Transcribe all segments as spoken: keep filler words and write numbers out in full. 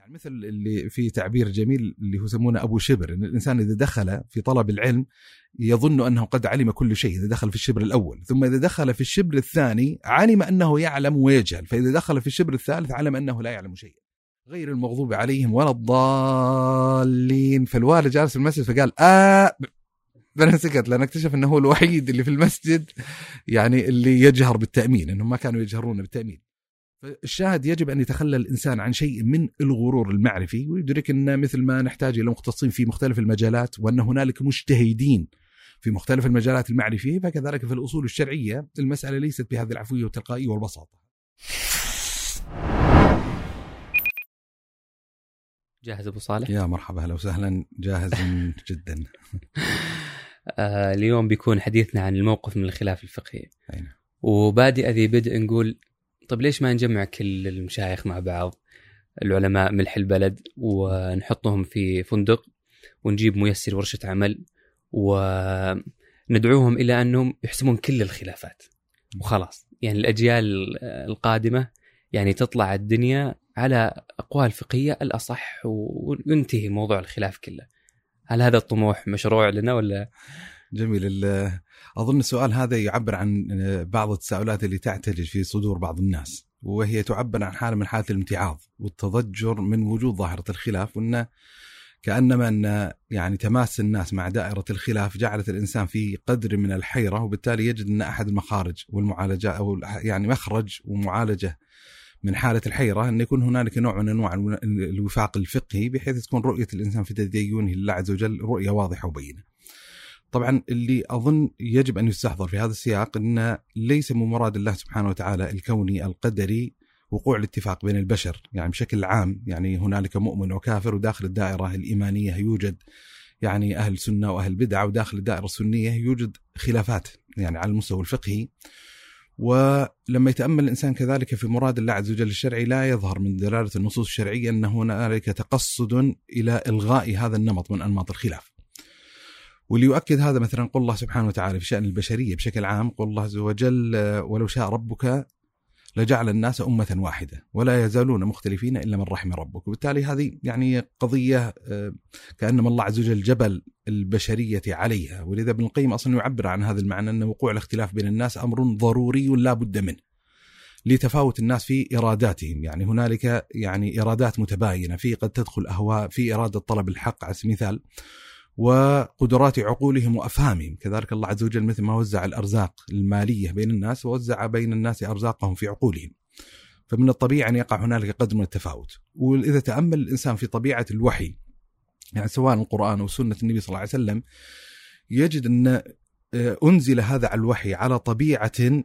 يعني مثل اللي في تعبير جميل اللي هو يسمونه أبو شبر، إن الإنسان إذا دخل في طلب العلم يظن أنه قد علم كل شيء إذا دخل في الشبر الأول، ثم إذا دخل في الشبر الثاني علم أنه يعلم ويجهل، فإذا دخل في الشبر الثالث علم أنه لا يعلم شيء. غير المغضوب عليهم ولا الضالين. فالوالد جالس في المسجد فقال آه فأنا سكت، لأن اكتشف أنه هو الوحيد اللي في المسجد يعني اللي يجهر بالتأمين، أنهم ما كانوا يجهرون بالتأمين. فالشاهد يجب أن يتخلى الإنسان عن شيء من الغرور المعرفي، ويدرك أن مثل ما نحتاج إلى مختصين في مختلف المجالات، وأن هنالك مجتهدين في مختلف المجالات المعرفية، فكذلك في الأصول الشرعية المسألة ليست بهذه العفوية والتلقائية والبساطة. جاهز أبو صالح؟ يا مرحبا، هلا وسهلا، جاهز جدا. آه اليوم بيكون حديثنا عن الموقف من الخلاف الفقهي. أين. وبادئ ذي بدء نقول طب ليش ما نجمع كل المشايخ مع بعض، العلماء ملح البلد، ونحطهم في فندق ونجيب ميسر ورشة عمل وندعوهم إلى أنهم يحسمون كل الخلافات وخلاص، يعني الأجيال القادمة يعني تطلع الدنيا على أقوال فقهية الأصح وينتهي موضوع الخلاف كله. هل هذا الطموح مشروع لنا ولا؟ جميل. أظن السؤال هذا يعبر عن بعض التساؤلات اللي تعتلج في صدور بعض الناس، وهي تعبر عن حالة من حالة الامتعاض والتضجر من وجود ظاهرة الخلاف، وأن كأنما أن يعني تماس الناس مع دائرة الخلاف جعلت الإنسان في قدر من الحيرة، وبالتالي يجد أن أحد المخارج والمعالجة أو يعني مخرج ومعالجة من حالة الحيرة أن يكون هنالك نوع من أنواع الوفاق الفقهي، بحيث تكون رؤية الإنسان في تدينه لله عز وجل رؤية واضحة وبينة. طبعا اللي أظن يجب أن يستحضر في هذا السياق أن ليس من مراد الله سبحانه وتعالى الكوني القدري وقوع الاتفاق بين البشر، يعني بشكل عام يعني هنالك مؤمن وكافر، وداخل الدائرة الإيمانية يوجد يعني أهل سنة وأهل بدعة، وداخل الدائرة السنية يوجد خلافات يعني على المستوى الفقهي. ولما يتأمل الإنسان كذلك في مراد الله عز وجل الشرعي لا يظهر من دلالة النصوص الشرعية أن هنالك تقصد إلى إلغاء هذا النمط من أنماط الخلاف. واللي يؤكد هذا مثلا قول الله سبحانه وتعالى في شأن البشرية بشكل عام، قول الله عز وجل ولو شاء ربك لجعل الناس أمة واحدة ولا يزالون مختلفين إلا من رحم ربك. وبالتالي هذه يعني قضية كأنما الله عز وجل جبل البشرية عليها، ولذا ابن القيم أصلا يعبر عن هذا المعنى أن وقوع الاختلاف بين الناس أمر ضروري لا بد منه لتفاوت الناس في إراداتهم. يعني هنالك يعني إرادات متباينة، في قد تدخل أهواء في إرادة طلب الحق على سبيل المثال، وقدرات عقولهم وأفهامهم. كذلك الله عز وجل مثل ما وزع الأرزاق المالية بين الناس ووزع بين الناس أرزاقهم في عقولهم، فمن الطبيعي أن يقع هنالك قدر من التفاوت. وإذا تأمل الإنسان في طبيعة الوحي يعني سواء القرآن أو سنة النبي صلى الله عليه وسلم، يجد أن أنزل هذا الوحي على طبيعة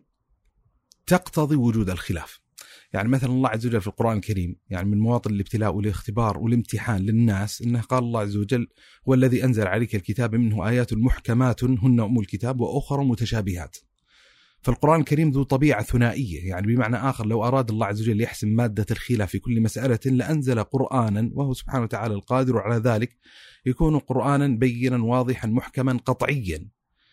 تقتضي وجود الخلاف. يعني مثلا الله عز وجل في القرآن الكريم يعني من مواطن الابتلاء والاختبار والامتحان للناس إنه قال الله عز وجل والذي أنزل عليك الكتاب منه آيات محكمات هن أم الكتاب وأخر متشابهات. فالقرآن الكريم ذو طبيعة ثنائية، يعني بمعنى آخر لو أراد الله عز وجل يحسم مادة الخلاف في كل مسألة لأنزل قرآنا، وهو سبحانه وتعالى القادر على ذلك، يكون قرآنا بينا واضحا محكما قطعيا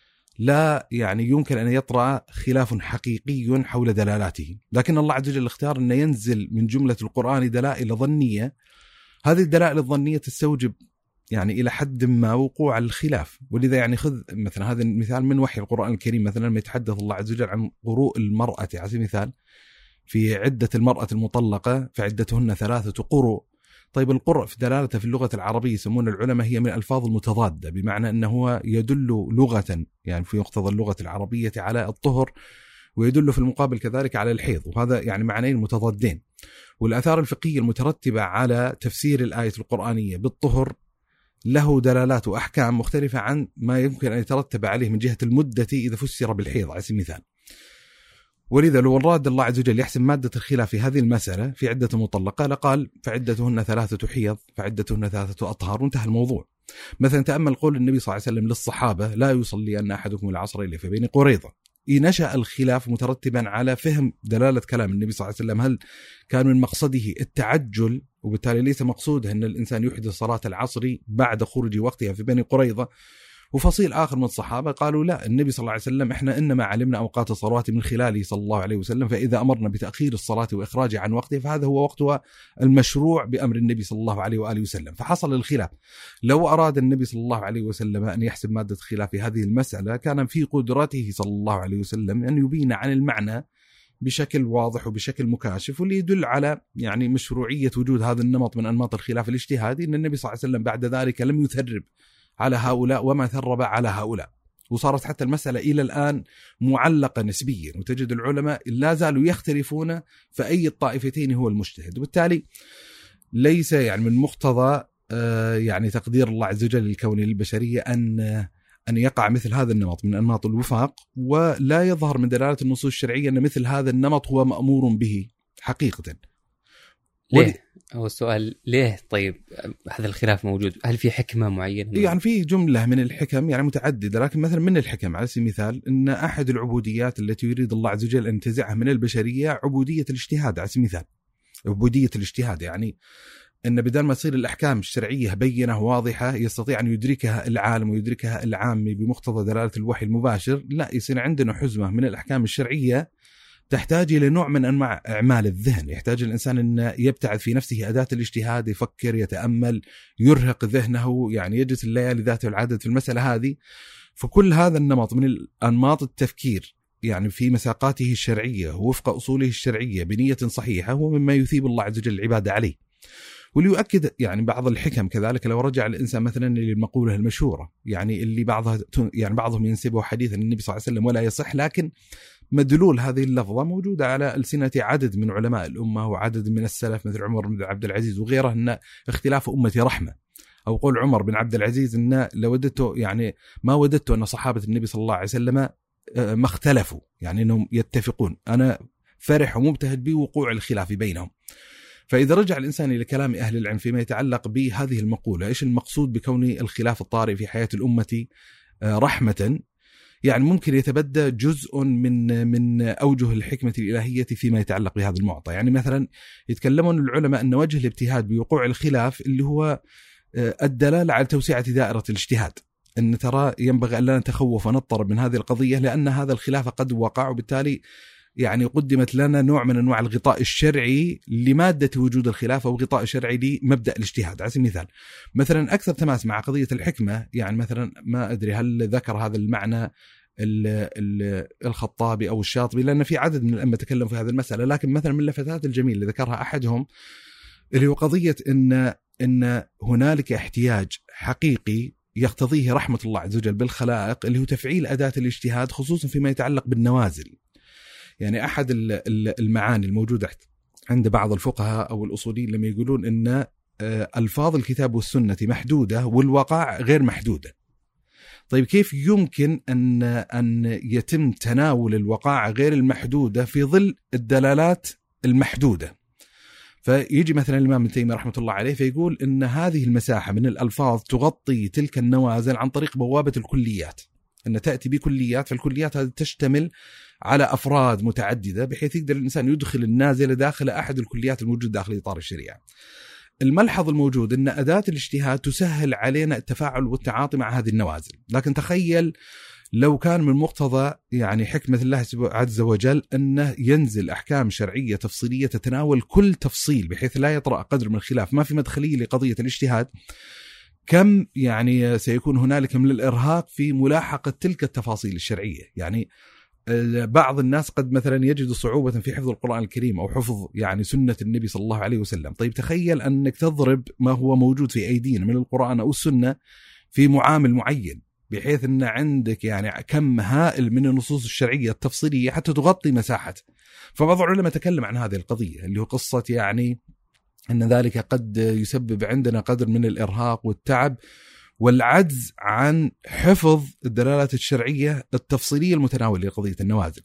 لا يعني يمكن أن يطرأ خلاف حقيقي حول دلالاته. لكن الله عز وجل اختار أن ينزل من جملة القرآن دلائل ظنية، هذه الدلائل الظنية تستوجب يعني إلى حد ما وقوع الخلاف. ولذا يعني خذ مثلا هذا المثال من وحي القرآن الكريم، مثلا لما يتحدث الله عز وجل عن قروء المرأة على سبيل المثال في عدة المرأة المطلقة فعدتهن ثلاثة قروء. طيب القرء في دلالته في اللغة العربية يسمون العلماء هي من الألفاظ المتضادة، بمعنى أنه يدل لغة يعني في مقتضى اللغة العربية على الطهر، ويدل في المقابل كذلك على الحيض، وهذا يعني معنيين متضادين. والآثار الفقهية المترتبة على تفسير الآية القرآنية بالطهر له دلالات وأحكام مختلفة عن ما يمكن أن يترتب عليه من جهة المدة إذا فسر بالحيض على سبيل المثال. ولذا لو أراد الله عز وجل يحسم مادة الخلاف في هذه المسألة في عدة مطلقة لقال فعدتهن ثلاثة حيض فعدتهن ثلاثة أطهار وانتهى الموضوع. مثلا تأمل قول النبي صلى الله عليه وسلم للصحابة لا يصلي أن أحدكم العصر إلا في بني قريظة. نشأ الخلاف مترتبا على فهم دلالة كلام النبي صلى الله عليه وسلم، هل كان من مقصده التعجل وبالتالي ليس مقصوده أن الإنسان يحدث صلاة العصر بعد خروج وقتها في بني قريظة، وفصيل آخر من الصحابة قالوا لا، النبي صلى الله عليه وسلم إحنا إنما علمنا أوقات الصلوات من خلاله صلى الله عليه وسلم، فإذا أمرنا بتأخير الصلاة وإخراجها عن وقته فهذا هو وقتها المشروع بأمر النبي صلى الله عليه وآله وسلم. فحصل الخلاف. لو أراد النبي صلى الله عليه وسلم أن يحسب مادة خلاف في هذه المسألة كان في قدرته صلى الله عليه وسلم أن يبين عن المعنى بشكل واضح وبشكل مكاشف، واللي يدل على يعني مشروعية وجود هذا النمط من أنماط الخلاف الاجتهادي، أن النبي صلى الله عليه وسلم بعد ذلك لم يثرب على هؤلاء وما ثرب على هؤلاء، وصارت حتى المسألة إلى الآن معلقة نسبيا، وتجد العلماء لا زالوا يختلفون فأي الطائفتين هو المجتهد. وبالتالي ليس يعني من مقتضى يعني تقدير الله عز وجل الكوني للبشرية أن أن يقع مثل هذا النمط من أنماط الوفاق، ولا يظهر من دلالة النصوص الشرعية أن مثل هذا النمط هو مأمور به حقيقة. ليه؟ هو السؤال ليه طيب هذا الخلاف موجود؟ هل في حكمة معينة؟ يعني في جملة من الحكم يعني متعددة، لكن مثلا من الحكم على سبيل المثال أن أحد العبوديات التي يريد الله عز وجل أن ينتزعها من البشرية عبودية الاجتهاد على سبيل المثال. عبودية الاجتهاد يعني أن بدل ما تصير الأحكام الشرعية بينة واضحة يستطيع أن يدركها العالم ويدركها العامي بمقتضى دلالة الوحي المباشر، لا، يصير عندنا حزمة من الأحكام الشرعية تحتاج إلى نوع من أنواع إعمال الذهن. يحتاج الإنسان أن يبتعث في نفسه أداة الاجتهاد، يفكر، يتأمل، يرهق ذهنه، يعني يجلس الليالي ذات العدد في المسألة هذه. فكل هذا النمط من الأنماط التفكير يعني في مساقاته الشرعية وفق أصوله الشرعية بنية صحيحة هو مما يثيب الله عز وجل العبادة عليه. واللي يؤكد يعني بعض الحكم كذلك لو رجع الإنسان مثلا للمقولة المشهورة يعني اللي بعضها يعني بعضهم ينسبه حديثا النبي صلى الله عليه وسلم ولا يصح، لكن مدلول هذه اللفظة موجودة على ألسنة عدد من علماء الأمة وعدد من السلف مثل عمر بن عبد العزيز وغيره، أن اختلاف أمتي رحمة. أو قول عمر بن عبد العزيز أن لو وددت يعني ما وددت أن صحابة النبي صلى الله عليه وسلم ما اختلفوا، يعني أنهم يتفقون، أنا فرح ومبتهج بوقوع الخلاف بينهم. فإذا رجع الإنسان إلى كلام أهل العلم فيما يتعلق بهذه المقولة، إيش المقصود بكون الخلاف الطارئ في حياة الأمة رحمة، يعني ممكن يتبدى جزء من من أوجه الحكمة الإلهية فيما يتعلق بهذا المعطى. يعني مثلا يتكلمون العلماء أن وجه الابتهاج بوقوع الخلاف اللي هو الدلالة على توسعة دائرة الاجتهاد، أن ترى ينبغي أن لا نتخوف ونضطرب من هذه القضية لأن هذا الخلاف قد وقع، وبالتالي يعني قدمت لنا نوع من أنواع الغطاء الشرعي لمادة وجود الخلاف أو غطاء شرعي لمبدأ الاجتهاد. على سبيل المثال مثلا أكثر تماس مع قضية الحكمة، يعني مثلا ما أدري هل ذكر هذا المعنى الخطابي أو الشاطبي، لأن في عدد من الأئمة تكلموا في هذه المسألة، لكن مثلا من اللفتات الجميلة اللي ذكرها أحدهم اللي هو قضية إن إن هنالك احتياج حقيقي يقتضيه رحمة الله عز وجل بالخلائق اللي هو تفعيل أداة الاجتهاد خصوصا فيما يتعلق بالنوازل. يعني أحد المعاني الموجودة عند بعض الفقهاء أو الأصوليين لما يقولون إن ألفاظ الكتاب والسنة محدودة والوقع غير محدودة. طيب كيف يمكن أن أن يتم تناول الوقائع غير المحدودة في ظل الدلالات المحدودة؟ فيجي مثلا الإمام ابن تيمية رحمة الله عليه فيقول إن هذه المساحة من الألفاظ تغطي تلك النوازل عن طريق بوابة الكليات، أن تأتي بكليات، فالكليات هذه تشتمل على أفراد متعددة بحيث يقدر الإنسان يدخل النازل داخل أحد الكليات الموجودة داخل إطار الشريعة. الملحظ الموجود أن أداة الاجتهاد تسهل علينا التفاعل والتعاطي مع هذه النوازل، لكن تخيل لو كان من مقتضى يعني حكمة الله عز وجل أنه ينزل أحكام شرعية تفصيلية تتناول كل تفصيل بحيث لا يطرأ قدر من الخلاف، ما في مدخلية لقضية الاجتهاد، كم يعني سيكون هنالك من الإرهاق في ملاحقة تلك التفاصيل الشرعية. يعني بعض الناس قد مثلا يجد صعوبة في حفظ القرآن الكريم أو حفظ يعني سنة النبي صلى الله عليه وسلم. طيب تخيل أنك تضرب ما هو موجود في أيدينا من القرآن أو السنة في معامل معين بحيث أن عندك يعني كم هائل من النصوص الشرعية التفصيلية حتى تغطي مساحة. فبعض العلماء تكلم عن هذه القضية اللي هو قصة يعني أن ذلك قد يسبب عندنا قدر من الإرهاق والتعب والعجز عن حفظ الدلالات الشرعية التفصيلية المتناولة لقضية النوازل.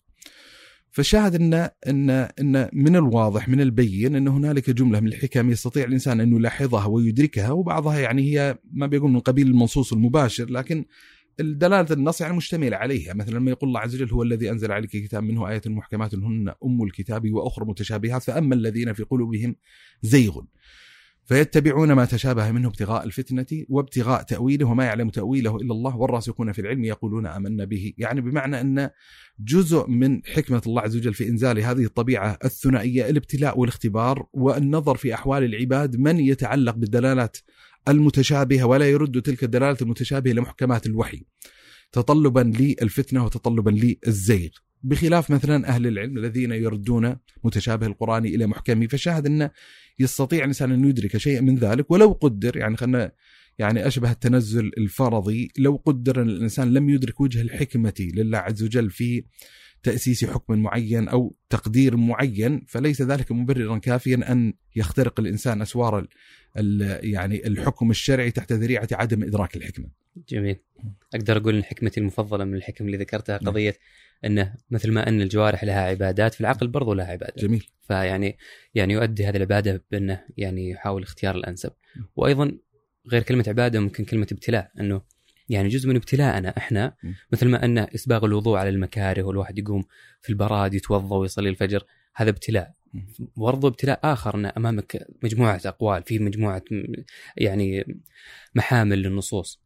فشاهد أن, إن, إن من الواضح من البين أن هنالك جملة من الحكم يستطيع الإنسان أن يلاحظها ويدركها، وبعضها يعني هي ما بيقول من قبيل المنصوص المباشر لكن الدلالة النص يعني مشتمل عليها. مثلا لما يقول الله عز وجل هو الذي أنزل عليك كتاب منه آيات محكمات هن أم الكتاب وأخرى متشابهات فأما الذين في قلوبهم زيغ، فيتبعون ما تشابه منه ابتغاء الفتنة وابتغاء تأويله وما يعلم تأويله إلا الله والراسخون في العلم يقولون آمنا به. يعني بمعنى أن جزء من حكمة الله عز وجل في إنزال هذه الطبيعة الثنائية الابتلاء والاختبار والنظر في أحوال العباد من يتعلق بالدلالات المتشابهة ولا يرد تلك الدلالات المتشابهة لمحكمات الوحي تطلبا للفتنة وتطلبا للزيغ، بخلاف مثلا أهل العلم الذين يردون متشابه القرآن إلى محكمه. فشاهد أن يستطيع الإنسان أن يدرك شيء من ذلك ولو قدر، يعني خلنا يعني أشبه التنزل الفرضي، لو قدر أن الإنسان لم يدرك وجه الحكمة لله عز وجل في تأسيس حكم معين أو تقدير معين، فليس ذلك مبررا كافيا أن يخترق الإنسان أسوار يعني الحكم الشرعي تحت ذريعة عدم إدراك الحكمة. جميل. أقدر أقول أن حكمتي المفضلة من الحكم اللي ذكرتها قضية أنه مثل ما أن الجوارح لها عبادات في العقل برضو لها عبادات. جميل. فيعني يعني يؤدي هذه العبادة بأنه يعني يحاول اختيار الأنسب. وأيضا غير كلمة عبادة ممكن كلمة ابتلاء، أنه يعني جزء من ابتلاءنا إحنا مثل ما أن إسباغ الوضوء على المكاره والواحد يقوم في البراد يتوضأ ويصلي الفجر، هذا ابتلاء. برضو ابتلاء آخر أن أمامك مجموعة أقوال في مجموعة يعني محامل للنصوص،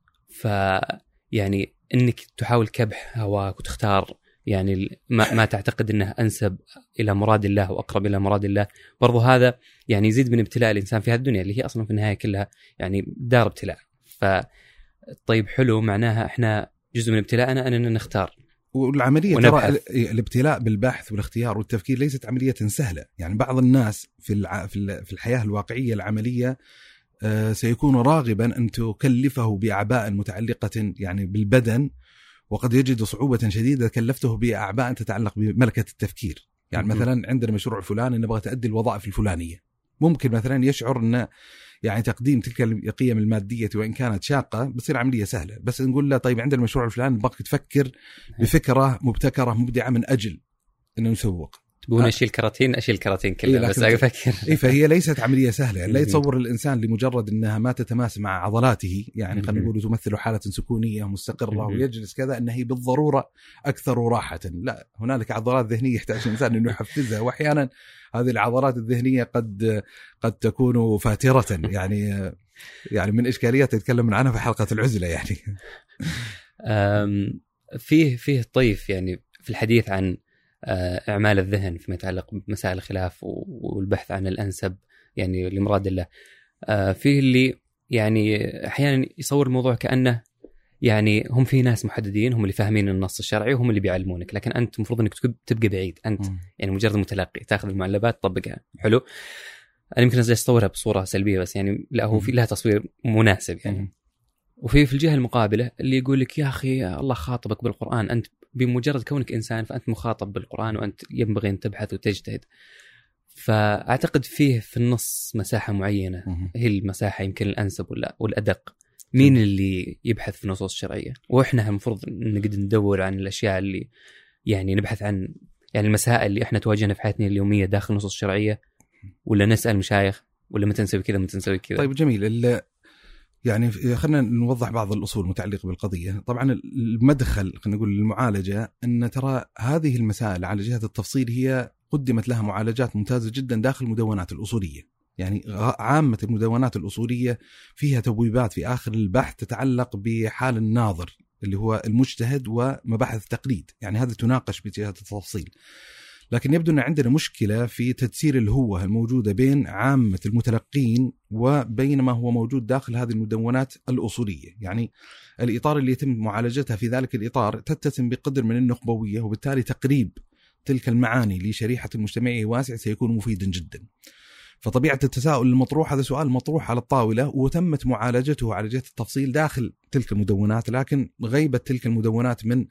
فيعني أنك تحاول كبح هواك وتختار يعني ما, ما تعتقد أنه أنسب إلى مراد الله وأقرب إلى مراد الله، برضو هذا يعني يزيد من ابتلاء الإنسان في هذه الدنيا اللي هي أصلا في النهاية كلها يعني دار ابتلاء. فطيب حلو، معناها إحنا جزء من ابتلاءنا أننا نختار. والعملية ترى الابتلاء بالبحث والاختيار والتفكير ليست عملية سهلة. يعني بعض الناس في الع... في الحياة الواقعية العملية سيكون راغبا أن تكلفه بأعباء متعلقة يعني بالبدن، وقد يجد صعوبة شديدة كلفته بأعباء تتعلق بملكة التفكير. يعني مثلا عندنا مشروع فلاني نبغى تأدي الوظائف الفلانية، ممكن مثلا يشعر أن يعني تقديم تلك القيم المادية وإن كانت شاقة بتصير عملية سهلة، بس نقول له طيب عندنا المشروع الفلاني نبغاك تفكر بفكرة مبتكرة مبدعة من أجل أنه نسوق. تبون أشيل الكراتين أشيل الكراتين كلها إيه، بس أفكر إيه. فهي ليست عملية سهلة. يعني لا يتصور الإنسان لمجرد أنها ما تتماس مع عضلاته، يعني خلينا نقول تمثل حالة سكونية مستقرة ويجلس كذا أنها هي بالضرورة أكثر راحة. لا، هنالك عضلات ذهنية يحتاج الإنسان أنه يحفزها، وأحيانا هذه العضلات الذهنية قد قد تكون فاترة. يعني يعني من إشكاليات يتكلم عنها في حلقة العزلة. يعني فيه فيه طيف يعني في الحديث عن أعمال الذهن فيما يتعلق بمسائل الخلاف والبحث عن الأنسب يعني لمراد الله. فيه اللي يعني أحيانا يصور الموضوع كأنه يعني هم في ناس محددين هم اللي فاهمين النص الشرعي وهم اللي بيعلمونك، لكن أنت مفروض أنك تبقى بعيد، أنت م. يعني مجرد متلقي تأخذ المعلبات تطبقها. حلو. أنا يمكن أزاي أصورها بصورة سلبية، بس يعني لا، هو في لها تصوير مناسب يعني. م. وفي في الجهة المقابلة اللي يقول لك يا أخي الله خاطبك بالقرآن، أنت بمجرد كونك إنسان فأنت مخاطب بالقرآن وأنت ينبغي أن تبحث وتجتهد. فأعتقد فيه في النص مساحة معينة هي المساحة يمكن الأنسب ولا والأدق. مين اللي يبحث في النصوص الشرعية؟ وإحنا المفروض نقدر ندور عن الأشياء اللي يعني نبحث عن يعني المسائل اللي إحنا تواجهنا في حياتنا اليومية داخل النصوص الشرعية، ولا نسأل مشايخ، ولا متى نسوي كذا متى نسوي كذا. طيب جميل. يعني خلينا نوضح بعض الأصول المتعلقة بالقضية. طبعا المدخل خلينا نقول المعالجة أن ترى هذه المسائل على جهة التفصيل هي قدمت لها معالجات ممتازة جدا داخل المدونات الأصولية. يعني عامة المدونات الأصولية فيها تبويبات في آخر البحث تتعلق بحال الناظر اللي هو المجتهد ومباحث التقليد، يعني هذا تناقش بجهة التفصيل. لكن يبدو أن عندنا مشكلة في تدسير الهوة الموجودة بين عامة المتلقين وبين ما هو موجود داخل هذه المدونات الأصولية. يعني الإطار اللي يتم معالجتها في ذلك الإطار تتسم بقدر من النخبوية، وبالتالي تقريب تلك المعاني لشريحة المجتمع واسع سيكون مفيدا جدا. فطبيعة التساؤل المطروح هذا سؤال مطروح على الطاولة وتمت معالجته على جهة التفصيل داخل تلك المدونات، لكن غيبة تلك المدونات من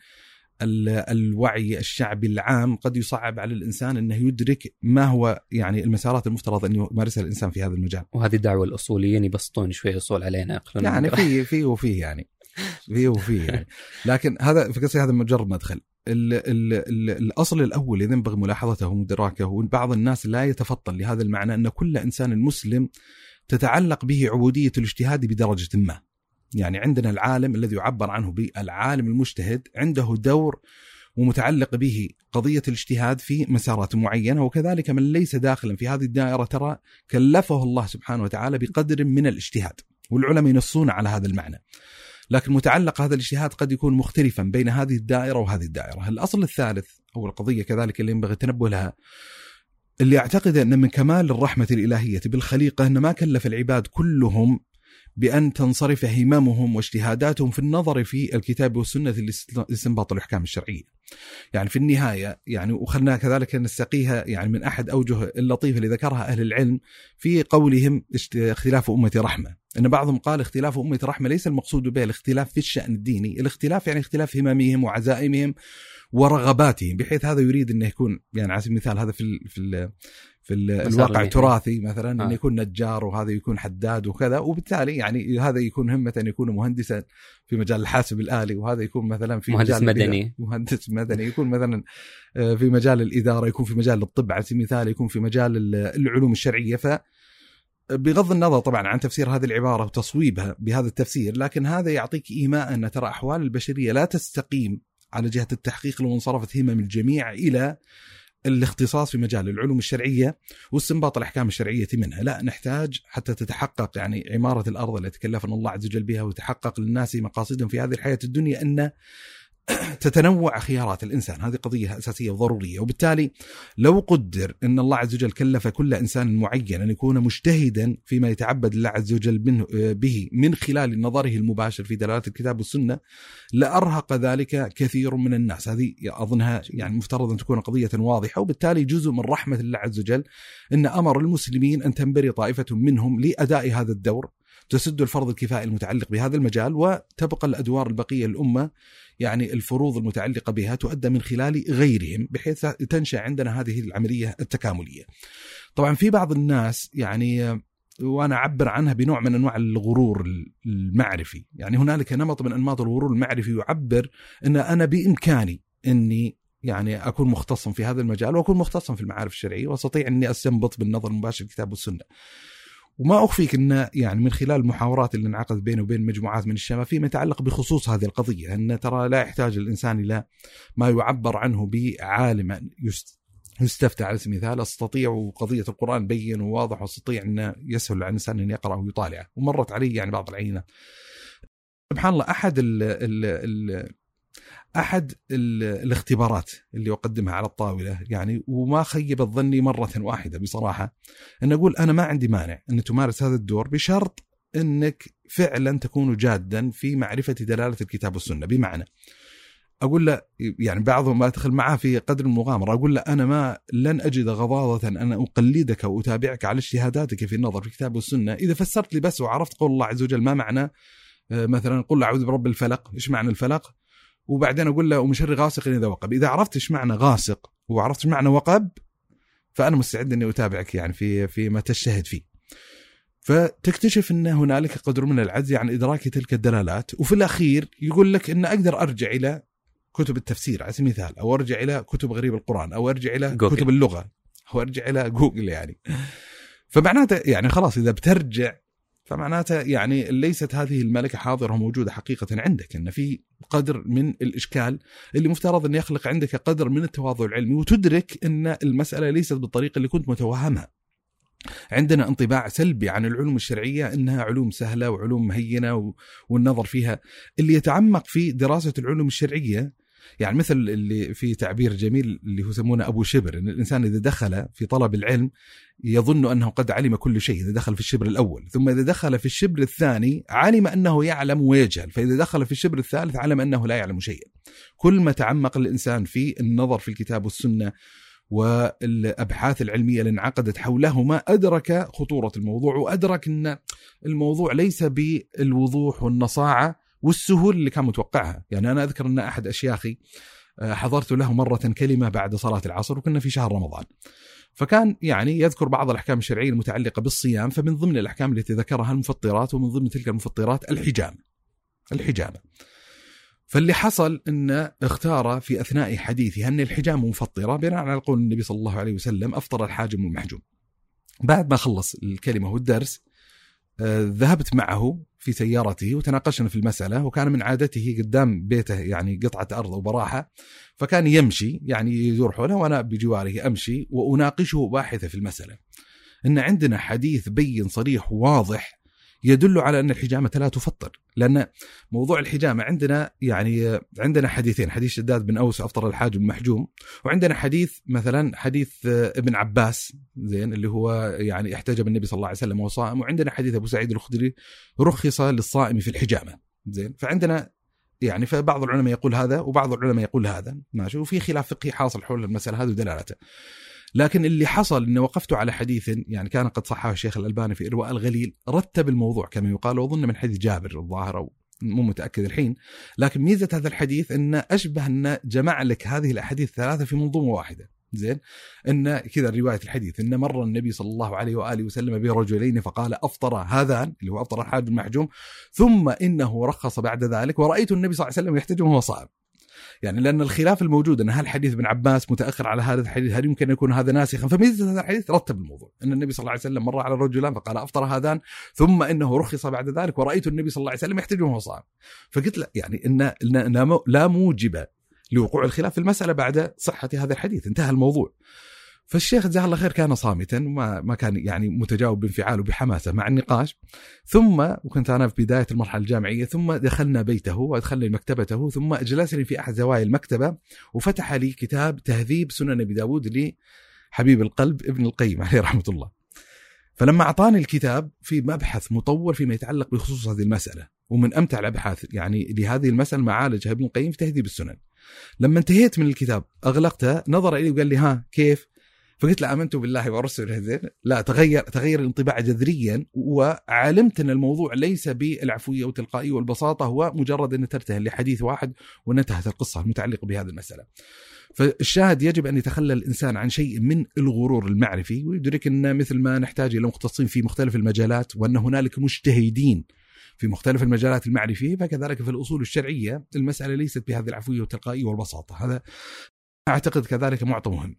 الوعي الشعبي العام قد يصعب على الإنسان أنه يدرك ما هو يعني المسارات المفترض أن يمارسها الإنسان في هذا المجال. وهذه الدعوة الأصوليين يبسطون شوية الأصول علينا يعني في في وفيه يعني في وفيه يعني. لكن هذا في قصة هذا مجرد مدخل. ال ال ال الأصل الأول إذا ينبغي ملاحظته ومدراكه، وبعض الناس لا يتفطن لهذا المعنى، أن كل إنسان مسلم تتعلق به عبودية الاجتهاد بدرجة ما. يعني عندنا العالم الذي يعبر عنه بالعالم المجتهد عنده دور ومتعلق به قضية الاجتهاد في مسارات معينة، وكذلك من ليس داخلا في هذه الدائرة ترى كلفه الله سبحانه وتعالى بقدر من الاجتهاد، والعلماء ينصون على هذا المعنى. لكن متعلق هذا الاجتهاد قد يكون مختلفا بين هذه الدائرة وهذه الدائرة. الأصل الثالث أو القضية كذلك اللي ينبغي التنبه لها، اللي يعتقد أن من كمال الرحمة الإلهية بالخليقة أن ما كلف العباد كلهم بأن تنصرف هممهم واجتهاداتهم في النظر في الكتاب والسنة لاستنباط الأحكام الشرعية. يعني في النهاية يعني وخلنا كذلك نستقيها يعني من أحد أوجه اللطيفة اللي ذكرها أهل العلم في قولهم اختلاف أمة رحمة، أن بعضهم قال اختلاف أمة رحمة ليس المقصود به الاختلاف في الشأن الديني، الاختلاف يعني اختلاف هممهم وعزائمهم ورغباتهم، بحيث هذا يريد أنه يكون يعني على سبيل المثال هذا في ال في ال في ال الواقع التراثي مثلا آه. أن يكون نجار وهذا يكون حداد وكذا، وبالتالي يعني هذا يكون همة أن يكون مهندسا في مجال الحاسب الآلي، وهذا يكون مثلا في مهندس مجال مدني مهندس مدني يكون مثلا في مجال الإدارة، يكون في مجال الطب على سبيل المثال، يكون في مجال العلوم الشرعية. ف بغض النظر طبعا عن تفسير هذه العبارة وتصويبها بهذا التفسير، لكن هذا يعطيك إيماء أن ترى أحوال البشرية لا تستقيم على جهة التحقيق لو انصرفت همم الجميع إلى الاختصاص في مجال العلوم الشرعية واستنباط الأحكام الشرعية منها. لا، نحتاج حتى تتحقق يعني عمارة الأرض التي تكلفنا الله عز وجل بها وتحقق للناس مقاصدهم في هذه الحياة الدنيا أن تتنوع خيارات الإنسان. هذه قضية أساسية وضرورية. وبالتالي لو قدر أن الله عز وجل كلف كل إنسان معين أن يكون مجتهدا فيما يتعبد الله عز وجل منه به من خلال نظره المباشر في دلالات الكتاب والسنة، لأرهق ذلك كثير من الناس. هذه أظنها يعني مفترض أن تكون قضية واضحة. وبالتالي جزء من رحمة الله عز وجل أن أمر المسلمين أن تنبري طائفة منهم لأداء هذا الدور، تسد الفرض الكفائي المتعلق بهذا المجال، وتبقى الأدوار البقية الأمة يعني الفروض المتعلقة بها تؤدى من خلال غيرهم، بحيث تنشأ عندنا هذه العملية التكاملية. طبعا في بعض الناس يعني وأنا أعبر عنها بنوع من أنواع الغرور المعرفي، يعني هنالك نمط من أنماط الغرور المعرفي يعبر أن أنا بإمكاني أني يعني أكون مختصا في هذا المجال وأكون مختصا في المعارف الشرعية وأستطيع أني أستنبط بالنظر المباشر الكتاب والسنة. وما أخفيك أن يعني من خلال المحاورات اللي انعقدت بينه وبين مجموعات من الشباب فيما يتعلق بخصوص هذه القضية، أن ترى لا يحتاج الإنسان إلى ما يعبر عنه بعالم يستفتى على سبيل المثال أستطيع قضية القرآن بين وواضح وأستطيع أن يسهل على الإنسان أن يقرأ ويطالع. ومرت علي يعني بعض العينة سبحان الله أحد ال ال ال أحد الاختبارات اللي أقدمها على الطاولة يعني، وما خيبت ظني مرة واحدة بصراحة، أن أقول أنا ما عندي مانع أن تمارس هذا الدور بشرط أنك فعلا تكون جادا في معرفة دلالة الكتاب والسنة. بمعنى أقول له يعني بعضهم ما أدخل معه في قدر المغامرة، أقول له أنا ما لن أجد غضاضة أن أقلدك وأتابعك على اجتهاداتك في النظر في الكتاب والسنة إذا فسرت لي بس وعرفت قول الله عز وجل ما معنى مثلا قل أعوذ برب الفلق، إيش معنى الفلق، وبعدين أقول له ومن شر غاسق إذا وقب. إذا عرفت إيش معنى غاسق وعرفت إيش معنى وقب فأنا مستعد أني أتابعك يعني في في ما تجتهد فيه. فتكتشف أن هنالك قدر من العجز عن إدراك تلك الدلالات، وفي الأخير يقول لك أن أقدر أرجع إلى كتب التفسير على سبيل المثال، أو أرجع إلى كتب غريب القرآن، أو أرجع إلى جوجل. كتب اللغة، أو أرجع إلى جوجل يعني. فمعناته يعني خلاص إذا بترجع فمعناته يعني ليست هذه الملكة حاضرة موجودة حقيقة عندك، أن في قدر من الإشكال اللي مفترض أن يخلق عندك قدر من التواضع العلمي، وتدرك أن المسألة ليست بالطريقة اللي كنت متوهمها. عندنا انطباع سلبي عن العلوم الشرعية أنها علوم سهلة وعلوم هينة والنظر فيها. اللي يتعمق في دراسة العلوم الشرعية يعني مثل اللي في تعبير جميل اللي هو يسمونه أبو شبر، أن الإنسان إذا دخل في طلب العلم يظن أنه قد علم كل شيء إذا دخل في الشبر الأول، ثم إذا دخل في الشبر الثاني علم أنه يعلم ويجهل، فإذا دخل في الشبر الثالث علم أنه لا يعلم شيئا. كل ما تعمق الإنسان في النظر في الكتاب والسنة والأبحاث العلمية اللي انعقدت حولهما أدرك خطورة الموضوع، وأدرك أن الموضوع ليس بالوضوح والنصاعة والسهول اللي كان متوقعها. يعني أنا أذكر أن أحد أشياخي حضرت له مرة كلمة بعد صلاة العصر وكنا في شهر رمضان، فكان يعني يذكر بعض الأحكام الشرعية المتعلقة بالصيام، فمن ضمن الأحكام التي ذكرها المفطرات، ومن ضمن تلك المفطرات الحجامة الحجامة فاللي حصل أن اختار في أثناء حديثه أن الحجامة مفطرة بناء على قول النبي صلى الله عليه وسلم أفطر الحاجم والمحجوم. بعد ما خلص الكلمة والدرس ذهبت معه في سيارته وتناقشنا في المسألة، وكان من عادته قدام بيته يعني قطعة أرض أو براحة، فكان يمشي يعني يدور حوله وأنا بجواره أمشي وأناقشه باحثة في المسألة، إن عندنا حديث بين صريح واضح يدل على أن الحجامة لا تفطر. لأن موضوع الحجامة عندنا يعني عندنا حديثين، حديث شداد بن أوس أفطر الحاج المحجوم، وعندنا حديث مثلا حديث ابن عباس زين اللي هو يعني احتجب النبي صلى الله عليه وسلم وهو صائم، وعندنا حديث أبو سعيد الخدري رخص للصائم في الحجامة زين. فعندنا يعني فبعض العلماء يقول هذا وبعض العلماء يقول هذا ماشي، وفي خلاف فقهي حاصل حول المسألة هذه ودلالته. لكن اللي حصل إنه وقفت على حديث يعني كان قد صححه الشيخ الألباني في إرواء الغليل، رتب الموضوع كما يقال، وظن من حديث جابر الظاهر أو مو متأكد الحين. لكن ميزة هذا الحديث إنه أشبه أن جمع لك هذه الأحاديث الثلاثة في منظومة واحدة زين. إن كذا رواية الحديث إن مر النبي صلى الله عليه وآله وسلم برجلين فقال أفطر هذان اللي هو أفطر الحاج المحجوم، ثم إنه رخص بعد ذلك ورأيت النبي صلى الله عليه وسلم يحتجم وهو صائم. يعني لأن الخلاف الموجود أن هل حديث ابن عباس متأخر على هذا الحديث، هل يمكن أن يكون هذا ناسخا؟ فميزة هذا الحديث رتب الموضوع أن النبي صلى الله عليه وسلم مر على الرجلان فقال أفطر هذان ثم إنه رخص بعد ذلك ورأيت النبي صلى الله عليه وسلم يحتجم وهو صائم. فقلت لا يعني إن لا موجب لوقوع الخلاف في المسألة بعد صحة هذا الحديث، انتهى الموضوع. فالشيخ جزاه الله خير كان صامتا وما ما كان يعني متجاوب بانفعاله بحماسه مع النقاش. ثم وكنت انا في بدايه المرحله الجامعيه، ثم دخلنا بيته وادخلني مكتبته، ثم اجلسني في احد زوايا المكتبه وفتح لي كتاب تهذيب سنن ابي داود لحبيب القلب ابن القيم عليه رحمه الله. فلما اعطاني الكتاب في مبحث مطول فيما يتعلق بخصوص هذه المساله، ومن امتع الابحاث يعني لهذه المساله معالجها ابن القيم في تهذيب السنن. لما انتهيت من الكتاب اغلقته، نظر الي وقال لي ها كيف؟ فقلت لا آمنت بالله ورسوله زين. لا تغير تغير الانطباع جذريا، وعلمت أن الموضوع ليس بالعفوية والتلقائية والبساطة، هو مجرد أن ترتهن لحديث واحد وانتهت القصة المتعلقة بهذه المسألة. فالشاهد يجب أن يتخلى الإنسان عن شيء من الغرور المعرفي، ويدرك أن مثل ما نحتاج إلى مختصين في مختلف المجالات، وأن هنالك مجتهدين في مختلف المجالات المعرفية، فكذلك في الأصول الشرعية المسألة ليست بهذه العفوية والتلقائية والبساطة. هذا أعتقد كذلك معطى مهم.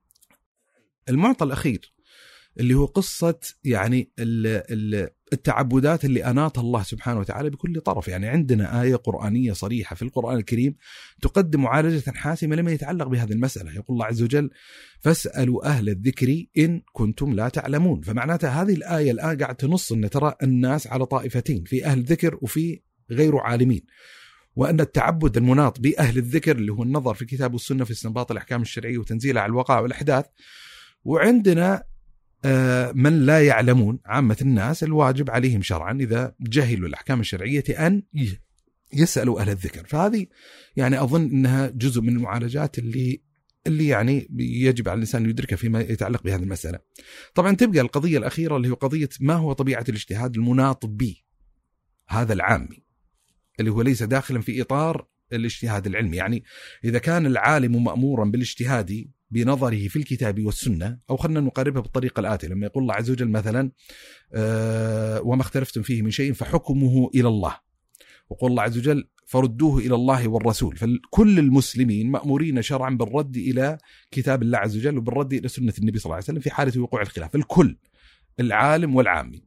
المعطى الأخير اللي هو قصة يعني التعبدات اللي أناط الله سبحانه وتعالى بكل طرف. يعني عندنا آية قرآنية صريحة في القرآن الكريم تقدم معالجة حاسمة لما يتعلق بهذه المسألة. يقول الله عز وجل فاسألوا أهل الذكر إن كنتم لا تعلمون. فمعناتها هذه الآية الآن قاعد تنص أن ترى الناس على طائفتين، في أهل الذكر وفي غير عالمين، وأن التعبد المناط بأهل الذكر اللي هو النظر في الكتاب والسنة في استنباط الأحكام الشرعية وتنزيلها على الواقع والأحداث، وعندنا من لا يعلمون عامة الناس الواجب عليهم شرعا إذا جهلوا الأحكام الشرعية أن يسألوا أهل الذكر. فهذه يعني أظن أنها جزء من المعالجات اللي اللي يعني يجب على الإنسان يدركها فيما يتعلق بهذه المسألة. طبعا تبقى القضية الأخيرة اللي هو قضية ما هو طبيعة الاجتهاد المناط به هذا العامي اللي هو ليس داخلا في إطار الاجتهاد العلمي. يعني إذا كان العالم مأمورا بالاجتهاد بنظره في الكتاب والسنة، أو خلنا نقاربها بالطريقة الآتية لما يقول الله عز وجل مثلا أه وما اختلفتم فيه من شيء فحكمه إلى الله، وقول الله عز وجل فردوه إلى الله والرسول. فكل المسلمين مأمورين شرعا بالرد إلى كتاب الله عز وجل وبالرد إلى سنة النبي صلى الله عليه وسلم في حالة وقوع الخلاف. الكل، العالم والعامي.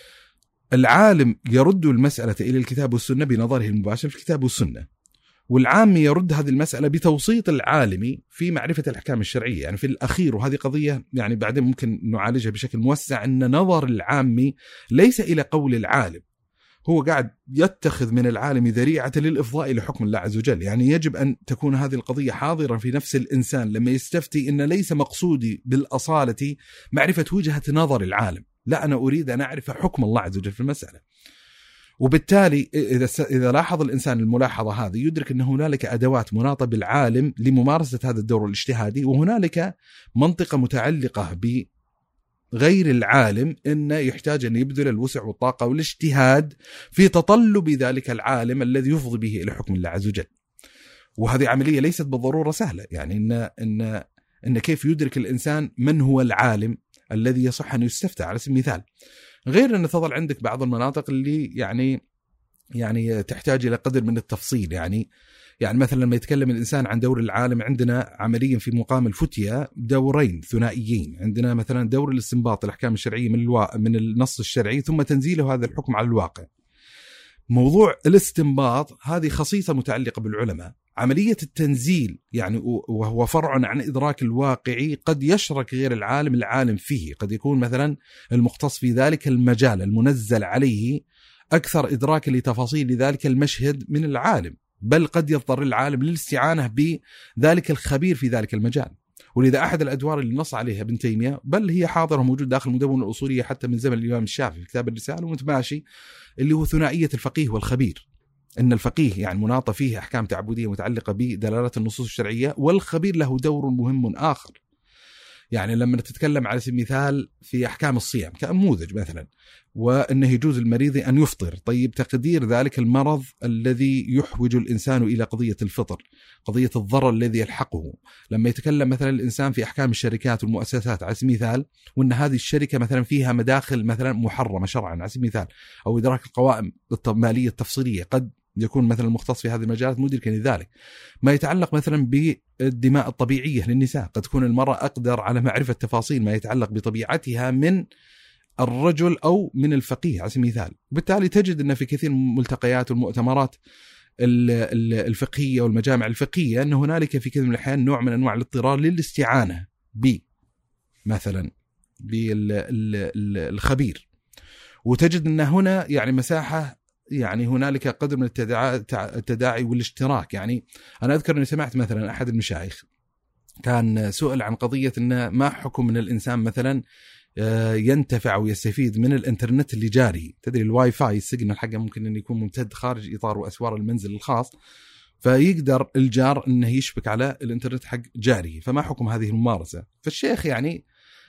العالم يرد المسألة إلى الكتاب والسنة بنظره المباشر في الكتاب والسنة، والعامي يرد هذه المسألة بتوسيط العالمي في معرفة الأحكام الشرعية. يعني في الأخير، وهذه قضية يعني بعدين ممكن نعالجها بشكل موسع، أن نظر العامي ليس إلى قول العالم، هو قاعد يتخذ من العالم ذريعة للإفضاء إلى حكم الله عز وجل. يعني يجب أن تكون هذه القضية حاضرة في نفس الإنسان لما يستفتي، إن ليس مقصودي بالأصالة معرفة وجهة نظر العالم، لا، أنا أريد أن أعرف حكم الله عز وجل في المسألة. وبالتالي إذا إذا لاحظ الإنسان الملاحظة هذه يدرك أن هنالك أدوات مناطة بالعالم لممارسة هذا الدور الاجتهادي، وهنالك منطقة متعلقة بغير العالم أنه يحتاج أن يبذل الوسع والطاقة والاجتهاد في تطلب ذلك العالم الذي يفضي به إلى حكم الله عز وجل. وهذه عملية ليست بالضرورة سهلة. يعني إن إن إن كيف يدرك الإنسان من هو العالم الذي يصح أن يستفتى على سبيل المثال، غير أن تظل عندك بعض المناطق اللي يعني يعني تحتاج إلى قدر من التفصيل. يعني يعني مثلا لما يتكلم الإنسان عن دور العالم، عندنا عمليا في مقام الفتية دورين ثنائيين. عندنا مثلا دور الاستنباط الأحكام الشرعية من الوا... من النص الشرعي ثم تنزيله هذا الحكم على الواقع. موضوع الاستنباط هذه خصيصة متعلقة بالعلماء. عملية التنزيل يعني وهو فرع عن إدراك الواقعي قد يشرك غير العالم العالم فيه، قد يكون مثلا المختص في ذلك المجال المنزل عليه أكثر إدراك لتفاصيل ذلك المشهد من العالم، بل قد يضطر العالم للاستعانة بذلك الخبير في ذلك المجال. ولذا أحد الأدوار اللي نص عليها ابن تيمية، بل هي حاضرة موجود داخل مدونة الأصولية حتى من زمن الإمام الشافعي في كتاب الرسالة ومتماشي، اللي هو ثنائية الفقيه والخبير. إن الفقيه يعني مناط فيه أحكام تعبدية متعلقة بدلالات النصوص الشرعية، والخبير له دور مهم آخر. يعني لما تتكلم على سبيل المثال في أحكام الصيام كأنموذج مثلا، وأنه يجوز المريض أن يفطر، طيب تقدير ذلك المرض الذي يحوج الإنسان إلى قضية الفطر، قضية الضرر الذي يلحقه. لما يتكلم مثلا الإنسان في أحكام الشركات والمؤسسات على سبيل المثال، وأن هذه الشركة مثلا فيها مداخل مثلا محرمة شرعا على سبيل المثال، أو إدراك القوائم المالية التفصيلية، قد يكون مثلا مختص في هذه المجالات مدركا لذلك. ما يتعلق مثلا بالدماء الطبيعية للنساء، قد تكون المرأة أقدر على معرفة تفاصيل ما يتعلق بطبيعتها من الرجل أو من الفقيه على سبيل المثال. بالتالي تجد أن في كثير من الملتقيات والمؤتمرات الفقهية والمجامع الفقهية أن هنالك في كثير من الأحيان نوع من أنواع الاضطرار للاستعانة ب مثلا بالخبير، وتجد أن هنا يعني مساحة، يعني هنالك قدر من التداعي والاشتراك. يعني أنا أذكر أني سمعت مثلا أحد المشايخ كان سؤال عن قضية أن ما حكم من الإنسان مثلا ينتفع ويستفيد من الإنترنت اللي جاري. تدري الواي فاي السيجنال حقه ممكن أن يكون ممتد خارج إطار وأسوار المنزل الخاص، فيقدر الجار أنه يشبك على الإنترنت حق جاري، فما حكم هذه الممارسة؟ فالشيخ يعني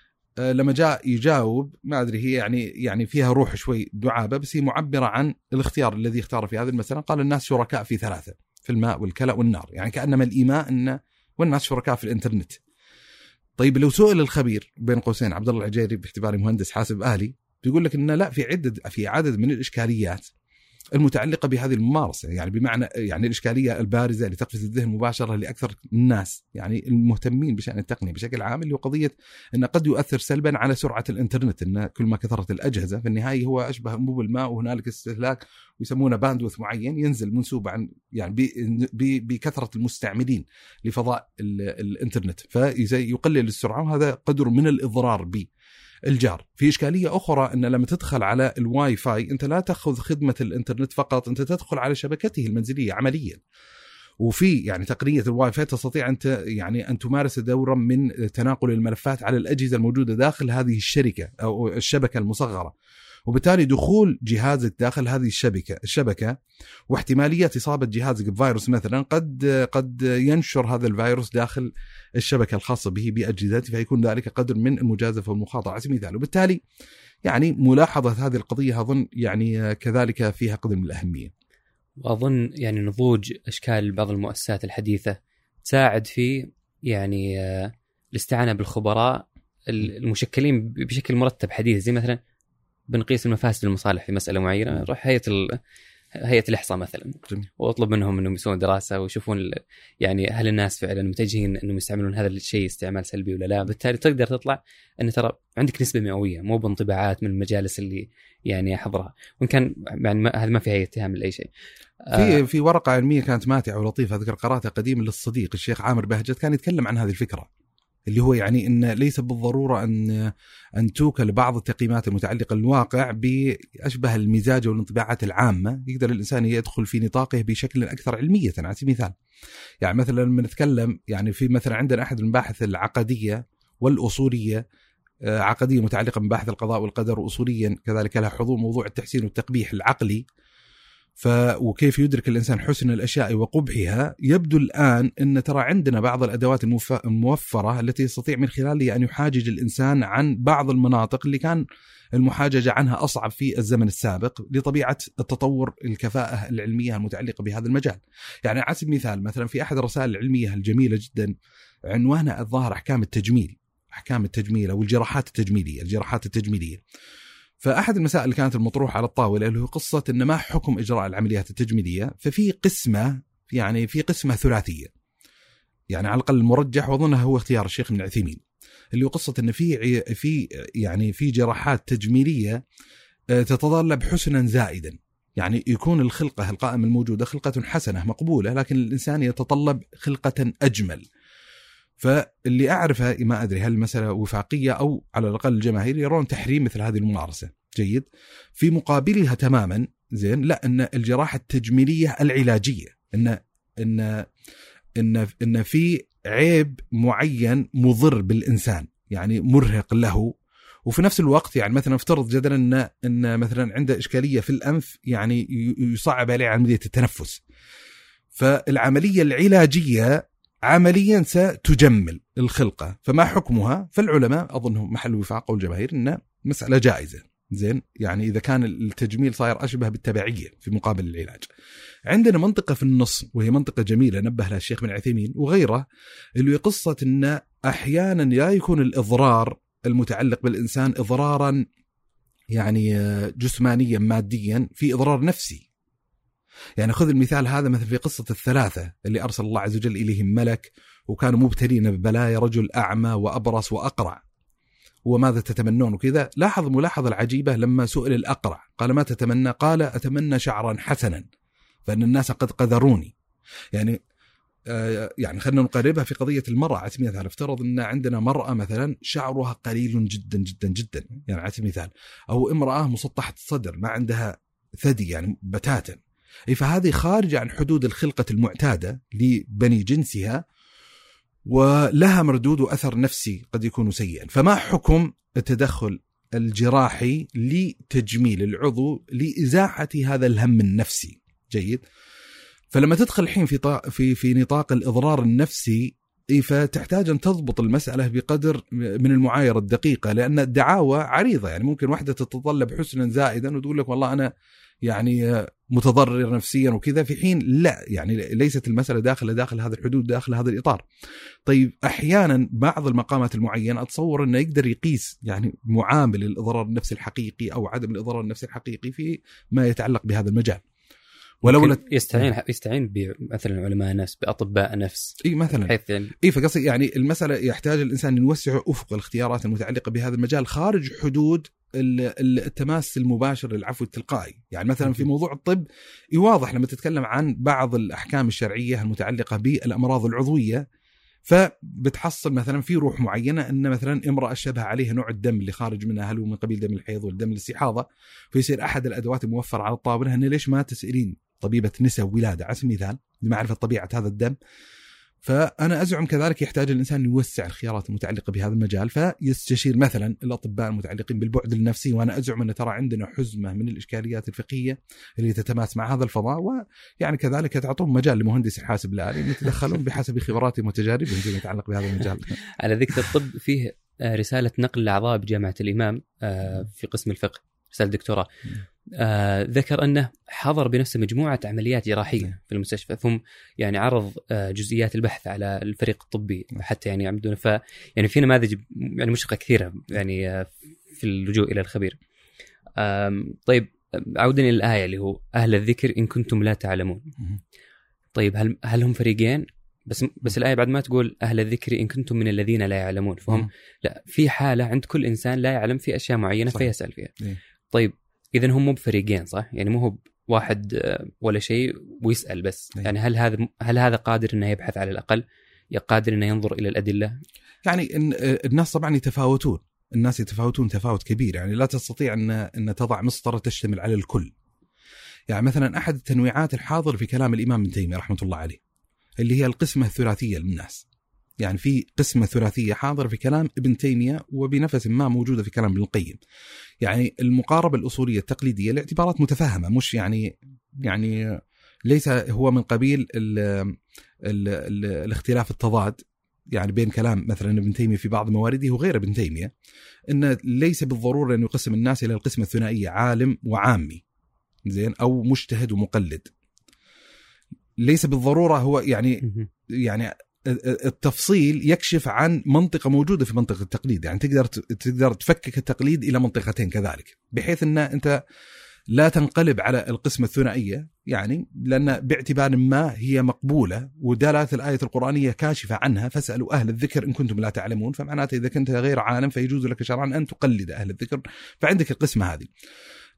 لما جاء يجاوب ما أدري هي يعني يعني فيها روح شوي دعابة، بس هي معبرة عن الاختيار الذي اختار في هذه المسألة. قال الناس شركاء في ثلاثة، في الماء والكلى والنار، يعني كأنما الإيماء أن والناس شركاء في الإنترنت. طيب لو سئل الخبير بين قوسين عبد الله العجيري باعتباره مهندس حاسب آلي، بيقول لك إن لا، في عدد في عدد من الإشكاليات المتعلقة بهذه الممارسة. يعني بمعنى يعني الإشكالية البارزة اللي تقفز الذهن مباشرة لأكثر الناس يعني المهتمين بشأن التقنية بشكل عام، اللي هو قضية أن قد يؤثر سلبا على سرعة الإنترنت، أن كل ما كثرت الأجهزة في النهاية هو أشبه أنبوب الماء، وهنالك استهلاك ويسمونه باندوث معين ينزل منسوب عن يعني بكثرة المستعملين لفضاء الإنترنت، فيقلل السرعة، وهذا قدر من الإضرار به الجار. في إشكالية أخرى أن لما تدخل على الواي فاي أنت لا تأخذ خدمة الإنترنت فقط، أنت تدخل على شبكته المنزلية عمليا. وفي يعني تقنية الواي فاي تستطيع أنت يعني أن تمارس دورا من تناقل الملفات على الأجهزة الموجودة داخل هذه الشركة أو الشبكة المصغرة، وبالتالي دخول جهازك داخل هذه الشبكة الشبكة واحتمالية إصابة جهازك بفيروس مثلا، قد قد ينشر هذا الفيروس داخل الشبكة الخاصة به بأجهزته، فيكون ذلك قدر من المجازفة والمخاطرة على سبيل المثال. وبالتالي يعني ملاحظة هذه القضية أظن يعني كذلك فيها قدر من الأهمية. وأظن يعني نضوج أشكال بعض المؤسسات الحديثة تساعد في يعني الاستعانة بالخبراء المشكلين بشكل مرتب حديث، زي مثلا بنقيس المفاسد والمصالح في مسألة معينة، نروح هيئة ال... هيئة الإحصاء مثلا واطلب منهم انهم يسوون دراسة ويشوفون ال... يعني هل الناس فعلا متجهين انهم يستعملون هذا الشيء استعمال سلبي ولا لا. بالتالي تقدر تطلع ان ترى عندك نسبة مئوية، مو بانطباعات من المجالس اللي يعني احضرها، وان كان يعني هذا ما فيها اي اتهام لاي شيء. في في ورقة علمية كانت ماتعة ولطيفة اذكر قراتها قديما للصديق الشيخ عامر بهجت، كان يتكلم عن هذه الفكرة، اللي هو يعني إن ليس بالضرورة أن أن توكل بعض التقييمات المتعلقة بالواقع بأشبه المزاج والانطباعات العامة، يقدر الإنسان يدخل في نطاقه بشكل أكثر علمية. على سبيل المثال يعني مثلا لما نتكلم يعني في مثلا عندنا أحد المباحث العقدية والأصولية، عقدية متعلقة بمباحث القضاء والقدر، وأصوليا كذلك لها حضور موضوع التحسين والتقبيح العقلي، ف وكيف يدرك الإنسان حسن الأشياء وقبحها. يبدو الآن أن ترى عندنا بعض الأدوات الموفرة التي يستطيع من خلالها أن يحاجج الإنسان عن بعض المناطق اللي كان المحاججة عنها أصعب في الزمن السابق لطبيعة التطور الكفاءة العلمية المتعلقة بهذا المجال. يعني على سبيل المثال مثلا في أحد الرسائل العلمية الجميلة جدا عنوانها الظاهر أحكام التجميل، أحكام التجميل أو الجراحات التجميلية الجراحات التجميلية فأحد المسائل اللي كانت المطروحة على الطاولة اللي هو قصة إن ما حكم إجراء العمليات التجميلية. ففي قسمة يعني في قسمة ثلاثية، يعني على الأقل المرجح وأظنها هو اختيار الشيخ ابن عثيمين، اللي هو قصة إن في في يعني في جراحات تجميلية تتطلب حسنا زائدا. يعني يكون الخلقة القائمة الموجودة خلقة حسنة مقبولة، لكن الإنسان يتطلب خلقة أجمل. فاللي أعرفه ما أدري هل المسألة وفاقية أو على الأقل الجماهير يرون تحريم مثل هذه الممارسة. جيد. في مقابلها تماما زين لا أن الجراحة التجميلية العلاجية إن إن إن إن في عيب معين مضر بالإنسان يعني مرهق له، وفي نفس الوقت يعني مثلا افترض جدلا ان ان مثلا عنده اشكاليه في الانف يعني يصعب عليه عمليه التنفس، فالعمليه العلاجيه عمليا ستجمل الخلقه، فما حكمها؟ فالعلماء اظنهم محل وفاق والجماهير ان مساله جائزه. زين يعني اذا كان التجميل صاير اشبه بالتبعيه في مقابل العلاج. عندنا منطقه في النص وهي منطقه جميله نبه لها الشيخ بن عثيمين وغيره، اللي قصه ان احيانا لا يكون الاضرار المتعلق بالإنسان إضرارا يعني جسمانيا ماديا، في إضرار نفسي. يعني خذ المثال هذا مثل في قصة الثلاثة اللي أرسل الله عز وجل إليهم ملك وكانوا مبتلين ببلايا، رجل أعمى وأبرص وأقرع، وماذا تتمنون وكذا. لاحظ ملاحظة العجيبة لما سئل الأقرع قال ما تتمنى؟ قال أتمنى شعرا حسنا فإن الناس قد قذروني. يعني يعني خلينا نقربها في قضية المرأة على سبيل المثال. افترض أن عندنا مرأة مثلا شعرها قليل جدا جدا جدا يعني على سبيل المثال، أو امرأة مسطحة الصدر ما عندها ثدي يعني بتاتا، فهذه خارجة عن حدود الخلقة المعتادة لبني جنسها ولها مردود وأثر نفسي قد يكون سيئا. فما حكم التدخل الجراحي لتجميل العضو لإزاحة هذا الهم النفسي؟ جيد. فلما تدخل الحين في في في نطاق الإضرار النفسي فتحتاج أن تضبط المسألة بقدر من المعايرة الدقيقة، لأن الدعاوى عريضة. يعني ممكن واحدة تتطلب حسنا زائدا وتقول لك والله أنا يعني متضرر نفسيا وكذا، في حين لا، يعني ليست المسألة داخل داخل هذا الحدود داخل هذا الإطار. طيب أحيانا بعض المقامات المعينة أتصور أنه يقدر يقيس يعني معامل الإضرار النفسي الحقيقي أو عدم الإضرار النفسي الحقيقي في ما يتعلق بهذا المجال. ولو يستعين يستعين بمثلا علماء نفس، باطباء نفس، اي مثلا بحيث يعني اي فقصدي يعني المساله يحتاج الانسان يوسع افق الاختيارات المتعلقه بهذا المجال خارج حدود التماس المباشر للعفو التلقائي. يعني مثلا في موضوع الطب يواضح لما تتكلم عن بعض الاحكام الشرعيه المتعلقه بالامراض العضويه، فبتحصل مثلا في روح معينه ان مثلا امراه شبه عليها نوع الدم اللي خارج منها هل هو من قبيل دم الحيض والدم الاستحاضه، فيصير احد الادوات الموفره على الطاوله ان ليش ما تسالين طبيبة نساء وولادة على سبيل المثال لمعرفة طبيعة هذا الدم. فأنا أزعم كذلك يحتاج الإنسان يوسع الخيارات المتعلقة بهذا المجال، فيستشير مثلا الأطباء المتعلقين بالبعد النفسي. وأنا أزعم أن ترى عندنا حزمة من الإشكاليات الفقهية اللي تتماس مع هذا الفضاء، ويعني كذلك تعطون مجال لمهندس الحاسب الآلي أن يتدخلون بحسب خبراتهم وتجاربهم فيما يتعلق بهذا المجال. على ذكر الطب فيه رسالة نقل الأعضاء بجامعة الإمام في قسم الفقه، رسالة دكتوراه، آه ذكر أنه حضر بنفسه مجموعة عمليات جراحية في المستشفى، ثم يعني عرض آه جزئيات البحث على الفريق الطبي حتى يعني يعمدون. ف يعني في نماذج يعني مشرقة كثيرة يعني آه في اللجوء إلى الخبير. طيب عودنا إلى الآية اللي هو أهل الذكر إن كنتم لا تعلمون. طيب هل هل هم فريقين؟ بس بس الآية بعد ما تقول أهل الذكر إن كنتم من الذين لا يعلمون، فهم لا، في حالة عند كل إنسان لا يعلم في أشياء معينة فيسأل فيها. طيب إذن هم مو بفريقين صح؟ يعني مو هو واحد ولا شيء ويسأل بس. يعني هل هذا هل هذا قادر إنه يبحث على الأقل، قادر إنه ينظر إلى الأدلة؟ يعني إن الناس طبعا يتفاوتون، الناس يتفاوتون تفاوت كبير. يعني لا تستطيع أن أن تضع مسطرة تشتمل على الكل. يعني مثلا أحد التنويعات الحاضر في كلام الإمام ابن تيمية رحمة الله عليه اللي هي القسمة الثلاثية للناس. يعني في قسمة ثلاثية حاضر في كلام ابن تيمية وبنفس ما موجودة في كلام ابن القيم. يعني المقاربة الأصولية التقليدية لاعتبارات متفاهمة، مش يعني يعني ليس هو من قبيل ال ال ال الاختلاف التضاد يعني بين كلام مثلا ابن تيمية في بعض موارده وغير ابن تيمية، إن ليس بالضرورة أن يقسم الناس إلى القسمة الثنائية عالم وعامي زين أو مجتهد ومقلد. ليس بالضرورة هو يعني يعني التفصيل يكشف عن منطقة موجودة في منطقة التقليد. يعني تقدر تقدر تفكك التقليد إلى منطقتين كذلك، بحيث أن أنت لا تنقلب على القسمة الثنائية، يعني لأن باعتبار ما هي مقبولة ودلالة الآية القرآنية كاشفة عنها، فاسألوا أهل الذكر إن كنتم لا تعلمون. فمعناته إذا كنت غير عالم فيجوز لك شرعا أن تقلد أهل الذكر، فعندك القسمة هذه.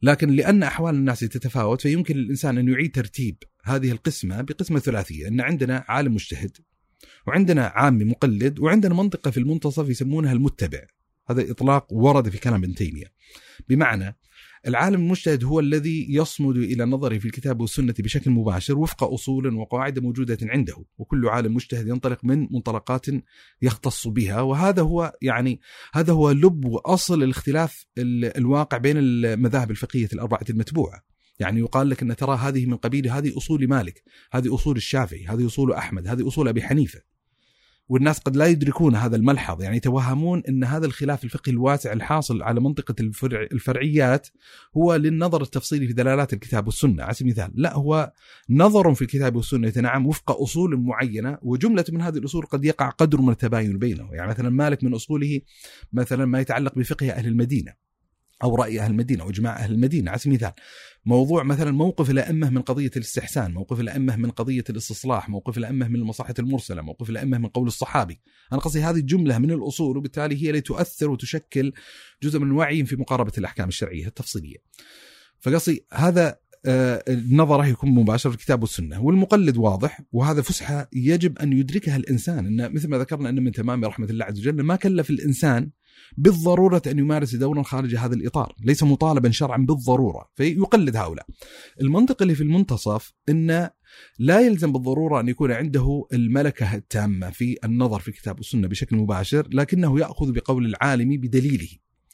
لكن لأن أحوال الناس تتفاوت فيمكن للإنسان أن يعيد ترتيب هذه القسمة بقسمة ثلاثية، أن عندنا عالم مجتهد، وعندنا عامي مقلد، وعندنا منطقة في المنتصف يسمونها المتبع. هذا إطلاق ورد في كلام ابن تيمية، بمعنى العالم المجتهد هو الذي يصمد إلى نظره في الكتاب والسنة بشكل مباشر وفق أصول وقواعد موجودة عنده، وكل عالم مجتهد ينطلق من منطلقات يختص بها، وهذا هو يعني هذا هو لب وأصل الاختلاف الواقع بين المذاهب الفقهية الأربعة المتبوعة. يعني يقال لك أن ترى هذه من قبيل هذه أصول مالك، هذه أصول الشافعي، هذه أصول أحمد، هذه أصول أبي حنيفة، والناس قد لا يدركون هذا الملحظ، يعني يتوهمون أن هذا الخلاف الفقهي الواسع الحاصل على منطقة الفرع الفرعيات هو للنظر التفصيلي في دلالات الكتاب والسنة على سبيل المثال. لا، هو نظر في الكتاب والسنة يتنعم وفق أصول معينة، وجملة من هذه الأصول قد يقع قدر من التباين بينه. يعني مثلا مالك من أصوله مثلا ما يتعلق بفقه أهل المدينة أو رأي أهل المدينة أو إجماع أهل المدينة على سبيل المثال. موضوع مثلا موقف الأئمة من قضية الاستحسان، موقف الأئمة من قضية الاستصلاح، موقف الأئمة من المصلحة المرسلة، موقف الأئمة من قول الصحابي. أنا قصدي هذه الجملة من الأصول، وبالتالي هي اللي تؤثر وتشكل جزء من الوعي في مقاربة الأحكام الشرعية التفصيلية. فقصدي هذا النظر يكون مباشر في الكتاب والسنة، والمقلد واضح، وهذا فسحة يجب أن يدركها الإنسان. إن مثل ما ذكرنا أن من تمام رحمة الله عز وجل ما كلف الإنسان بالضرورة أن يمارس دورا خارج هذا الإطار، ليس مطالبا شرعا بالضرورة فيقلد هؤلاء. المنطق اللي في المنتصف إن لا يلزم بالضرورة أن يكون عنده الملكة التامة في النظر في الكتاب والسنة بشكل مباشر، لكنه يأخذ بقول العالم بدليله،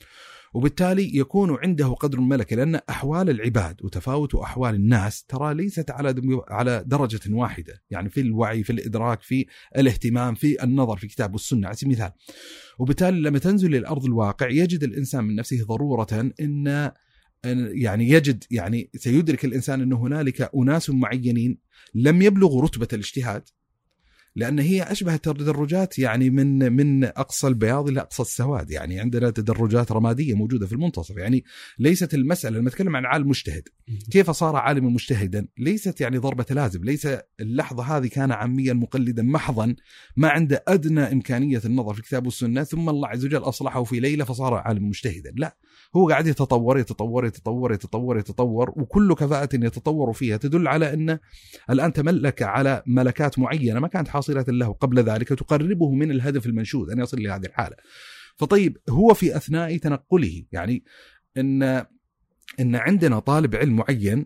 وبالتالي يكون عنده قدر الملكة، لأن أحوال العباد وتفاوت أحوال الناس ترى ليست على على درجة واحدة، يعني في الوعي، في الإدراك، في الاهتمام، في النظر في كتاب والسنة على سبيل المثال. وبالتالي لما تنزل للأرض الواقع يجد الإنسان من نفسه ضرورة إن يعني يجد يعني سيدرك الإنسان أن هنالك أناس معينين لم يبلغوا رتبة الاجتهاد، لأن هي أشبه التدرجات يعني من من أقصى البياض إلى أقصى السواد. يعني عندنا تدرجات رمادية موجودة في المنتصف. يعني ليست المسألة لما نتكلم عن عالم مجتهد كيف صار عالما مجتهدا، ليست يعني ضربة لازم، ليس اللحظة هذه كان عاميا مقلدا محضا ما عنده أدنى إمكانية النظر في الكتاب والسنة ثم الله عز وجل أصلحه في ليلة فصار عالم مجتهدا. لا، هو قاعد يتطور يتطور يتطور يتطور يتطور، وكل كفاءة يتطور فيها تدل على أن الآن تملك على ملكات معينة ما كانت حاصلة له قبل ذلك، تقربه من الهدف المنشود أن يصل لهذه الحالة. فطيب هو في أثناء تنقله يعني إن إن عندنا طالب علم معين،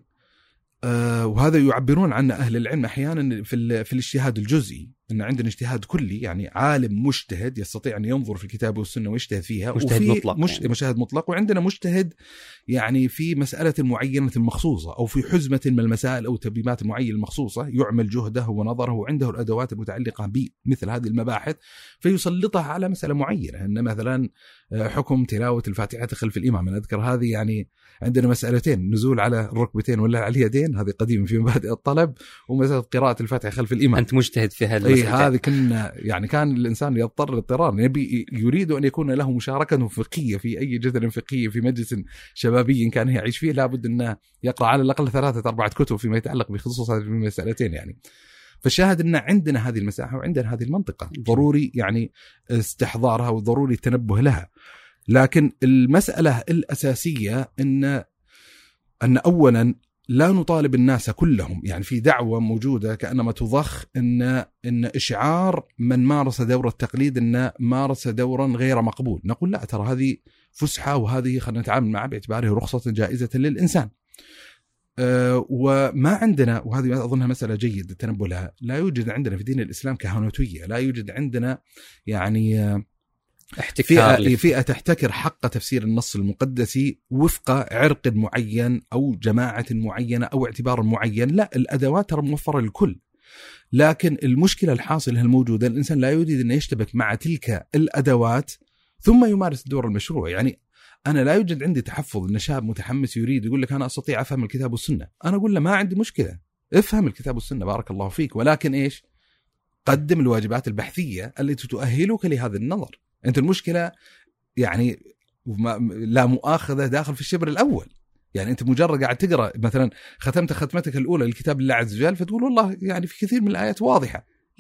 آه وهذا يعبرون عنه أهل العلم أحيانا في في الاجتهاد الجزئي، إن عندنا اجتهاد كلي، يعني عالم مجتهد يستطيع أن ينظر في الكتاب والسنة ويجتهد فيها، مجتهد مطلق مش يعني. مجتهد مطلق. وعندنا مجتهد يعني في مسألة معينة مخصوصة أو في حزمة من المسائل أو تبييمات معينة مخصوصة يعمل جهده ونظره وعنده الأدوات المتعلقة بمثل هذه المباحث فيسلطها على مسألة معينة. إن مثلا حكم تلاوة الفاتحة خلف الإمام، أنا أذكر هذه يعني عندنا مسألتين، نزول على الركبتين ولا على اليدين، هذه قديمة في مبادئ الطلب، ومسألة قراءة الفاتحة خلف الإمام. أنت مجتهد في هذا المسألة. هذه كنا يعني كان الإنسان يضطر اضطرار يبي يريد أن يكون له مشاركة فقهية في أي جدل فقهي في مجلس شبابي كان يعيش فيه، لابد أنه يقرأ على الأقل ثلاثة أربعة كتب فيما يتعلق بخصوص هذه المسألتين يعني. فالشاهد أن عندنا هذه المساحة وعندنا هذه المنطقة ضروري يعني استحضارها وضروري التنبه لها. لكن المسألة الأساسية أن أن أولا لا نطالب الناس كلهم، يعني في دعوة موجودة كأنما تضخ إن إن إشعار من مارس دور التقليد إن مارس دورا غير مقبول. نقول لا، ترى هذه فسحة وهذه خلينا نتعامل معها باعتباره رخصة جائزة للإنسان. أه وما عندنا، وهذه أظنها مسألة جيدة التنبه لها، لا يوجد عندنا في دين الإسلام كهنوتية، لا يوجد عندنا يعني فئة, فئة تحتكر حق تفسير النص المقدس وفق عرق معين أو جماعة معينة أو اعتبار معين. لا، الأدوات ترى موفرة للكل، لكن المشكلة الحاصلة الموجودة الإنسان لا يريد أن يشتبك مع تلك الأدوات ثم يمارس الدور المشروع. يعني أنا لا يوجد عندي تحفظ أن شاب متحمس يريد يقول لك أنا أستطيع أفهم الكتاب والسنة، أنا أقول له ما عندي مشكلة، افهم الكتاب والسنة بارك الله فيك، ولكن إيش؟ قدم الواجبات البحثية التي تؤهلك لهذا النظر. أنت المشكلة يعني لا مؤاخذة داخل في الشبر الأول، يعني أنت مجرد قاعد تقرأ مثلا ختمت ختمتك الأولى للكتاب الله عز وجل فتقول والله يعني في كثير من الآيات واضحة،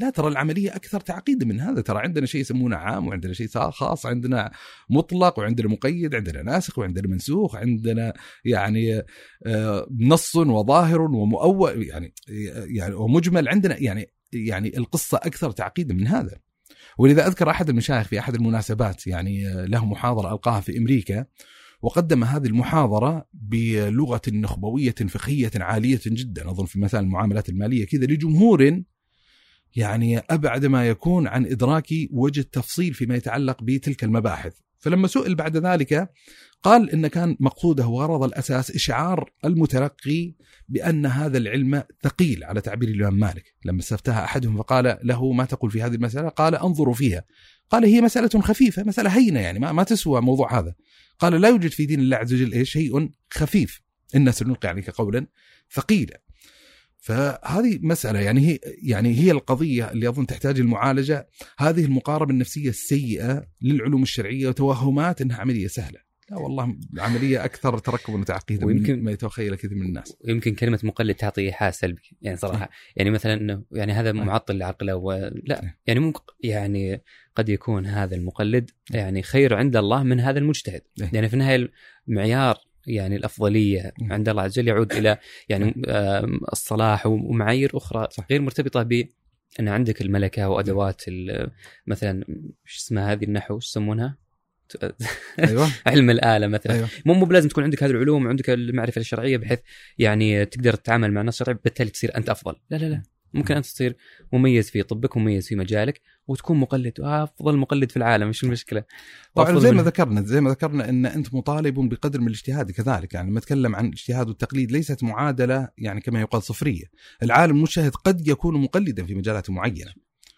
لا، ترى العملية أكثر تعقيدا من هذا. ترى عندنا شيء يسمونه عام، وعندنا شيء خاص، عندنا مطلق، وعندنا مقيد، عندنا ناسخ، وعندنا منسوخ، عندنا يعني نص وظاهر ومؤول يعني يعني ومجمل. عندنا يعني يعني القصة أكثر تعقيدا من هذا. ولذا أذكر أحد المشايخ في أحد المناسبات يعني له محاضرة ألقاها في أمريكا، وقدم هذه المحاضرة بلغة نخبوية فقهية عالية جدا، أظن في مثال المعاملات المالية كذا، لجمهور يعني أبعد ما يكون عن إدراك وجه التفصيل فيما يتعلق بتلك المباحث. فلما سئل بعد ذلك قال إن كان مقصوده وغرض الأساس إشعار المتلقي بأن هذا العلم ثقيل، على تعبير الإمام مالك لما استفتاها أحدهم فقال له ما تقول في هذه المسألة؟ قال أنظر فيها. قال هي مسألة خفيفة، مسألة هينة، يعني ما, ما تسوى موضوع هذا. قال لا يوجد في دين الله عز وجل شيء خفيف، إن سنلقي عليك قولا ثقيلا. فهذه مسألة يعني هي يعني هي القضية اللي أظن تحتاج المعالجة، هذه المقاربة النفسية السيئة للعلوم الشرعية وتوهمات أنها عملية سهلة. لا والله، عملية أكثر تركب وتعقيدا من ما يتخيل كثير من الناس. ويمكن كلمة مقلد تعطي إيحاء سلبي يعني صراحة. يعني مثلا إنه يعني هذا معطل لعقله، ولا يعني ممكن يعني قد يكون هذا المقلد يعني خير عند الله من هذا المجتهد. يعني في النهاية المعيار يعني الأفضلية عند الله عز وجل يعود إلى يعني الصلاح ومعايير أخرى غير مرتبطة ب أن عندك الملكة وأدوات مثلا إيش اسمها هذه النحو إيش يسمونها أيوة. علم الآلة مثلا. أيوة. مو مو بلازم تكون عندك هذه العلوم وعندك المعرفة الشرعية بحيث يعني تقدر تتعامل مع الناس الشرعية بالتالي تصير أنت أفضل. لا لا لا، ممكن أنت تصير مميز في طبك ومميز في مجالك وتكون مقلد، أفضل مقلد في العالم. مش المشكلة طبعا زي ما ذكرنا زي ما ذكرنا أن أنت مطالب بقدر من الاجتهاد كذلك. يعني لما نتكلم عن الاجتهاد والتقليد ليست معادلة يعني كما يقال صفرية. العالم المجتهد قد يكون مقلدا في مجالات معينة،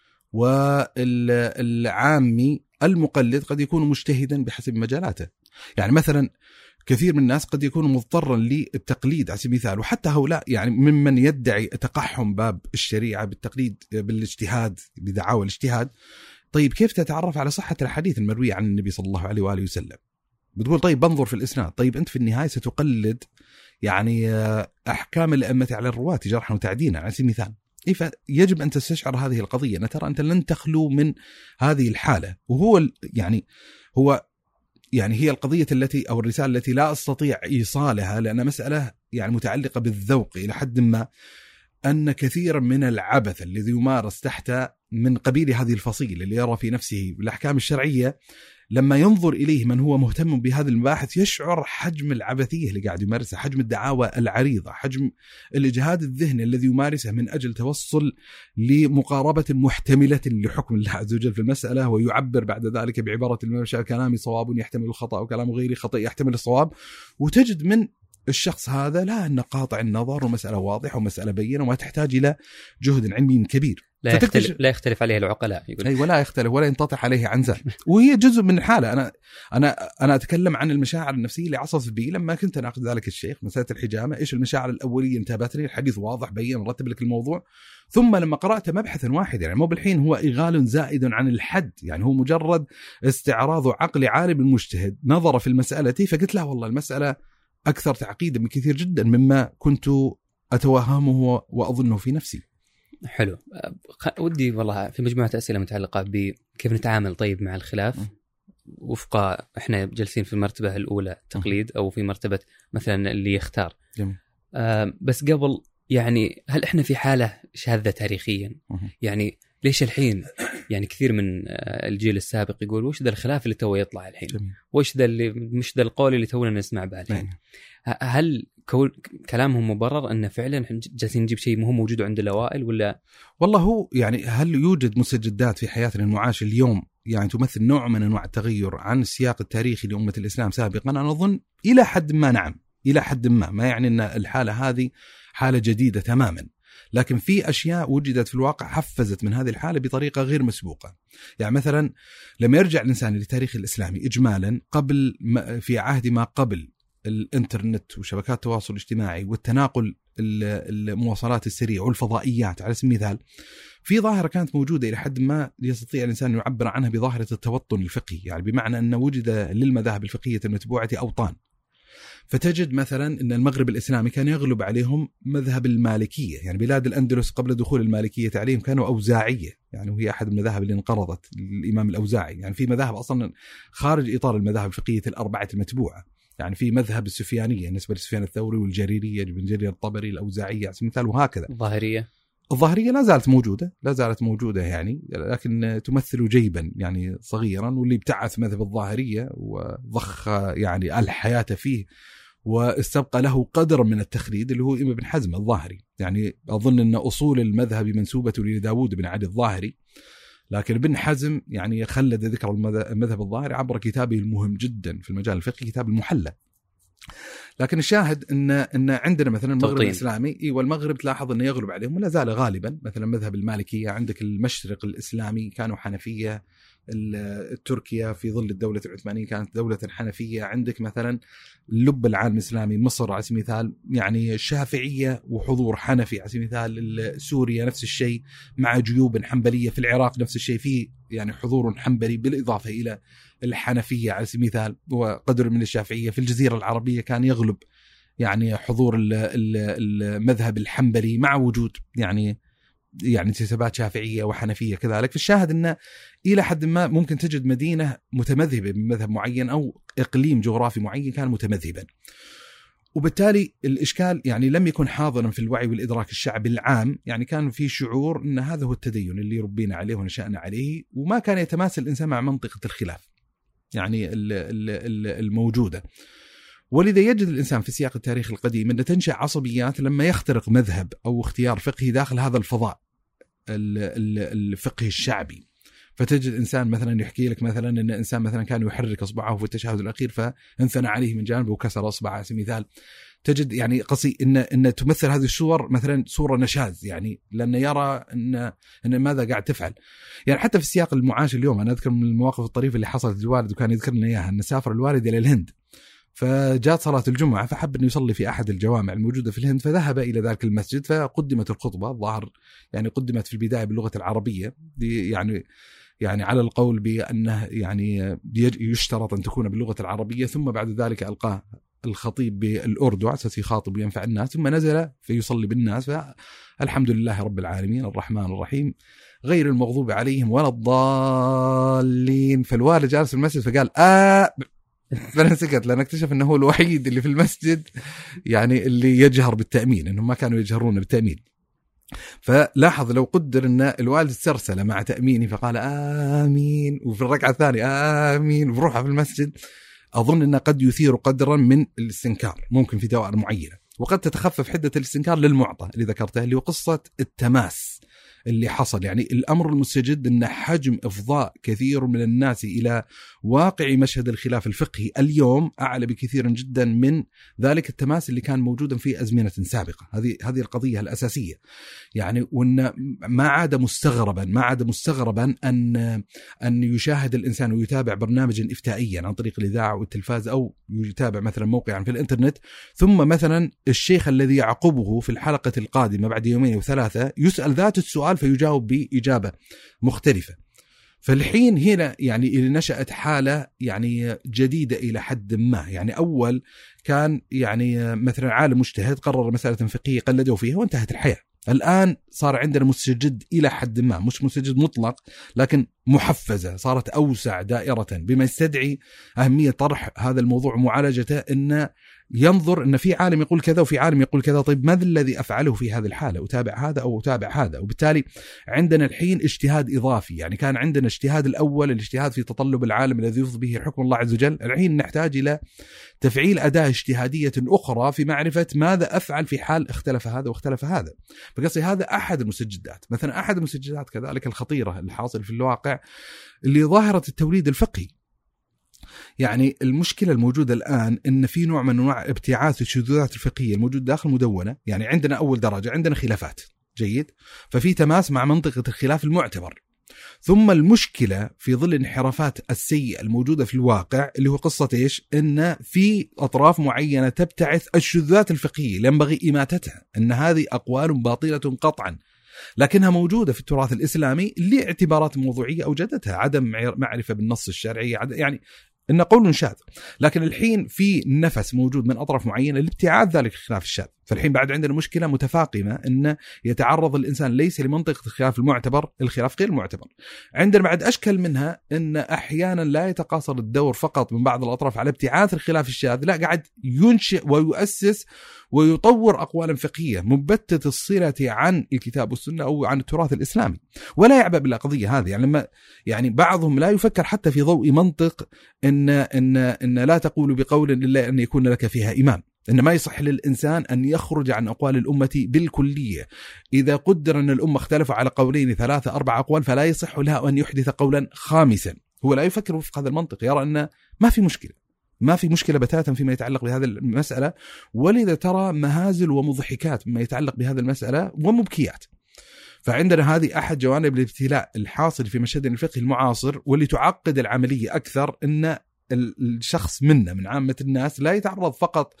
والعامي المقلد قد يكون مجتهدا بحسب مجالاته. يعني مثلا كثير من الناس قد يكون مضطرا للتقليد على سبيل المثال، وحتى هؤلاء يعني ممن يدعي تقحم باب الشريعة بالتقليد بالاجتهاد بدعاوى الاجتهاد. طيب كيف تتعرف على صحة الحديث المروي عن النبي صلى الله عليه وآله وسلم؟ بتقول طيب بنظر في الإسناد. طيب أنت في النهاية ستقلد يعني أحكام الأئمة على الرواة جرحا وتعديلا على سبيل المثال. يجب أن تستشعر هذه القضية، نترى أنت لن تخلو من هذه الحالة. وهو يعني هو يعني هي القضية التي أو الرسالة التي لا أستطيع إيصالها، لأن مسألة يعني متعلقة بالذوق إلى حد ما، أن كثيرا من العبث الذي يمارس تحت من قبيل هذه الفصيل اللي يرى في نفسه بالأحكام الشرعية، لما ينظر إليه من هو مهتم بهذه المباحث يشعر حجم العبثية اللي قاعد يمارسها، حجم الدعاوى العريضة، حجم الإجهاد الذهني الذي يمارسه من أجل توصل لمقاربة محتملة لحكم الله عز وجل في المسألة، ويعبر بعد ذلك بعبارة الممشى كلامي صواب يحتمل الخطأ وكلام غيري خطأ يحتمل الصواب. وتجد من الشخص هذا لا أن قاطع النظر ومسألة واضحة ومسألة بينة وما تحتاج إلى جهد علمي كبير. لا يختلف, لا يختلف عليه العقلاء يقول. أي ولا يختلف ولا ينتطح عليه عنزة. وهي جزء من الحالة. أنا أنا أنا أتكلم عن المشاعر النفسية اللي عصفت بي لما كنت أناقض ذلك الشيخ مسألة الحجامة. إيش المشاعر الأولية انتابتني؟ الحديث واضح بين رتب لك الموضوع. ثم لما قرأت مبحثا واحدا يعني مو بالحين هو إغال زائد عن الحد، يعني هو مجرد استعراض عقل عالم المجتهد نظر في المسألة، فقلت لا والله المسألة أكثر تعقيدا بكثير جدا مما كنت أتوهمه وأظنه في نفسي. حلو. ودي والله في مجموعة أسئلة متعلقة بكيف نتعامل طيب مع الخلاف م. وفق إحنا جالسين في المرتبة الأولى التقليد أو في مرتبة مثلا اللي يختار. جميل. آه بس قبل يعني هل إحنا في حالة شاذة تاريخيا؟ م. يعني ليش الحين يعني كثير من الجيل السابق يقول وش ذا الخلاف اللي توه يطلع الحين؟ جميل. وش ذا اللي مش ذا القول اللي تونا نسمع به الحين؟ هل كلامهم مبرر أن فعلا جالسين نجيب شيء مهم موجود عند الأوائل ولا؟ والله هو يعني هل يوجد مستجدات في حياتنا المعاش اليوم يعني تمثل نوع من أنواع التغير عن السياق التاريخي لأمة الإسلام سابقا؟ أنا أظن إلى حد ما نعم، إلى حد ما ما يعني أن الحالة هذه حالة جديدة تماما، لكن في أشياء وجدت في الواقع حفزت من هذه الحالة بطريقة غير مسبوقة. يعني مثلا لما يرجع الإنسان للتاريخ الإسلامي إجمالا قبل في عهد ما قبل الإنترنت وشبكات التواصل الاجتماعي والتناقل المواصلات السريعة والفضائيات على سبيل المثال، في ظاهرة كانت موجودة إلى حد ما يستطيع الإنسان أن يعبر عنها بظاهرة التوطن الفقهي، يعني بمعنى أن وجد للمذاهب الفقهية المتبوعة أوطان فتجد مثلا أن المغرب الإسلامي كان يغلب عليهم مذهب المالكية، يعني بلاد الأندلس قبل دخول المالكية عليهم كانوا أوزاعية، يعني وهي أحد المذاهب اللي انقرضت الإمام الأوزاعي. يعني في مذاهب أصلا خارج إطار المذاهب الفقهية الأربعة المتبوعة، يعني في مذهب السفيانية نسبة لسفيان الثوري والجريرية ابن جرير الطبري الأوزاعية على سبيل المثال، وهكذا. الظاهرية الظاهرية لا زالت موجودة لا زالت موجودة يعني، لكن تمثل جيبا يعني صغيرا، واللي ابتعث مذهب الظاهرية وضخ يعني الحياة فيه واستبقى له قدر من التخليد اللي هو ابن حزم الظاهري. يعني أظن أن أصول المذهب منسوبة لداود بن علي الظاهري، لكن ابن حزم يعني خلد ذكر المذهب الظاهري عبر كتابه المهم جدا في المجال الفقهي، كتاب المحلى. لكن الشاهد ان ان عندنا مثلا المغرب تبطين. الاسلامي والمغرب تلاحظ انه يغلب عليهم ولا زال غالبا مثلا مذهب المالكيه. عندك المشرق الاسلامي كانوا حنفيه، تركيا في ظل الدوله العثمانيه كانت دوله حنفيه. عندك مثلا اللب العالم الاسلامي مصر على سبيل المثال يعني شافعيه وحضور حنفي على سبيل المثال. سوريا نفس الشيء مع جيوب حنبليه. في العراق نفس الشيء في يعني حضور حنبلي بالاضافه الى الحنفيه على سبيل المثال وقدر من الشافعيه. في الجزيره العربيه كان يغلب يعني حضور المذهب الحنبلي مع وجود يعني يعني انتسابات شافعيه وحنفيه كذلك. في الشاهد ان الى حد ما ممكن تجد مدينه متمذهبه بمذهب معين او اقليم جغرافي معين كان متمذهبا، وبالتالي الاشكال يعني لم يكن حاضرا في الوعي والادراك الشعبي العام. يعني كان في شعور ان هذا هو التدين اللي ربينا عليه ونشأنا عليه، وما كان يتماثل الانسان مع منطقه الخلاف يعني الموجوده. ولذا يجد الإنسان في سياق التاريخ القديم أن تنشأ عصبيات لما يخترق مذهب أو اختيار فقهي داخل هذا الفضاء الفقهي الشعبي. فتجد إنسان مثلا يحكي لك مثلا أن إنسان مثلا كان يحرك أصبعه في التشهد الأخير فانثنى عليه من جانبه وكسر أصبعه على سبيل المثال. تجد يعني قصي إن إن تمثل هذه الصور مثلا صورة نشاز، يعني لأنه يرى إن إن ماذا قاعد تفعل. يعني حتى في السياق المعاش اليوم أنا أذكر من المواقف الطريفة اللي حصلت الوالد وكان يذكرنا إياها أن سافر الوالد إلى الهند، فجاءت صلاة الجمعة فحب أن يصلي في أحد الجوامع الموجودة في الهند، فذهب إلى ذلك المسجد فقدمت الخطبة الظاهر يعني قدمت في البداية باللغة العربية دي يعني يعني على القول بأنه يعني يشترط أن تكون باللغة العربية، ثم بعد ذلك ألقاه الخطيب بالأردو على أساس يخاطب وينفع الناس، ثم نزل فيصلي بالناس. فالحمد لله رب العالمين الرحمن الرحيم غير المغضوب عليهم ولا الضالين. فالوالد جالس في المسجد فقال آه فأنا سكت، لأن اكتشف أنه هو الوحيد اللي في المسجد يعني اللي يجهر بالتأمين، أنهم ما كانوا يجهرون بالتأمين. فلاحظ لو قدر أن الوالد استرسل مع تأمينه فقال آمين، وفي الركعة الثانية آمين وبروحه في المسجد، أظن أنه قد يثير قدرا من الاستنكار ممكن في دوائر معينة، وقد تتخفف حدة الاستنكار للمعطى اللي ذكرته اللي هو قصة التماس اللي حصل. يعني الأمر المستجد أن حجم إفضاء كثير من الناس إلى واقع مشهد الخلاف الفقهي اليوم أعلى بكثير جدا من ذلك التماس اللي كان موجودا في أزمنة سابقة. هذه هذه القضية الأساسية يعني، وأن ما عاد مستغربا ما عاد مستغربا أن أن يشاهد الإنسان ويتابع برنامجا إفتائيا عن طريق الإذاعة والتلفاز أو يتابع مثلا موقعا في الإنترنت، ثم مثلا الشيخ الذي يعقبه في الحلقة القادمة بعد يومين وثلاثة يسأل ذات السؤال فيجاوب بإجابة مختلفة. فالحين هنا يعني نشأت حالة يعني جديدة إلى حد ما. يعني أول كان يعني مثلا عالم مجتهد قرر مسألة فقهية قلدوا فيها وانتهت الحياة. الآن صار عندنا مستجد إلى حد ما، مش مستجد مطلق لكن محفزة، صارت أوسع دائرة بما يستدعي أهمية طرح هذا الموضوع ومعالجته. إن ينظر إن في عالم يقول كذا وفي عالم يقول كذا، طيب ماذا الذي أفعله في هذه الحالة؟ أتابع هذا أو أتابع هذا؟ وبالتالي عندنا الحين اجتهاد إضافي. يعني كان عندنا اجتهاد الأول الاجتهاد في تطلب العالم الذي يفضي به حكم الله عز وجل، الحين نحتاج إلى تفعيل أداة اجتهادية أخرى في معرفة ماذا أفعل في حال اختلف هذا واختلف هذا. فقصي هذا أحد المستجدات. مثلا أحد المستجدات كذلك الخطيرة الحاصل في الواقع اللي ظاهرة التوليد الفقهي. يعني المشكلة الموجودة الآن إن في نوع من أنواع ابتعاث الشذوذات الفقهية الموجود داخل المدونة. يعني عندنا أول درجة عندنا خلافات جيد، ففي تماس مع منطقة الخلاف المعتبر. ثم المشكلة في ظل الانحرافات السيئة الموجودة في الواقع اللي هو قصة إيش؟ إن في أطراف معينة تبتعث الشذوذات الفقهية ينبغي إماتتها، إن هذه أقوال باطلة قطعا، لكنها موجودة في التراث الإسلامي لاعتبارات موضوعية أوجدتها، عدم معرفة بالنص الشرعي، يعني إن قول شاذ. لكن الحين في نفس موجود من أطراف معينة لابتعاد ذلك الخلاف الشاذ. فالحين بعد عندنا مشكلة متفاقمة أن يتعرض الإنسان ليس لمنطقة الخلاف المعتبر، الخلاف غير المعتبر. عندنا بعد أشكل منها أن أحيانا لا يتقاصر الدور فقط من بعض الأطراف على ابتعاث الخلاف الشاذ، لا قاعد ينشئ ويؤسس ويطور أقوالا فقهية مبتة الصلة عن الكتاب والسنة أو عن التراث الإسلامي، ولا يعبأ بالقضية هذه. يعني لما يعني بعضهم لا يفكر حتى في ضوء منطق إن إن إن لا تقول بقول إلا أن يكون لك فيها إمام، إن ما يصح للإنسان أن يخرج عن أقوال الأمة بالكلية. إذا قدر أن الأمة اختلفوا على قولين ثلاثة أربع أقوال فلا يصح لها أن يحدث قولا خامسا. هو لا يفكر في هذا المنطق، يرى أن ما في مشكلة، ما في مشكلة بتاتا فيما يتعلق بهذه المسألة. ولذا ترى مهازل ومضحكات مما يتعلق بهذه المسألة ومبكيات. فعندنا هذه أحد جوانب الابتلاء الحاصل في مشهد الفقه المعاصر، واللي تعقد العملية أكثر أن الشخص منا من عامة الناس لا يتعرض فقط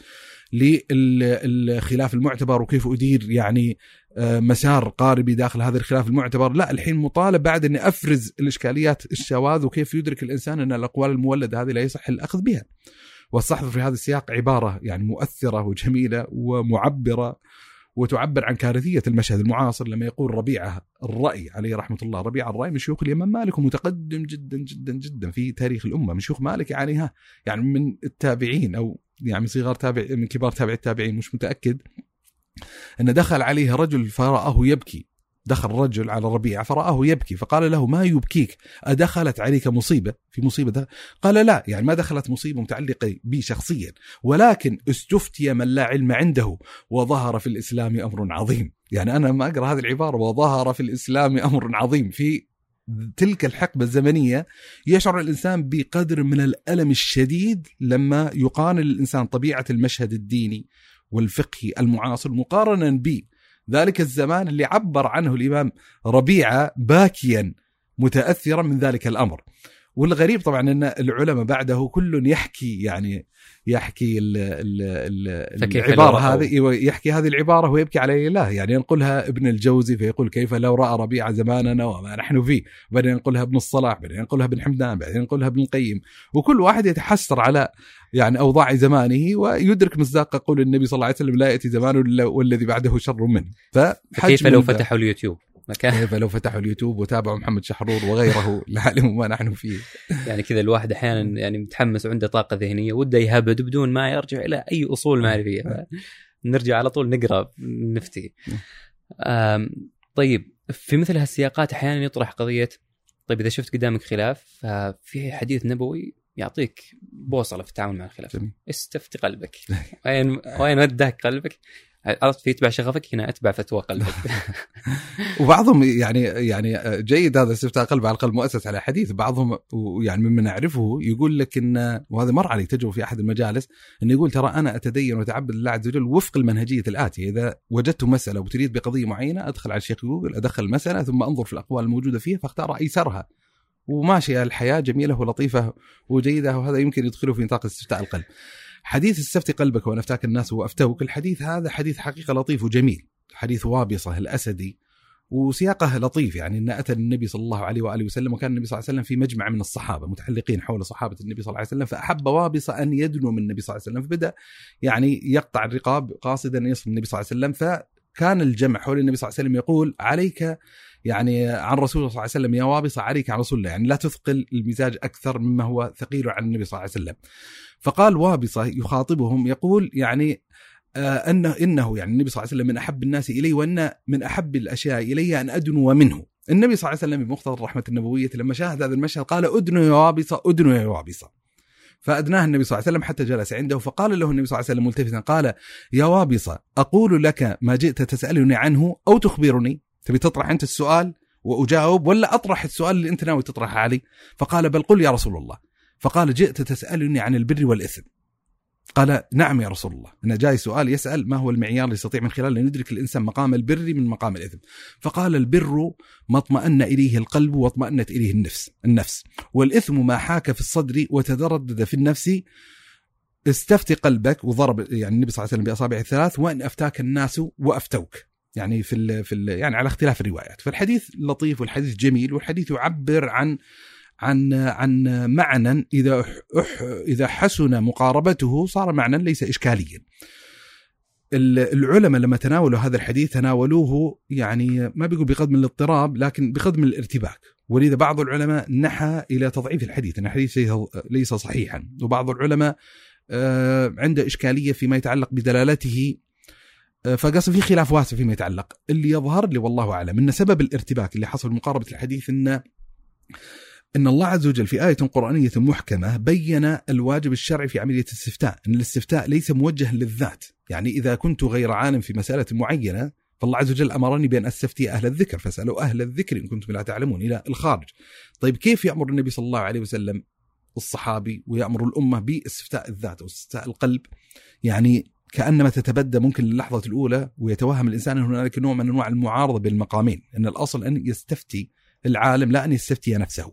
للخلاف المعتبر وكيف أدير يعني مسار قاربي داخل هذا الخلاف المعتبر، لا الحين مطالب بعد أن أفرز الإشكاليات الشواذ وكيف يدرك الإنسان أن الأقوال المولدة هذه لا يصح الأخذ بها. واستحضر في هذا السياق عبارة يعني مؤثرة وجميلة ومعبرة وتعبر عن كارثية المشهد المعاصر لما يقول ربيعة الرأي عليه رحمة الله، ربيعة الرأي من شيوخ الإمام مالك ومتقدم جدا جدا جدا في تاريخ الأمة، من شيوخ مالك عليها يعني من التابعين أو يعني صغار تابع من كبار تابع التابعين مش متأكد، أن دخل عليه رجل فرآه يبكي، دخل رجل على ربيعة فرآه يبكي فقال له ما يبكيك، أدخلت عليك مصيبة في مصيبة ده؟ قال لا، يعني ما دخلت مصيبة متعلقة بي شخصيا، ولكن استفتي من لا علم عنده وظهر في الإسلام أمر عظيم. يعني أنا ما أقرأ هذه العبارة وظهر في الإسلام أمر عظيم في تلك الحقبة الزمنية، يشعر الإنسان بقدر من الألم الشديد لما يقارن الإنسان طبيعة المشهد الديني والفقهي المعاصر مقارنة به ذلك الزمان اللي عبر عنه الإمام ربيعة باكيا متأثرا من ذلك الأمر. والغريب طبعا أن العلماء بعده كل يحكي يعني يحكي ال ال العبارة هذه، يحكي هذه العبارة ويبكي على الله. يعني ينقلها ابن الجوزي فيقول كيف لو رأى ربيعة زماننا وما نحن فيه، بعدين ينقلها ابن الصلاح، بعدين ينقلها ابن حمدان، بعدين ينقلها ابن القيم، وكل واحد يتحسر على يعني أوضاع زمانه ويدرك مصداق قول النبي صلى الله عليه وسلم لا يأتي زمان والذي بعده شر منه. فكيف لو فتحوا اليوتيوب كيف لو فتحوا اليوتيوب وتابعوا محمد شحرور وغيره لعلموا ما نحن فيه. يعني كذا الواحد أحيانا يعني متحمس وعنده طاقة ذهنية وده يهبد بدون ما يرجع إلى أي أصول معرفية، نرجع على طول نقرأ نفتي. طيب في مثل هالسياقات أحيانا يطرح قضية طيب إذا شفت قدامك خلاف ففي حديث نبوي يعطيك بوصلة في التعامل مع الخلاف، استفتي قلبك وين وين ودك قلبك، عرفت في اتبع شغفك، هنا اتبع فتوى قلبك. وبعضهم يعني يعني جيد هذا استفتاء قلب على القلب مؤسس على حديث، بعضهم يعني ممن نعرفه يقول لك ان وهذا مر علي تجربه في احد المجالس انه يقول ترى انا اتدين واتعبد الله عز وجل وفق المنهجيه الاتيه، اذا وجدت مساله وتريد بقضيه معينه ادخل على الشيخ جوجل ادخل المساله ثم انظر في الاقوال الموجوده فيها فاختار ايسرها، وماشيه الحياه جميله ولطيفه وجيده، وهذا يمكن يدخله في نطاق استفتاء القلب. حديث استفتي قلبك ونفتاك الناس وأفتوك، الحديث هذا حديث حقيقة لطيف وجميل، حديث وابصة الأسدي وسياقه لطيف. يعني أن أتى النبي صلى الله عليه وآله وسلم وكان النبي صلى الله عليه وسلم في مجمع من الصحابة متحلقين حول صحابة النبي صلى الله عليه وسلم، فأحب وابصة أن يدنو من النبي صلى الله عليه وسلم، فبدأ يعني يقطع الرقاب قاصدا أن يصل النبي صلى الله عليه وسلم. فكان الجمع حول النبي صلى الله عليه وسلم يقول عليك يعني عن رسول الله صلى الله عليه وسلم يا وابصة عليك عن رسول الله، يعني لا تثقل المزاج أكثر مما هو ثقيل عن النبي صلى الله عليه وسلم. فقال وابصة يخاطبهم يقول يعني آه أنه إنه يعني النبي صلى الله عليه وسلم من أحب الناس إلي، وأن من أحب الأشياء إلي أن أدنو منه. النبي صلى الله عليه وسلم بمقتضى الرحمة النبوية لما شاهد هذا المشهد قال أدنو يا وابصة أدنو يا وابصة، فأدناه النبي صلى الله عليه وسلم حتى جلس عنده، فقال له النبي صلى الله عليه وسلم ملتفتا قال يا وابصة أقول لك ما جئت تسألني عنه أو تخبرني، تبي تطرح أنت السؤال وأجاوب ولا أطرح السؤال اللي أنت ناوي تطرحه علي؟ فقال بل قل يا رسول الله. فقال جئت تسألني عن البر والإثم؟ قال نعم يا رسول الله، أنا جاي سؤال يسأل ما هو المعيار اللي يستطيع من خلاله أن يدرك الإنسان مقام البر من مقام الإثم. فقال البر ما اطمأن إليه القلب واطمأنت إليه النفس النفس والإثم ما حاك في الصدر وتردد في النفس. استفتي قلبك، وضرب يعني النبي صلى الله عليه وسلم بأصابعه الثلاث وأن أفتاك الناس وأفتوك، يعني في ال في ال يعني على اختلاف الروايات. فالحديث لطيف والحديث جميل والحديث يعبر عن عن عن معنى إذا إذا حسن مقاربته صار معنى ليس إشكاليا. العلماء لما تناولوا هذا الحديث تناولوه يعني ما بيقول بقدر من الاضطراب لكن بقدر من الارتباك، ولذا بعض العلماء نحى إلى تضعيف الحديث أن الحديث ليس صحيحا، وبعض العلماء عنده إشكالية فيما يتعلق بدلالته، فقصد في خلاف واسع فيما يتعلق. اللي يظهر لي والله أعلم أن سبب الارتباك اللي حصل مقاربة الحديث أن إن الله عز وجل في آية قرآنية محكمة بيّن الواجب الشرعي في عملية الاستفتاء، أن الاستفتاء ليس موجه للذات. يعني إذا كنت غير عالم في مسألة معينة فالله عز وجل أمرني بأن أستفتي أهل الذكر فاسألوا أهل الذكر إن كنتم لا تعلمون إلى الخارج. طيب كيف يأمر النبي صلى الله عليه وسلم الصحابي ويأمر الأمة باستفتاء الذات واستفتاء القلب؟ يعني كأنما تتبدى ممكن للحظة الأولى ويتوهم الإنسان أن هناك نوع من أنواع المعارضة بالمقامين، أن الأصل أن يستفتي العالم لا أن يستفتي نفسه.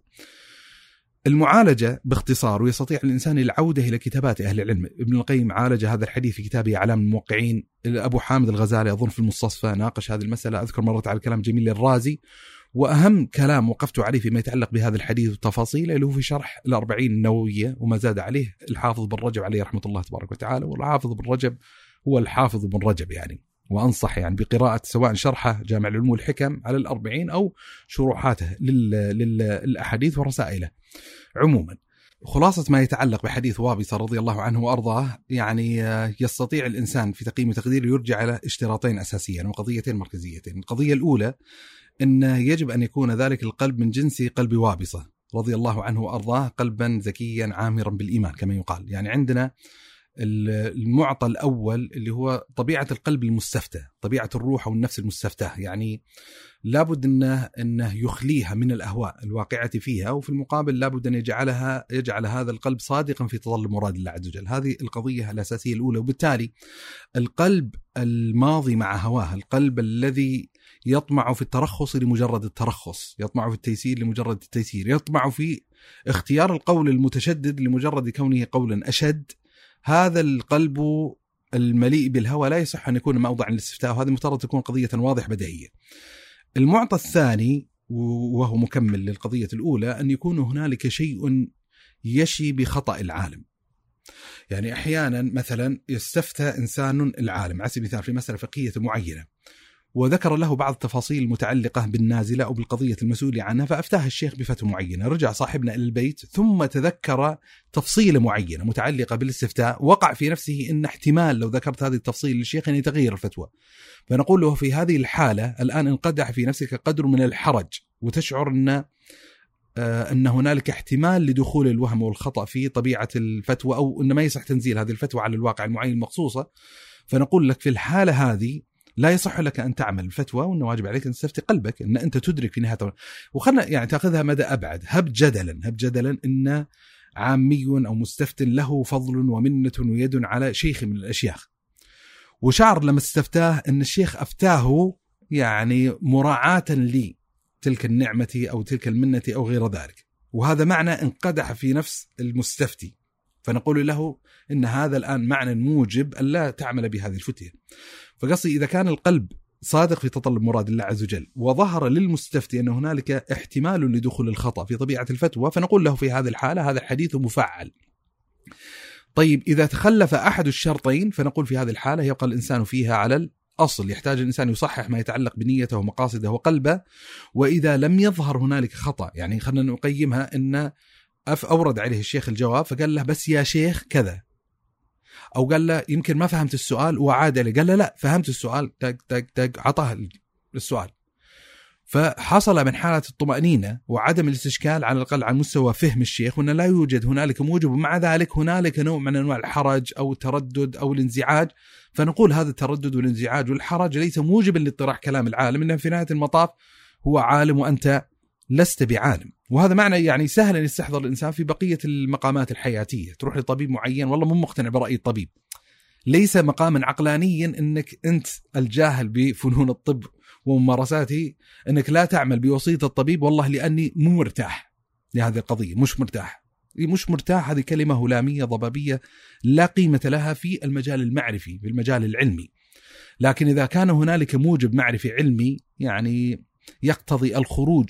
المعالجة باختصار، ويستطيع الإنسان العودة إلى كتابات أهل العلم. ابن القيم عالج هذا الحديث في كتابه أعلام الموقعين، أبو حامد الغزالي أظن في المستصفى ناقش هذه المسألة، أذكر مرة على الكلام جميل الرازي، وأهم كلام وقفت عليه فيما يتعلق بهذا الحديث وتفاصيله اللي هو في شرح الأربعين النووية، وما زاد عليه الحافظ بن رجب عليه رحمة الله تبارك وتعالى. والحافظ بن رجب هو الحافظ بن رجب يعني، وأنصح يعني بقراءة سواء شرحه جامع العلوم والحكم على الأربعين أو شروحاته للأحاديث ورسائله. عموما خلاصة ما يتعلق بحديث وابصة رضي الله عنه وأرضاه، يعني يستطيع الإنسان في تقييم وتقدير يرجع إلى اشتراطين أساسيين وقضيتين مركزيتين. القضية الأولى أن يجب أن يكون ذلك القلب من جنس قلب وابصة رضي الله عنه وأرضاه، قلبا زكيا عامرا بالإيمان كما يقال. يعني عندنا المعطى الأول اللي هو طبيعة القلب المستفتى، طبيعة الروح أو النفس المستفتاه، يعني لابد أنه, إنه يخليها من الأهواء الواقعة فيها، وفي المقابل لابد أن يجعلها يجعل هذا القلب صادقا في تطلب مراد الله عز وجل. هذه القضية الأساسية الأولى. وبالتالي القلب الماضي مع هواه، القلب الذي يطمع في الترخص لمجرد الترخص، يطمع في التيسير لمجرد التيسير، يطمع في اختيار القول المتشدد لمجرد كونه قولا أشد، هذا القلب المليء بالهوى لا يصح أن يكون موضعا للاستفتاء، وهذه مفترض تكون قضية واضح بديهية. المعطى الثاني وهو مكمل للقضية الأولى أن يكون هنالك شيء يشي بخطأ العالم. يعني أحيانا مثلا يستفتى إنسان العالم على سبيل المثال في مسألة فقهية معينة، وذكر له بعض التفاصيل المتعلقة بالنازلة أو بالقضية المسؤول عنها، فأفتاه الشيخ بفتوى معينة. رجع صاحبنا إلى البيت ثم تذكر تفصيلة معينة متعلقة بالاستفتاء، وقع في نفسه إن احتمال لو ذكرت هذه التفصيل للشيخ أن يتغير الفتوى. فنقول له في هذه الحالة الآن انقدح في نفسك قدر من الحرج، وتشعر أن آه أن هنالك احتمال لدخول الوهم والخطأ في طبيعة الفتوى، أو أن ما يصح تنزيل هذه الفتوى على الواقع المعين المخصوصة. فنقول لك في الحالة هذه لا يصح لك أن تعمل الفتوى، وأنه واجب عليك أن تستفتي قلبك، أن أنت تدرك في نهاية. وخلنا يعني تأخذها مدى أبعد، هب جدلا هب جدلا أن عامي أو مستفت له فضل ومنة ويد على شيخ من الأشياخ، وشعر لما استفتاه أن الشيخ أفتاه يعني مراعاة لي تلك النعمة أو تلك المنة أو غير ذلك، وهذا معنى انقدح في نفس المستفتي. فنقول له إن هذا الآن معنى موجب أن لا تعمل بهذه الفتية. فقصدي إذا كان القلب صادق في تطلب مراد الله عز وجل، وظهر للمستفتي أن هنالك احتمال لدخول الخطأ في طبيعة الفتوى، فنقول له في هذه الحالة هذا الحديث مفعل. طيب إذا تخلف أحد الشرطين، فنقول في هذه الحالة يبقى الإنسان فيها على الأصل، يحتاج الإنسان يصحح ما يتعلق بنيته ومقاصده وقلبه. وإذا لم يظهر هنالك خطأ، يعني خلنا نقيمها إن أف أورد عليه الشيخ الجواب فقال له بس يا شيخ كذا، أو قال له يمكن ما فهمت السؤال وعاد له، قال له لا فهمت السؤال، تق تق تق عطاه السؤال. فحصل من حالة الطمأنينة وعدم الاستشكال على الأقل على مستوى فهم الشيخ، وأن لا يوجد هنالك موجب، ومع ذلك هنالك نوع من أنواع الحرج أو التردد أو الانزعاج. فنقول هذا التردد والانزعاج والحرج ليس موجبا لاطراح كلام العالم، إنه في نهاية المطاف هو عالم وأنت لست بعالم. وهذا معنى يعني سهل أن يستحضر الإنسان في بقية المقامات الحياتية. تروح لطبيب معين والله مو مقتنع برأي الطبيب، ليس مقاما عقلانيا أنك أنت الجاهل بفنون الطب وممارساته أنك لا تعمل بوسيط الطبيب، والله لأني مو مرتاح لهذه القضية، مش مرتاح. مش مرتاح هذه كلمة هلامية ضبابية لا قيمة لها في المجال المعرفي، في المجال العلمي. لكن إذا كان هنالك موجب معرفي علمي يعني يقتضي الخروج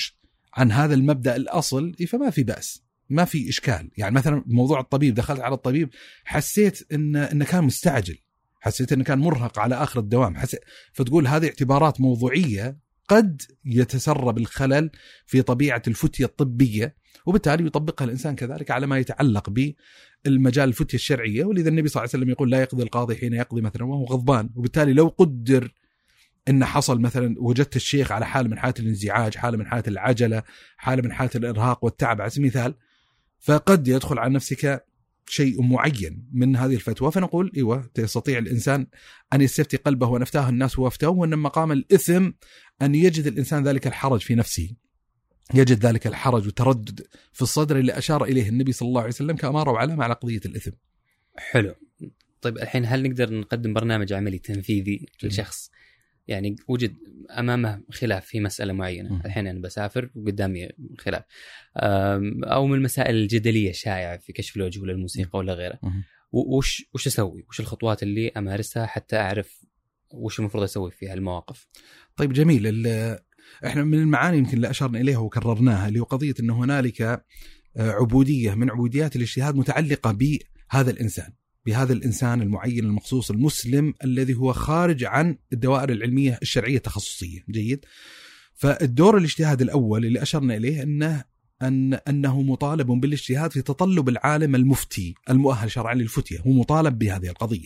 عن هذا المبدأ الأصل فما في بأس، ما في إشكال. يعني مثلا موضوع الطبيب، دخلت على الطبيب حسيت إن إنه كان مستعجل، حسيت إنه كان مرهق على آخر الدوام، حسيت فتقول هذه اعتبارات موضوعية قد يتسرب الخلل في طبيعة الفتية الطبية، وبالتالي يطبقها الإنسان كذلك على ما يتعلق بالمجال الفتية الشرعية. ولذا النبي صلى الله عليه وسلم يقول لا يقضي القاضي حين يقضي مثلا وهو غضبان. وبالتالي لو قدر إن حصل مثلا وجدت الشيخ على حالة من حالة الانزعاج، حالة من حالة العجلة، حالة من حالة الإرهاق والتعب على سبيل المثال، فقد يدخل على نفسك شيء معين من هذه الفتوى، فنقول إيوه تستطيع الإنسان أن يستفتي قلبه ونفتاه الناس وافتوه، وأن مقام الإثم أن يجد الإنسان ذلك الحرج في نفسه، يجد ذلك الحرج والتردد في الصدر اللي أشار إليه النبي صلى الله عليه وسلم كأمارة وعلامة على قضية الإثم. حلو. طيب الحين هل نقدر نقدم برنامج عملي تنفيذي للشخص يعني وجد أمامه خلاف في مسألة معينة؟ م. الحين أنا بسافر وقدامي خلاف، أو من المسائل الجدلية الشائعة في كشف الوجه ولا الموسيقى ولا غيره، وش وش أسوي؟ وش الخطوات اللي أمارسها حتى أعرف وش المفروض أسوي في هالمواقف؟ طيب جميل. إحنا من المعاني يمكن اللي أشرنا إليها وكررناها اللي هو قضية أن هنالك عبودية من عبوديات الاجتهاد متعلقة بهذا الإنسان، بهذا الإنسان المعين المخصوص المسلم الذي هو خارج عن الدوائر العلمية الشرعية التخصصية. جيد. فالدور الاجتهاد الأول اللي أشرنا إليه أنه أن أنه مطالب بالاجتهاد في تطلب العالم المفتي المؤهل شرعا للفتية، هو مطالب بهذه القضية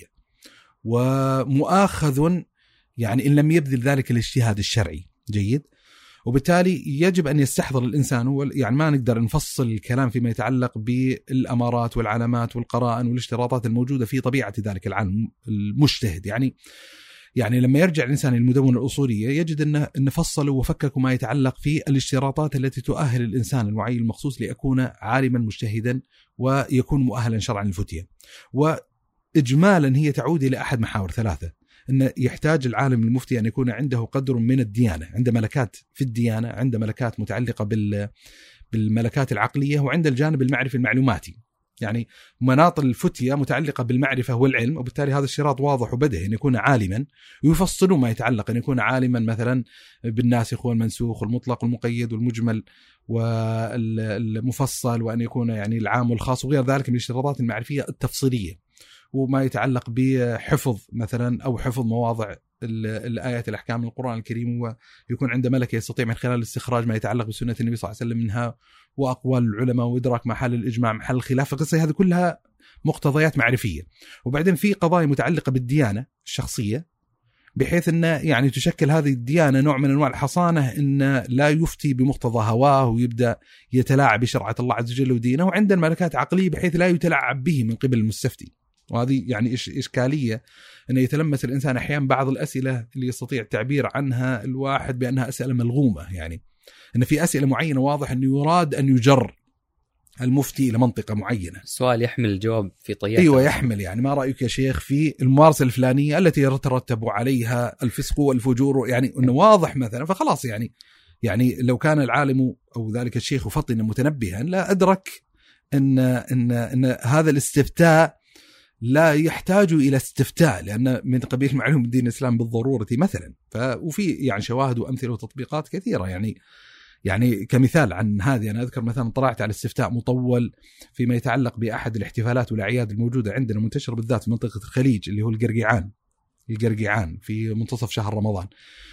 ومؤاخذ يعني إن لم يبذل ذلك الاجتهاد الشرعي. جيد. وبالتالي يجب أن يستحضر الإنسان، يعني ما نقدر نفصل الكلام فيما يتعلق بالأمارات والعلامات والقرائن والاشتراطات الموجودة في طبيعة ذلك العالم المجتهد. يعني يعني لما يرجع الإنسان المدونة الأصولية يجد أنه نفصل وفكك ما يتعلق في الاشتراطات التي تؤهل الإنسان المعين المخصوص ليكون عالما مجتهدا ويكون مؤهلا شرعا للفتية. وإجمالا هي تعود إلى أحد محاور ثلاثة: أن يحتاج العالم المفتي أن يكون عنده قدر من الديانة، عنده ملكات في الديانة، عنده ملكات متعلقة بال بالملكات العقلية، وعند الجانب المعرفي المعلوماتي. يعني مناط الفتية متعلقة بالمعرفة والعلم، وبالتالي هذا الشراط واضح وبدهي أن يكون عالما، ويفصلوا ما يتعلق أن يكون عالما مثلا بالناسخ والمنسوخ والمطلق والمقيد والمجمل والمفصل، وأن يكون يعني العام والخاص وغير ذلك من الاشتراطات المعرفية التفصيلية. وما يتعلق بحفظ مثلا أو حفظ مواضع الآيات الأحكام من القرآن الكريم، ويكون عنده ملكة يستطيع من خلال الاستخراج ما يتعلق بسنة النبي صلى الله عليه وسلم منها وأقوال العلماء وإدراك محل الإجماع محل الخلاف. فقصة هذه كلها مقتضيات معرفية. وبعدين في قضايا متعلقة بالديانة الشخصية، بحيث أن يعني تشكل هذه الديانة نوع من أنواع الحصانة، أن لا يفتي بمقتضى هواه ويبدأ يتلاعب بشرعة الله عز وجل ودينه، وعند الملكات عقلية بحيث لا يتلاعب به من قبل المستفتي. وهذه يعني إش إشكالية أن يتلمس الإنسان أحيانا بعض الأسئلة اللي يستطيع التعبير عنها الواحد بأنها أسئلة ملغومة، يعني أن في أسئلة معينة واضح أنه يراد أن يجر المفتي إلى منطقة معينة. السؤال يحمل الجواب في طيات. أيوة يحمل، يعني ما رأيك يا شيخ في الممارسة الفلانية التي يترتب عليها الفسق والفجور، يعني أنه واضح مثلا. فخلاص يعني يعني لو كان العالم أو ذلك الشيخ فطنا متنبها لا أدرك أن أن أن هذا الاستفتاء لا يحتاج إلى استفتاء، لأن من قبيل معلوم الدين الإسلام بالضرورة مثلا. وفي يعني شواهد وأمثلة وتطبيقات كثيرة. يعني يعني كمثال عن هذه أنا أذكر مثلا طلعت على استفتاء مطول فيما يتعلق بأحد الاحتفالات والأعياد الموجودة عندنا منتشرة بالذات في منطقة الخليج، اللي هو القرقيعان القرقيعان في منتصف شهر رمضان.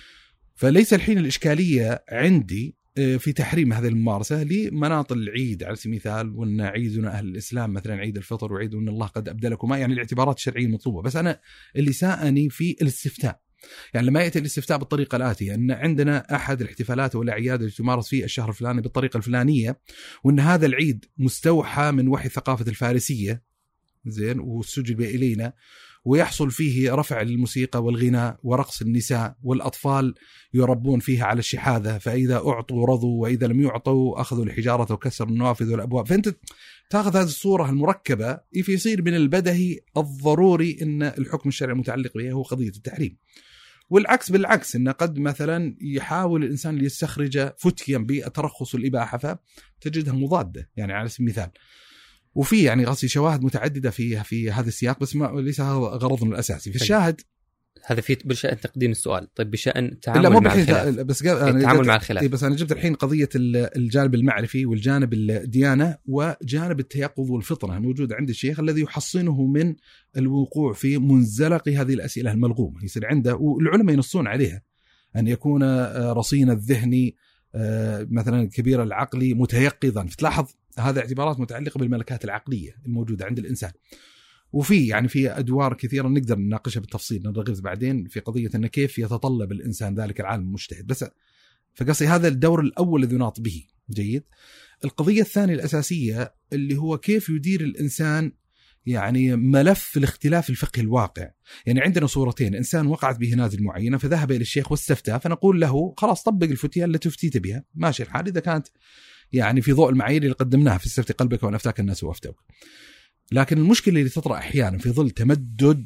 فليس الحين الإشكالية عندي في تحريم هذه الممارسة لمناط العيد على سبيل المثال، وأن عيدنا أهل الإسلام مثلا عيد الفطر وعيد أن الله قد أبدلكما، يعني الاعتبارات الشرعية المطلوبة. بس أنا اللي ساءني في الاستفتاء، يعني لما يأتي الاستفتاء بالطريقة الآتية أن عندنا أحد الاحتفالات والأعياد التي تمارس في الشهر الفلاني بالطريقة الفلانية، وأن هذا العيد مستوحى من وحي ثقافة الفارسية زين وسجل إلينا، ويحصل فيه رفع الموسيقى والغناء ورقص النساء، والأطفال يربون فيها على الشحاذة، فإذا أعطوا رضوا وإذا لم يعطوا أخذوا الحجارة وكسروا النوافذ والأبواب. فأنت تأخذ هذه الصورة المركبة يصير من البدهي الضروري أن الحكم الشرعي المتعلق به هو قضية التحريم. والعكس بالعكس، أن قد مثلا يحاول الإنسان ليستخرج فتيا بالترخص والإباحة فتجدها مضادة، يعني على سبيل المثال. وفي يعني غصي شواهد متعددة في في هذا السياق، بس ما ليس هذا غرضنا الأساسي. في الشاهد هذا في بشأن تقديم السؤال. طيب بشأن التعامل مع الخلاف، بس قال التعامل مع الخلاف. بس أنا جبت الحين قضية الجانب المعرفي والجانب الديانة وجانب التيقظ والفطنة موجود عند الشيخ الذي يحصنه من الوقوع في منزلق هذه الأسئلة الملغومة. يصير عنده، والعلماء ينصون عليها، أن يكون رصين الذهني مثلا كبير العقل متيقظا. فتلاحظ هذا اعتبارات متعلقة بالملكات العقلية الموجودة عند الإنسان. وفي يعني في أدوار كثيرة نقدر نناقشها بالتفصيل، نرغب بعدين في قضية أن كيف يتطلب الإنسان ذلك العالم المجتهد. بس فقصي هذا الدور الأول الذي يناط به. جيد. القضية الثانية الأساسية اللي هو كيف يدير الإنسان يعني ملف الاختلاف الفقهي الواقع. يعني عندنا صورتين، إنسان وقعت به نازل معينة فذهب إلى الشيخ واستفتى، فنقول له خلاص طبق الفتية التي افتيت بها، ماشي الحال إذا كانت يعني في ضوء المعايير اللي قدمناها في استفتي قلبك وأن أفتاك الناس وأفتوك. لكن المشكلة اللي تطرأ أحيانا في ظل تمدد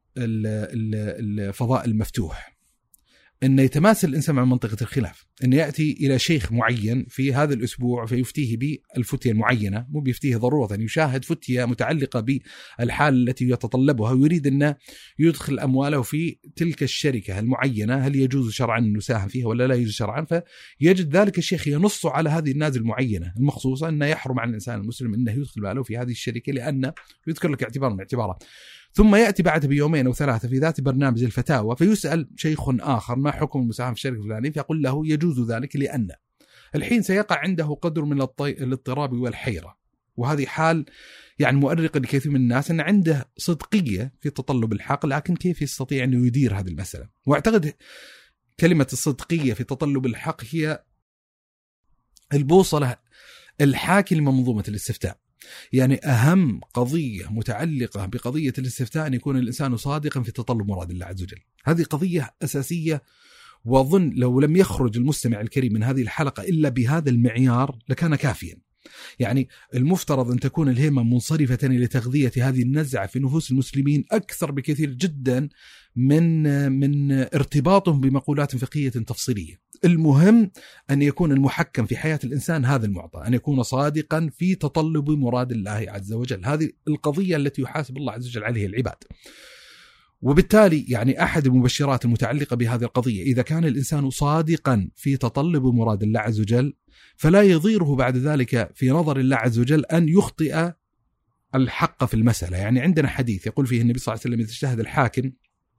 الفضاء المفتوح أن يتماثل الإنسان مع منطقة الخلاف، أن يأتي إلى شيخ معين في هذا الأسبوع فيفتيه بالفتية المعينة، مو بيفتيه ضرورة أن يشاهد فتية متعلقة بالحال التي يتطلبها ويريد أن يدخل أمواله في تلك الشركة المعينة، هل يجوز شرعا أن يساهم فيها ولا لا يجوز شرعا؟ فيجد ذلك الشيخ ينص على هذه النازل المعينة المخصوصة أنه يحرم على الإنسان المسلم أنه يدخل ماله في هذه الشركة، لأن يذكر لك اعتبار من اعتبارات. ثم يأتي بعد بيومين أو ثلاثة في ذات برنامج الفتاوى فيسأل شيخ آخر ما حكم المساهمة في الشركة الفلانية، فيقول له يجوز ذلك لأن الحين سيقع عنده قدر من الاضطراب والحيرة. وهذه حال يعني مؤرقة لكثير من الناس، أن عنده صدقية في تطلب الحق لكن كيف يستطيع أن يدير هذه المسألة. واعتقد كلمة الصدقية في تطلب الحق هي البوصلة الحاكي لمنظومة الاستفتاء. يعني أهم قضية متعلقة بقضية الاستفتاء أن يكون الإنسان صادقا في تطلب مراد الله عز وجل. هذه قضية أساسية، وأظن لو لم يخرج المستمع الكريم من هذه الحلقة إلا بهذا المعيار لكان كافيا. يعني المفترض أن تكون الهمة منصرفة لتغذية هذه النزعة في نفوس المسلمين أكثر بكثير جدا من من ارتباطهم بمقولات فقهية تفصيلية. المهم أن يكون المحكم في حياة الإنسان هذا المعطى، أن يكون صادقا في تطلب مراد الله عز وجل. هذه القضية التي يحاسب الله عز وجل عليها العباد. وبالتالي يعني أحد المبشرات المتعلقة بهذه القضية إذا كان الإنسان صادقا في تطلب مراد الله عز وجل فلا يضيره بعد ذلك في نظر الله عز وجل أن يخطئ الحق في المسألة. يعني عندنا حديث يقول فيه النبي صلى الله عليه وسلم إذا اجتهد الحاكم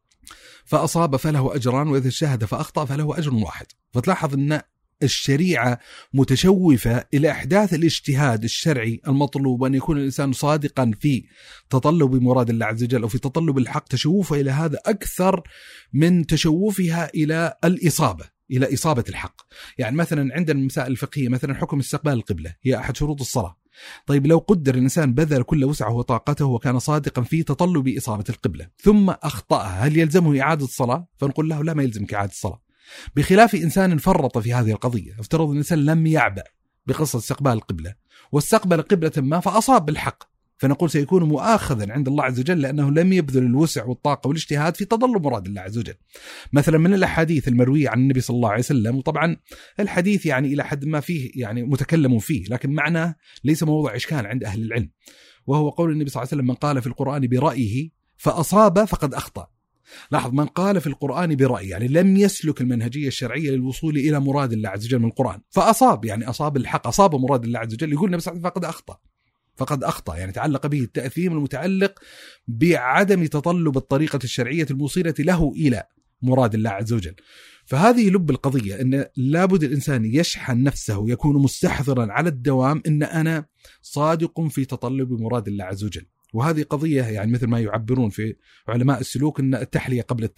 فأصاب فله أجران وإذا اجتهد فأخطأ فله أجر واحد. فتلاحظ أن الشريعة متشوفة إلى إحداث الاجتهاد الشرعي المطلوب، أن يكون الإنسان صادقا في تطلب مراد الله عز وجل أو في تطلب الحق، تشوفها إلى هذا أكثر من تشوفها إلى الإصابة إلى إصابة الحق. يعني مثلا عندنا المسائل الفقهية، مثلا حكم استقبال القبلة هي أحد شروط الصلاة. طيب لو قدر الإنسان بذل كل وسعه وطاقته وكان صادقا في تطلب إصابة القبلة ثم أخطأها، هل يلزمه إعادة الصلاة؟ فنقول له لا، ما يلزمك إعادة الصلاة. بخلاف إنسان فرط في هذه القضية، افترض الإنسان لم يعبأ بقصة استقبال القبلة واستقبل قبلة ما فأصاب بالحق، فنقول سيكون مؤاخذا عند الله عز وجل لأنه لم يبذل الوسع والطاقة والاجتهاد في تطلب مراد الله عز وجل. مثلا من الأحاديث المروية عن النبي صلى الله عليه وسلم، وطبعا الحديث يعني إلى حد ما فيه يعني متكلم فيه لكن معناه ليس موضوع إشكال عند أهل العلم، وهو قول النبي صلى الله عليه وسلم من قال في القرآن برأيه فأصاب فقد أخطأ. لاحظ، من قال في القرآن برأيه يعني لم يسلك المنهجية الشرعية للوصول إلى مراد الله عز وجل من القرآن، فأصاب يعني أصاب الحق، أصاب مراد الله عز وجل. يقول النبي صلى الله عليه وسلم فقد أخطأ، فقد أخطأ يعني تعلق به التأثيم المتعلق بعدم تطلب الطريقة الشرعية الموصلة له إلى مراد الله عز وجل. فهذه لب القضية، أن لابد الإنسان يشحن نفسه ويكون مستحضرا على الدوام أن أنا صادق في تطلب مراد الله عز وجل. وهذه قضية يعني مثل ما يعبرون في علماء السلوك أن التحلية قبل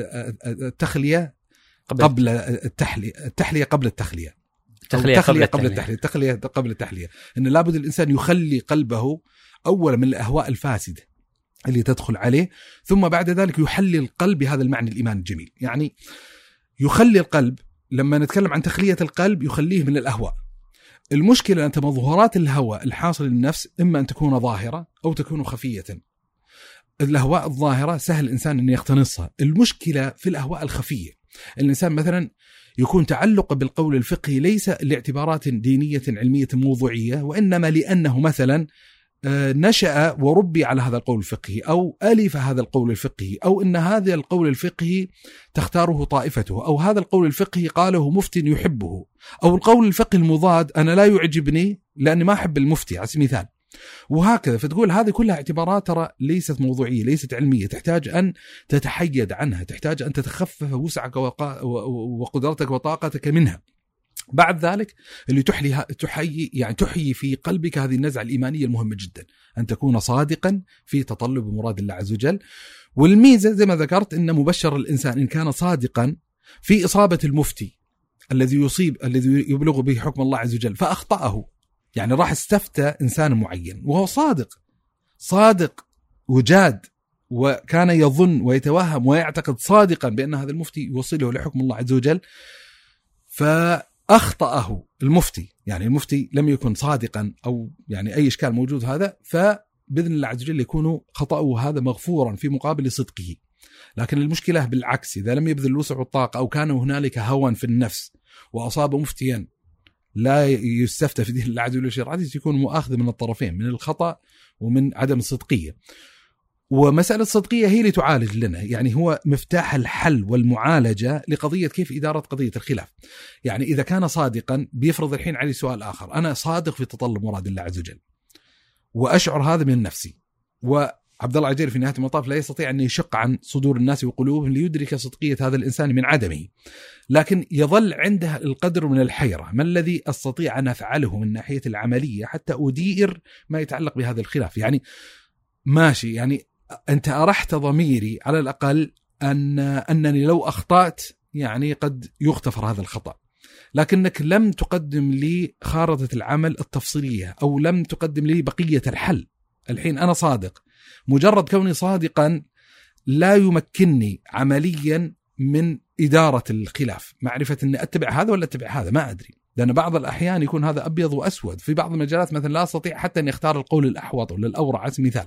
التخلية قبل التحلية التحلية قبل التخلية التخلية قبل قبل التحلية التخلية قبل التحلية أن لابد الإنسان يخلي قلبه أولا من الأهواء الفاسدة اللي تدخل عليه، ثم بعد ذلك يحلي القلب بهذا المعنى الإيمان الجميل. يعني يخلي القلب، لما نتكلم عن تخلية القلب يخليه من الأهواء. المشكلة أن تمظهرات الهوى الحاصل للنفس إما أن تكون ظاهرة أو تكون خفية. الأهواء الظاهرة سهل الإنسان أن يقتنصها، المشكلة في الأهواء الخفية. الإنسان مثلا يكون تعلق بالقول الفقهي ليس لاعتبارات دينية علمية موضوعية، وإنما لأنه مثلا نشأ وربي على هذا القول الفقهي، أو ألف هذا القول الفقهي، أو أن هذا القول الفقهي تختاره طائفته، أو هذا القول الفقهي قاله مفتي يحبه، أو القول الفقهي المضاد أنا لا يعجبني لأني ما أحب المفتي على سبيل المثال، وهكذا. فتقول هذه كلها اعتبارات ترى ليست موضوعية، ليست علمية، تحتاج أن تتحيد عنها، تحتاج أن تتخفف وسعك وقدرتك وطاقتك منها. بعد ذلك اللي تحلي تحيي يعني تحيي في قلبك هذه النزعة الإيمانية المهمة جدا، أن تكون صادقا في تطلب مراد الله عز وجل. والميزة زي ما ذكرت أن مبشر الإنسان إن كان صادقا في إصابة المفتي الذي يصيب الذي يبلغ به حكم الله عز وجل فأخطأه، يعني راح استفتى إنسان معين وهو صادق صادق وجاد، وكان يظن ويتوهم ويعتقد صادقا بأن هذا المفتي يوصله لحكم الله عز وجل، فأخطأه المفتي، يعني المفتي لم يكن صادقا أو يعني أي إشكال موجود هذا، فبإذن الله عز وجل يكون خطأه هذا مغفورا في مقابل صدقه. لكن المشكلة بالعكس، إذا لم يبذل الوسع والطاقة أو كان هنالك هوى في النفس وأصاب مفتيا لا يستفتى في دين الله عز وجل شرعته، يكون مؤاخذ من الطرفين، من الخطأ ومن عدم الصدقية. ومسألة الصدقية هي اللي تعالج لنا، يعني هو مفتاح الحل والمعالجة لقضية كيف إدارة قضية الخلاف. يعني إذا كان صادقا بيفرض الحين علي سؤال آخر، أنا صادق في تطلب مراد الله عز وجل وأشعر هذا من نفسي، وعبد الله عجيري في نهاية المطاف لا يستطيع أن يشق عن صدور الناس وقلوبهم ليدرك صدقية هذا الإنسان من عدمه، لكن يظل عنده القدر من الحيرة، ما الذي أستطيع أن أفعله من ناحية العملية حتى أدير ما يتعلق بهذا الخلاف. يعني ماشي، يعني أنت أرحت ضميري على الأقل أن أنني لو أخطأت يعني قد يغتفر هذا الخطأ، لكنك لم تقدم لي خارطة العمل التفصيلية أو لم تقدم لي بقية الحل. الحين أنا صادق، مجرد كوني صادقا لا يمكنني عمليا من إدارة الخلاف، معرفة أني أتبع هذا ولا أتبع هذا ما أدري، لأن بعض الأحيان يكون هذا أبيض وأسود. في بعض المجالات مثلا لا أستطيع حتى أن يختار القول الأحوط ولا الأورع على سبيل المثال.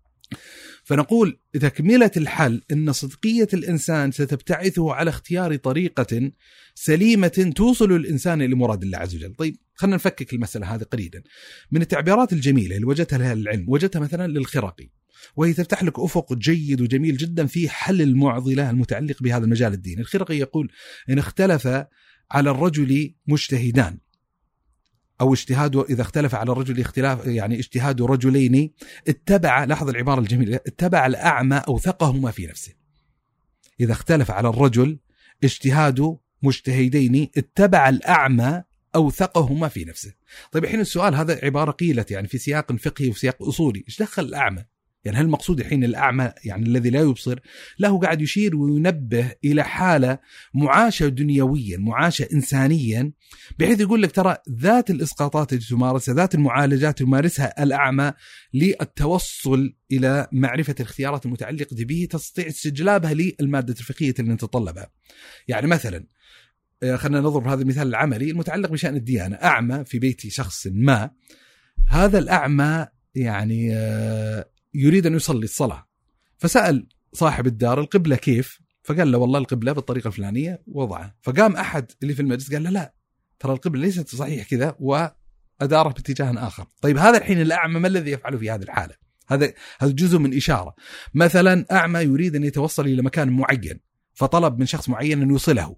فنقول تكملة الحل أن صدقية الإنسان ستبتعثه على اختيار طريقة سليمة توصل الإنسان لمراد الله عز وجل. طيب خلنا نفكك المسألة هذه قليلا. من التعبيرات الجميلة اللي وجدتها لها العلم وجدتها مثلا للخرقي، وهي تفتح لك أفق جيد وجميل جدا في حل المعضلة المتعلق بهذا المجال الديني. الخرقي يقول إن اختلف على الرجل مجتهدان، أو اجتهاد، إذا اختلف على الرجل اختلاف يعني اجتهاد رجلين اتبع، لاحظ العبارة الجميلة، اتبع الأعمى أوثقهما في نفسه. إذا اختلف على الرجل اجتهاد مجتهدين اتبع الأعمى أوثقهما في نفسه. طيب الحين السؤال، هذا عبارة قيلت يعني في سياق فقهي وفي سياق أصولي، إيش دخل الأعمى؟ يعني هل المقصود الحين الأعمى يعني الذي لا يبصر؟ له قاعد يشير وينبه إلى حالة معاشة دنيويا، معاشة إنسانيا، بحيث يقول لك ترى ذات الإسقاطات التي تمارسها، ذات المعالجات يمارسها الأعمى للتوصل إلى معرفة الاختيارات المتعلقة به تستطيع استجلابها للمادة الفقهية اللي نتطلبها. يعني مثلا خلينا نضرب هذا المثال العملي المتعلق بشأن الديانة. أعمى في بيت شخص ما، هذا الأعمى يعني يريد أن يصلي الصلاة، فسأل صاحب الدار القبلة كيف؟ فقال له والله القبلة بالطريقة الفلانية وضعه. فقام أحد اللي في المجلس قال له لا ترى القبلة ليست صحيح كذا، وأداره باتجاه آخر. طيب هذا الحين الأعمى ما الذي يفعله في هذه الحالة؟ هذا هذا جزء من إشارة. مثلا أعمى يريد أن يتوصل إلى مكان معين، فطلب من شخص معين أن يوصله،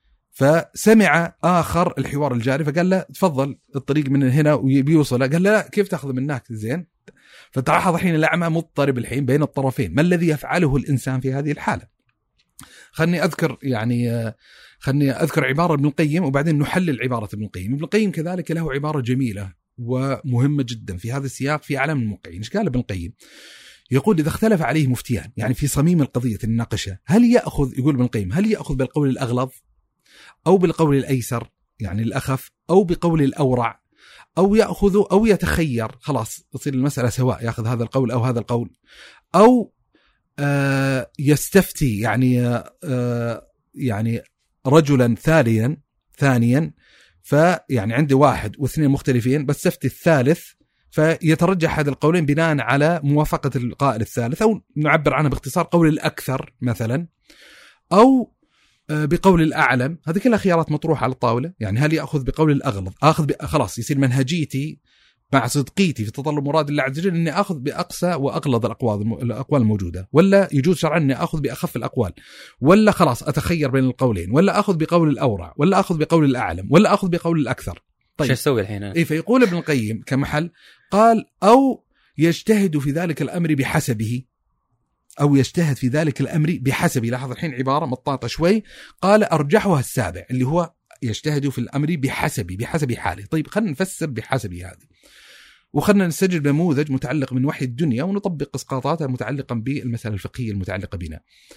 فسمع آخر الحوار الجاري فقال له تفضل الطريق من هنا وبيوصله. قال له لا كيف تأخذ منك زين؟ فتلاحظ الحين الأعمى مضطرب الحين بين الطرفين، ما الذي يفعله الإنسان في هذه الحالة؟ خلني أذكر يعني خلني أذكر عبارة ابن القيم وبعدين نحلل عبارة ابن القيم. ابن القيم كذلك له عبارة جميلة ومهمة جدا في هذا السياق في أعلام الموقعين. إيش قال ابن القيم؟ يقول إذا اختلف عليه مفتيان يعني في صميم القضية الناقشة، هل يأخذ، يقول ابن القيم، هل يأخذ بالقول الأغلظ أو بالقول الأيسر يعني الأخف أو بقول الأورع، أو يأخذ أو يتخير، خلاص تصير المسألة سواء، يأخذ هذا القول أو هذا القول، أو آه يستفتي يعني آه يعني رجلا ثانيا ثانيا فيعني عندي واحد واثنين مختلفين بس استفتي الثالث، فيترجح هذا القولين بناء على موافقة القائل الثالث، أو نعبر عنه باختصار قول الأكثر مثلا، أو بقول الأعلم. هذه كلها خيارات مطروحة على الطاولة. يعني هل يأخذ بقول الأغلظ، أخذ خلاص يصير منهجيتي مع صدقيتي في تطلب مراد الله عز وجل اني اخذ باقصى واغلظ الاقوال الاقوال الموجوده، ولا يجوز شرعا اني اخذ باخف الاقوال، ولا خلاص اتخير بين القولين، ولا اخذ بقول الاورع، ولا اخذ بقول الاعلم، ولا اخذ بقول الاكثر. طيب ايش اسوي الحين؟ اي فيقول ابن القيم كمحل قال او يجتهد في ذلك الامر بحسبه، او يجتهد في ذلك الامر بحسبه. لاحظ الحين عباره مطاطه شوي، قال ارجحها السابع اللي هو يجتهد في الامر بحسبه بحسب حاله. طيب خلينا نفسر بحسبه هذه، وخلنا نسجل نموذج متعلق من وحي الدنيا ونطبق اسقاطاتها متعلقا بالمسألة الفقهية المتعلقة بنا.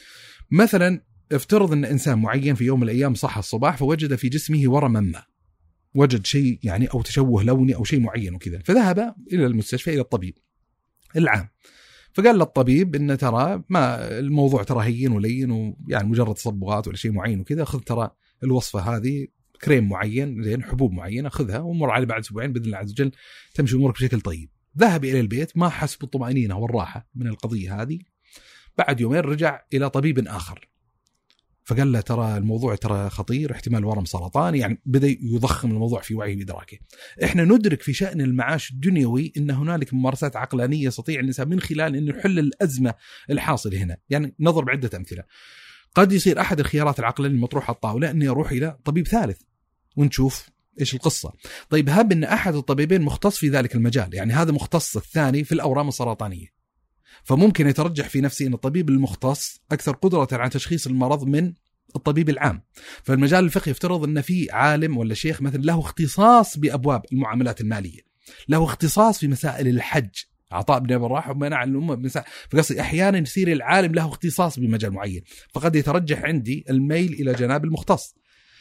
مثلا افترض ان انسان معين في يوم من الايام صحى الصباح فوجد في جسمه ورما ما، وجد شيء يعني او تشوه لوني او شيء معين وكذا، فذهب الى المستشفى الى الطبيب العام، فقال للطبيب ان ترى ما الموضوع ترى هين ولين ويعني مجرد تصبغات ولا شيء معين وكذا، خذ ترى الوصفة هذه كريم معين زين حبوب معينة خذها ومر على بعد أسبوعين بإذن الله عز وجل تمشي أمورك بشكل طيب. ذهب إلى البيت ما حس بالطمأنينة والراحة من القضية هذه، بعد يومين رجع إلى طبيب آخر فقال له ترى الموضوع ترى خطير، احتمال ورم سرطان، يعني بدأ يضخم الموضوع في وعي وإدراكه. إحنا ندرك في شأن المعاش الدنيوي أن هنالك ممارسات عقلانية يستطيع الإنسان من خلال أن يحل الأزمة الحاصلة هنا. يعني نضرب عدة أمثلة، قد يصير أحد الخيارات العقلانية المطروحة على الطاولة أني أروح إلى طبيب ثالث ونشوف إيش القصة. طيب هب أن أحد الطبيبين مختص في ذلك المجال، يعني هذا مختص الثاني في الأورام السرطانية، فممكن يترجح في نفسي أن الطبيب المختص أكثر قدرة على تشخيص المرض من الطبيب العام. فالمجال الفقهي يفترض أن في عالم ولا شيخ مثلا له اختصاص بأبواب المعاملات المالية، له اختصاص في مسائل الحج، عطاء بن أبي الراح ومنع الأمة بمسائل، فقصدي أحيانا يصير العالم له اختصاص بمجال معين، فقد يترجح عندي الميل إلى جناب المختص.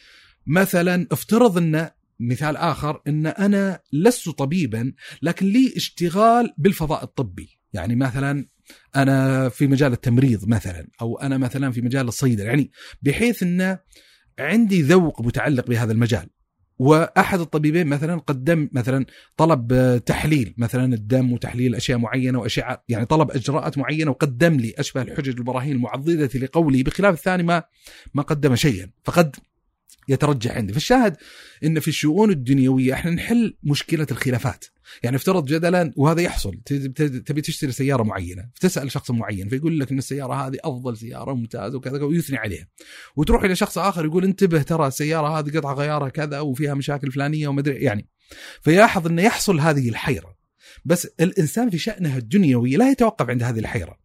مثلا افترض أن مثال آخر أن أنا لست طبيبا لكن لي اشتغال بالفضاء الطبي، يعني مثلا أنا في مجال التمريض مثلا، أو أنا مثلا في مجال الصيدلة، يعني بحيث أن عندي ذوق متعلق بهذا المجال. وأحد الطبيبين مثلا قدم مثلا طلب تحليل مثلا الدم وتحليل أشياء معينة وأشياء، يعني طلب إجراءات معينة وقدم لي أشبه الحجج والبراهين المعضدة لقولي، بخلاف الثاني ما ما قدم شيئا، فقد يترجح عندي. فالشاهد إن في الشؤون الدنيوية احنا نحل مشكلة الخلافات. يعني افترض جدلا وهذا يحصل، تبي تشتري سيارة معينة فتسأل شخص معين فيقول لك إن السيارة هذه أفضل سيارة ممتازة وكذا ويثني عليها، وتروح إلى شخص آخر يقول انتبه ترى السيارة هذه قطع غيارها كذا وفيها مشاكل فلانية ومدري، يعني فيلاحظ إنه يحصل هذه الحيرة. بس الإنسان في شأنه الدنيوي لا يتوقف عند هذه الحيرة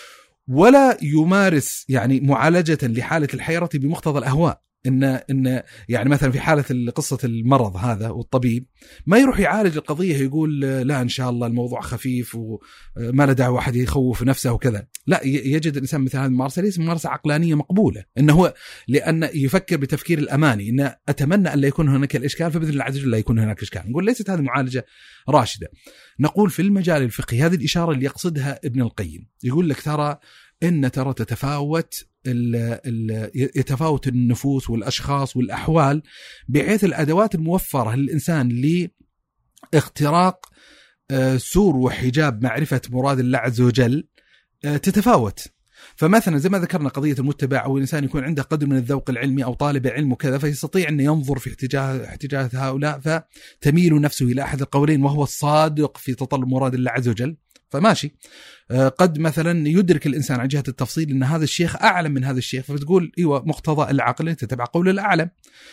ولا يمارس يعني معالجة لحالة الحيرة بمقتضى الأهواء. إن إن يعني مثلا في حالة قصة المرض هذا والطبيب ما يروح يعالج القضية يقول لا إن شاء الله الموضوع خفيف وما له داعي واحد يخوف نفسه وكذا، لا، يجد الإنسان مثل هذه الممارسة ليس ممارسة عقلانية مقبولة، إنه هو لأن يفكر بتفكير الأماني إن أتمنى أن لا يكون هناك الإشكال فبإذن الله عز وجل لا يكون هناك إشكال. نقول ليست هذه معالجة راشدة. نقول في المجال الفقهي هذه الإشارة اللي يقصدها ابن القيم، يقول لك ترى إن ترى تتفاوت ال ال يتفاوت النفوس والأشخاص والأحوال بحيث الأدوات الموفرة للإنسان لاختراق سور وحجاب معرفة مراد الله عز وجل تتفاوت. فمثلا زي ما ذكرنا قضية المتبع أو الإنسان يكون عنده قدر من الذوق العلمي أو طالب علم وكذا، فيستطيع أن ينظر في احتجاج احتجاجات هؤلاء فتميل نفسه إلى أحد القولين وهو الصادق في تطلب مراد الله عز وجل، فماشي. قد مثلا يدرك الإنسان عن جهة التفصيل أن هذا الشيخ أعلم من هذا الشيخ، فتقول إيوه مقتضى العقل تتبع قول الأعلم.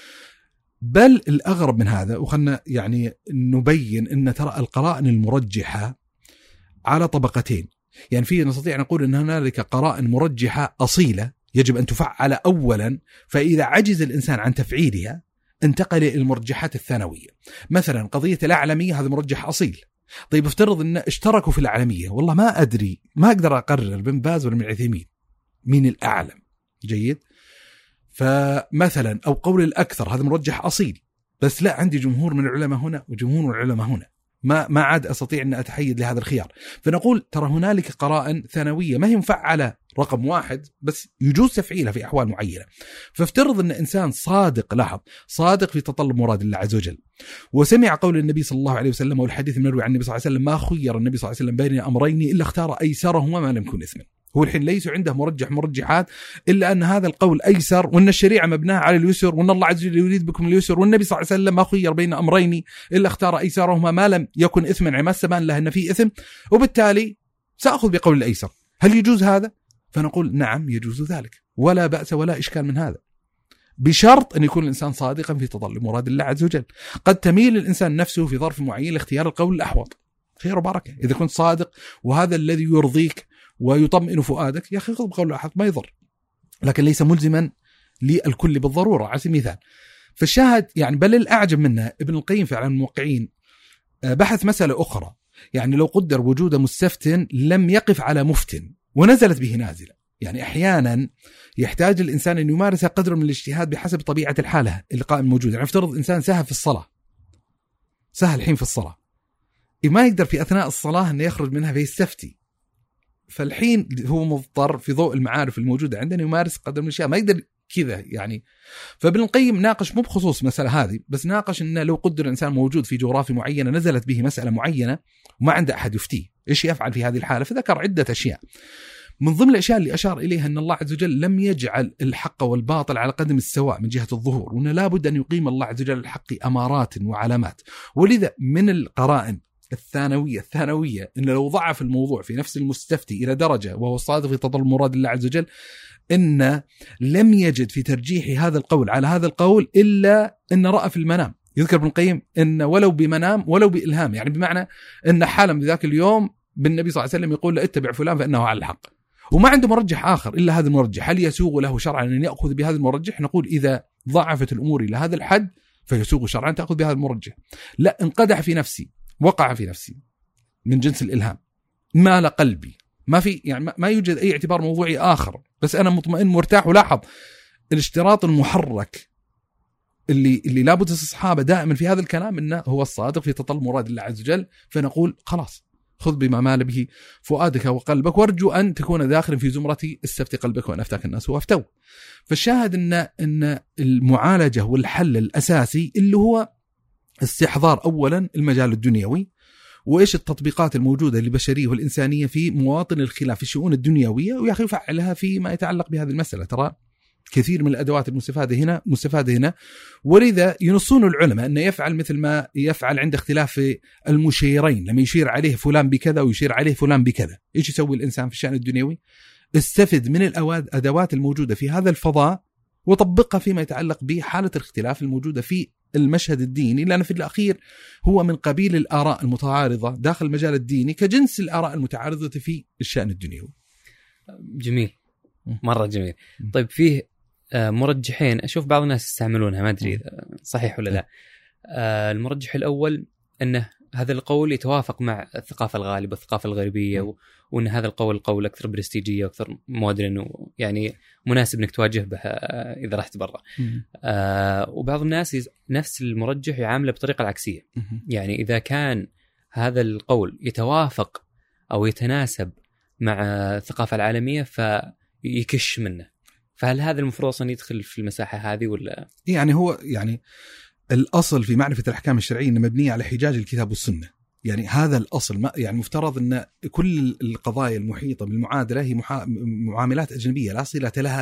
بل الأغرب من هذا، وخلنا يعني نبين أن ترى القرائن المرجحة على طبقتين. يعني فيه نستطيع نقول أن هنالك قرائن مرجحة أصيلة يجب أن تفعل أولا، فإذا عجز الإنسان عن تفعيلها انتقل إلى المرجحات الثانوية. مثلا قضية الأعلمية هذا مرجح أصيل. طيب افترض أن اشتركوا في الأعلمية، والله ما أدري ما أقدر أقرر بن باز ولا من عثيمين مين الأعلم، جيد. فمثلا أو قول الأكثر هذا مرجح أصيل، بس لا عندي جمهور من العلماء هنا وجمهور من العلماء هنا، ما ما عاد أستطيع أن أتحيد لهذا الخيار. فنقول ترى هنالك قرائن ثانوية ما هي مفعلة رقم واحد بس يجوز تفعيلها في أحوال معينة. فافترض أن إنسان صادق، لاحظ صادق في تطلب مراد الله عز وجل، وسمع قول النبي صلى الله عليه وسلم والحديث المروي عن النبي صلى الله عليه وسلم ما خير النبي صلى الله عليه وسلم بين أمرين إلا اختار أيسرهما ما لم يكن إثما. هو الحين ليس عنده مرجح مرجحات إلا أن هذا القول أيسر، وأن الشريعة مبناها على اليسر، وأن الله عز وجل يريد بكم اليسر، والنبي صلى الله عليه وسلم ما خير بين أمرين إلا اختار أيسرهما ما لم يكن إثما، يعني ما سبان له أن فيه إثم، وبالتالي سأخذ بقول الأيسر. هل يجوز هذا؟ فنقول نعم يجوز ذلك، ولا بأس ولا إشكال من هذا، بشرط أن يكون الإنسان صادقا في تطلب مراد الله عز وجل. قد تميل الإنسان نفسه في ظرف معين لاختيار القول الأحوط، خير وبركة إذا كنت صادق وهذا الذي يرضيك ويطمئن فؤادك، يا أخي خذ بقول الأحوط ما يضر، لكن ليس ملزما للكل بالضرورة على سبيل المثال. فالشاهد يعني بل الأعجب منه ابن القيم في علم الموقعين بحث مسألة أخرى، يعني لو قدر وجود مستفتن لم يقف على مفتن ونزلت به نازلة. يعني أحيانا يحتاج الإنسان أن يمارس قدر من الاجتهاد بحسب طبيعة الحالة اللقاء الموجود. يعني افترض إنسان سهى في الصلاة، سهى الحين في الصلاة، ما يقدر في أثناء الصلاة أن يخرج منها فيستفتي، فالحين هو مضطر في ضوء المعارف الموجودة عندنا يمارس قدر من الأشياء، ما يقدر كذا يعني. فابن القيم ناقش مو بخصوص مسألة هذه، بس ناقش أنه لو قدر الإنسان موجود في جغرافيا معينة نزلت به مسألة معينة وما عنده أحد يفتيه، إيش يفعل في هذه الحالة؟ فذكر عدة أشياء. من ضمن الأشياء اللي أشار إليها أن الله عز وجل لم يجعل الحق والباطل على قدم السواء من جهة الظهور، وأنه لابد أن يقيم الله عز وجل الحق أمارات وعلامات. ولذا من القرائن الثانوية الثانوية أن لو ضعف الموضوع في نفس المستفتي إلى درجة وهو صادق في تطلب مراد الله عز وجل، إن لم يجد في ترجيح هذا القول على هذا القول إلا أن رأى في المنام. يذكر ابن القيم أن ولو بمنام ولو بإلهام، يعني بمعنى أن حالم بذاك اليوم بالنبي صلى الله عليه وسلم يقول لا اتبع فلان فإنه على الحق، وما عنده مرجح آخر إلا هذا المرجح. هل يسوغ له شرعا أن يأخذ بهذا المرجح؟ نقول إذا ضعفت الأمور إلى هذا الحد فيسوغ شرعا تأخذ بهذا المرجح. لا، انقدح في نفسي، وقع في نفسي من جنس الإلهام، مال قلبي، ما في يعني ما يوجد أي اعتبار موضوعي آخر، بس أنا مطمئن مرتاح. ولاحظ الاشتراط المحرك اللي اللي لابد استصحابه دائما في هذا الكلام انه هو الصادق في تطلب مراد الله عز وجل. فنقول خلاص خذ بما مال به فؤادك وقلبك، وارجو أن تكون داخلا في زمرة استفتي قلبك وأن أفتاك الناس وأفتوا. فالشاهد أن أن المعالجة والحل الأساسي اللي هو استحضار أولا المجال الدنيوي، وإيش التطبيقات الموجودة للبشرية والإنسانية في مواطن الخلاف في الشؤون الدنيوية، ويا أخي يفعلها فيما يتعلق بهذه المسألة. ترى كثير من الأدوات المستفادة هنا مستفادة هنا، ولذا ينصون العلماء أن يفعل مثل ما يفعل عند اختلاف المشيرين، لما يشير عليه فلان بكذا ويشير عليه فلان بكذا. إيش يسوي الإنسان في الشأن الدنيوي؟ استفد من الأدوات الموجودة في هذا الفضاء وطبقها فيما يتعلق بحالة الاختلاف الموجودة في المشهد الديني، لأن في الأخير هو من قبيل الآراء المتعارضة داخل المجال الديني كجنس الآراء المتعارضة في الشأن الدنيوي. جميل، مرة جميل. طيب فيه مرجحين أشوف بعض الناس يستعملونها، ما أدري صحيح ولا لا. المرجح الأول أنه هذا القول يتوافق مع الثقافة الغالبة، الثقافة الغربية، وأن هذا القول قول أكثر برستيجية وأكثر مودرن، يعني مناسب إنك تواجه به إذا رحت برا. آه وبعض الناس نفس المرجح يعامله بطريقة العكسية، يعني إذا كان هذا القول يتوافق أو يتناسب مع الثقافة العالمية فيكش منه. فهل هذا المفروض أصلا يدخل في المساحة هذه ولا؟ يعني هو يعني الأصل في معرفة الأحكام الشرعية إنه مبنية على حجاج الكتاب والسنة، يعني هذا الأصل. ما يعني مفترض أن كل القضايا المحيطة بالمعادلة هي محا... معاملات أجنبية لا صلة لها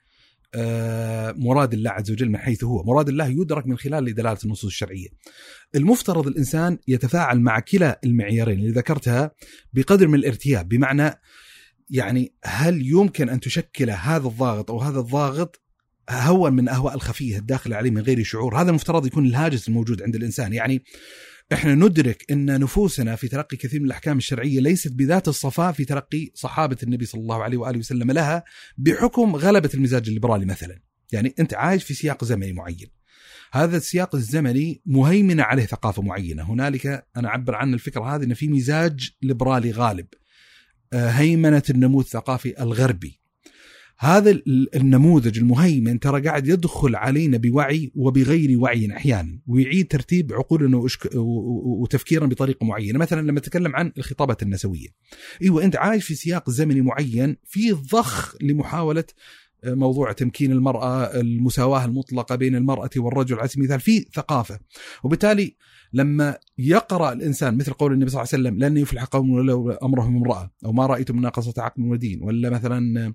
بمراد الله عز وجل، من حيث هو مراد الله يدرك من خلال دلالة النصوص الشرعية. المفترض الإنسان يتفاعل مع كلا المعيارين اللي ذكرتها بقدر من الارتياب، بمعنى يعني هل يمكن أن تشكل هذا الضاغط أو هذا الضاغط هو من أهواء الخفية الداخل عليه من غير شعور. هذا المفترض يكون الهاجس الموجود عند الإنسان. يعني إحنا ندرك أن نفوسنا في تلقي كثير من الأحكام الشرعية ليست بذات الصفاء في تلقي صحابة النبي صلى الله عليه وآله وسلم لها، بحكم غلبة المزاج الليبرالي مثلا. يعني أنت عايش في سياق زمني معين، هذا السياق الزمني مهيمن عليه ثقافة معينة. هنالك أنا أعبر عن الفكرة هذه أن في مزاج ليبرالي غالب، هيمنة النموذج الثقافي الغربي. هذا النموذج المهيمن ترى قاعد يدخل علينا بوعي وبغير وعي أحيانا، ويعيد ترتيب عقولنا وتفكيرنا بطريقة معينة. مثلا لما تكلم عن الخطابة النسوية، ايوه انت عايش في سياق زمني معين في ضخ لمحاولة موضوع تمكين المرأة، المساواة المطلقة بين المرأة والرجل على سبيل المثال، في ثقافة. وبالتالي لما يقرأ الإنسان مثل قول النبي صلى الله عليه وسلم لن يفلح قوم ولو أمرهم امرأة، أو ما رأيت مناقصة عقل ودين، ولا مثلا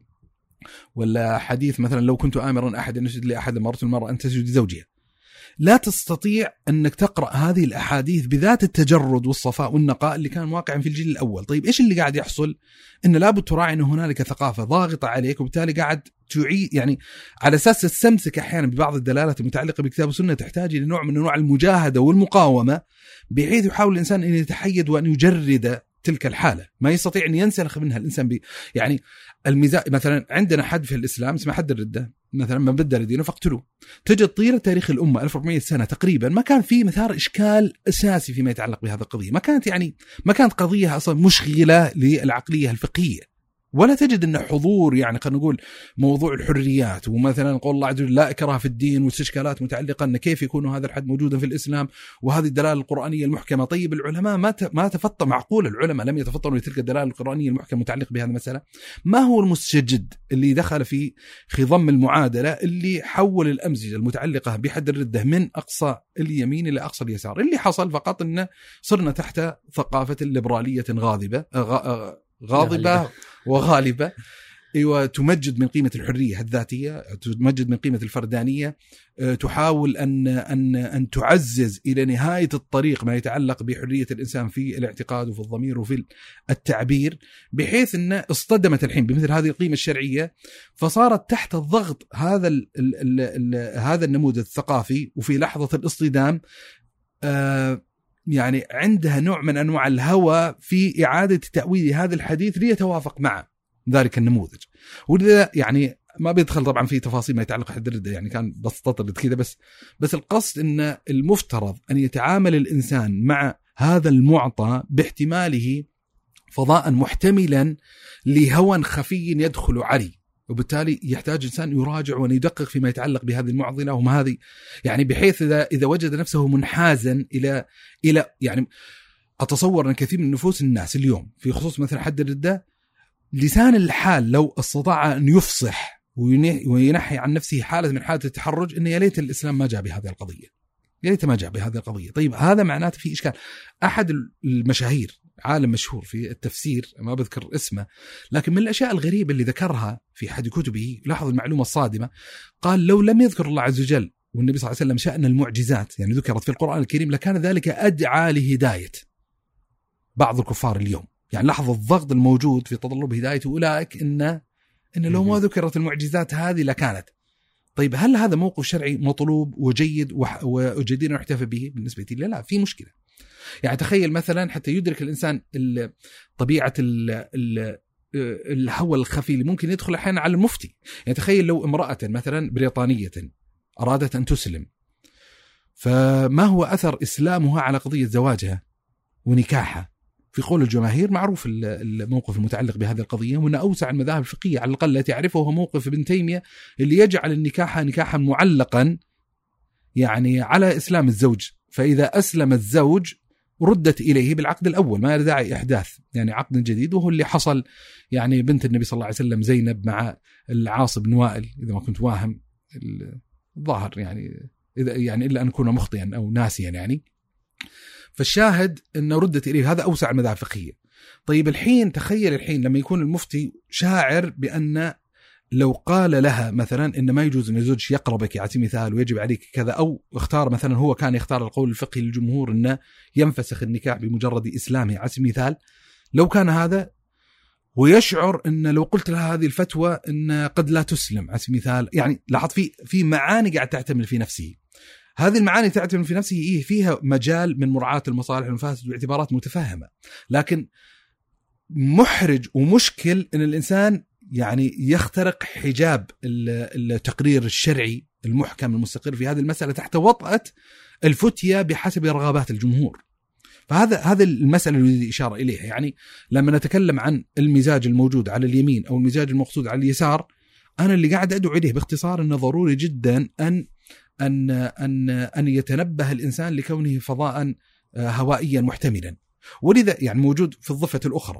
ولا حديث مثلا لو كنت آمرا أحد أن يسجد لأحد أمرت المرأة أن تسجد لزوجها، لا تستطيع أنك تقرأ هذه الأحاديث بذات التجرد والصفاء والنقاء اللي كان واقعا في الجيل الأول. طيب إيش اللي قاعد يحصل؟ إن لابد تراعي أن هنالك ثقافة ضاغطة عليك، وبالتالي قاعد تعيد يعني على أساس تستمسك أحيانا ببعض الدلالات المتعلقة بالكتاب والسنة تحتاج إلى نوع من أنواع المجاهدة والمقاومة، بحيث يحاول الإنسان أن يتحيد وأن يجرد تلك الحالة، ما يستطيع أن ينسلخ منها الإنسان بي يعني الميزان. مثلا عندنا حد في الإسلام اسمه حد الردة، مثلا من بدل دينه فاقتلوه. تجد طيلة تاريخ الأمة ألف وأربعمائة سنة تقريبا ما كان في مثار إشكال أساسي فيما يتعلق بهذا القضية، ما كانت يعني ما كانت قضية أصلا مشغلة للعقلية الفقهية، ولا تجد أن حضور يعني خلينا نقول موضوع الحريات، ومثلا قول الله عز وجل لا إكراه في الدين، واستشكالات متعلقة أن كيف يكون هذا الحد موجودا في الإسلام وهذه الدلالة القرآنية المحكمة. طيب العلماء ما ما تفطن، معقول العلماء لم يتفطنوا لتلك الدلالة القرآنية المحكمة متعلقة بهذه المسألة؟ ما هو المستجد اللي دخل في خضم المعادلة اللي حول الأمزجة المتعلقة بحد الردة من أقصى اليمين إلى أقصى اليسار؟ اللي حصل فقط أن صرنا تحت ثقافة الليبرالية غاضبة غاضبة وغالبة، ايوه، تمجد من قيمه الحريه الذاتيه، تمجد من قيمه الفردانيه، تحاول ان ان ان تعزز الى نهايه الطريق ما يتعلق بحريه الانسان في الاعتقاد وفي الضمير وفي التعبير، بحيث ان اصطدمت الحين بمثل هذه القيمه الشرعيه، فصارت تحت الضغط هذا ال ال ال ال هذا النموذج الثقافي، وفي لحظه الاصطدام آه يعني عندها نوع من أنواع الهوى في إعادة تأويل هذا الحديث ليتوافق مع ذلك النموذج. ولذا يعني ما بيدخل طبعا في تفاصيل ما يتعلق حد الردة، يعني كان بسططرد كذا، بس بس القصد أن المفترض أن يتعامل الإنسان مع هذا المعطى باحتماله فضاء محتملا لهوى خفي يدخل عليه، وبالتالي يحتاج إنسان يراجع وأن يدقق فيما يتعلق بهذه المعضلة وما هذه، يعني بحيث إذا إذا وجد نفسه منحازا إلى إلى يعني أتصور أن كثير من نفوس الناس اليوم في خصوص مثل حد الردة لسان الحال لو استطاع أن يفصح وينحي عن نفسه حالة من حالة التحرج، إن يا ليت الإسلام ما جاء بهذه القضية، يا ليت ما جاء بهذه القضية. طيب هذا معناته في إشكال. أحد المشاهير، عالم مشهور في التفسير ما بذكر اسمه، لكن من الأشياء الغريبة اللي ذكرها في أحد كتبه، لاحظ المعلومة الصادمة، قال لو لم يذكر الله عز وجل والنبي صلى الله عليه وسلم شأن المعجزات يعني ذكرت في القرآن الكريم لكان ذلك أدعى لهداية بعض الكفار اليوم. يعني لاحظ الضغط الموجود في تطلب هداية أولئك إن إن لو ما ذكرت المعجزات هذه لكانت. طيب هل هذا موقف شرعي مطلوب وجيد وجدير نحتفى به؟ بالنسبة لي لا، في مشكلة. يعني تخيل مثلا حتى يدرك الإنسان طبيعة الهوى الخفي اللي ممكن يدخل أحيانا على المفتي. يعني تخيل لو امرأة مثلا بريطانية أرادت أن تسلم، فما هو أثر إسلامها على قضية زواجها ونكاحها؟ في قول الجماهير معروف الموقف المتعلق بهذه القضية، وأن أوسع المذاهب الفقهية على الأقل التي يعرفه هو موقف ابن تيمية اللي يجعل النكاح نكاحا معلقا يعني على إسلام الزوج، فإذا أسلم الزوج ردت إليه بالعقد الأول، ما داعي إحداث يعني عقد جديد، وهو اللي حصل يعني بنت النبي صلى الله عليه وسلم زينب مع العاص بن وائل إذا ما كنت واهم الظاهر، يعني إذا يعني إلا أن أكون مخطئا أو ناسيا يعني. فالشاهد أنه ردت إليه، هذا أوسع المذاهب الفقهية. طيب الحين تخيل الحين لما يكون المفتي شاعر بأن لو قال لها مثلا إن ما يجوز أن الزوج يقربك على سبيل المثال ويجب عليك كذا، أو اختار مثلا هو كان يختار القول الفقهي للجمهور أنه ينفسخ النكاح بمجرد إسلامه على سبيل المثال، لو كان هذا ويشعر أن لو قلت لها هذه الفتوى أن قد لا تسلم على سبيل المثال، يعني لاحظ في في معاني قاعد تعتمل في نفسه، هذه المعاني تعتمد في نفسه إيه فيها مجال من مراعاة المصالح والمفاسد واعتبارات متفهمة، لكن محرج ومشكل أن الإنسان يعني يخترق حجاب التقرير الشرعي المحكم المستقر في هذه المسألة تحت وطأة الفتية بحسب رغبات الجمهور. فهذا هذا المسألة اللي إشارة إليها. يعني لما نتكلم عن المزاج الموجود على اليمين أو المزاج المقصود على اليسار، أنا اللي قاعد أدعو إليه باختصار أنه ضروري جدا أن أن أن أن يتنبه الإنسان لكونه فضاء هوائيا محتملا. ولذا يعني موجود في الضفة الأخرى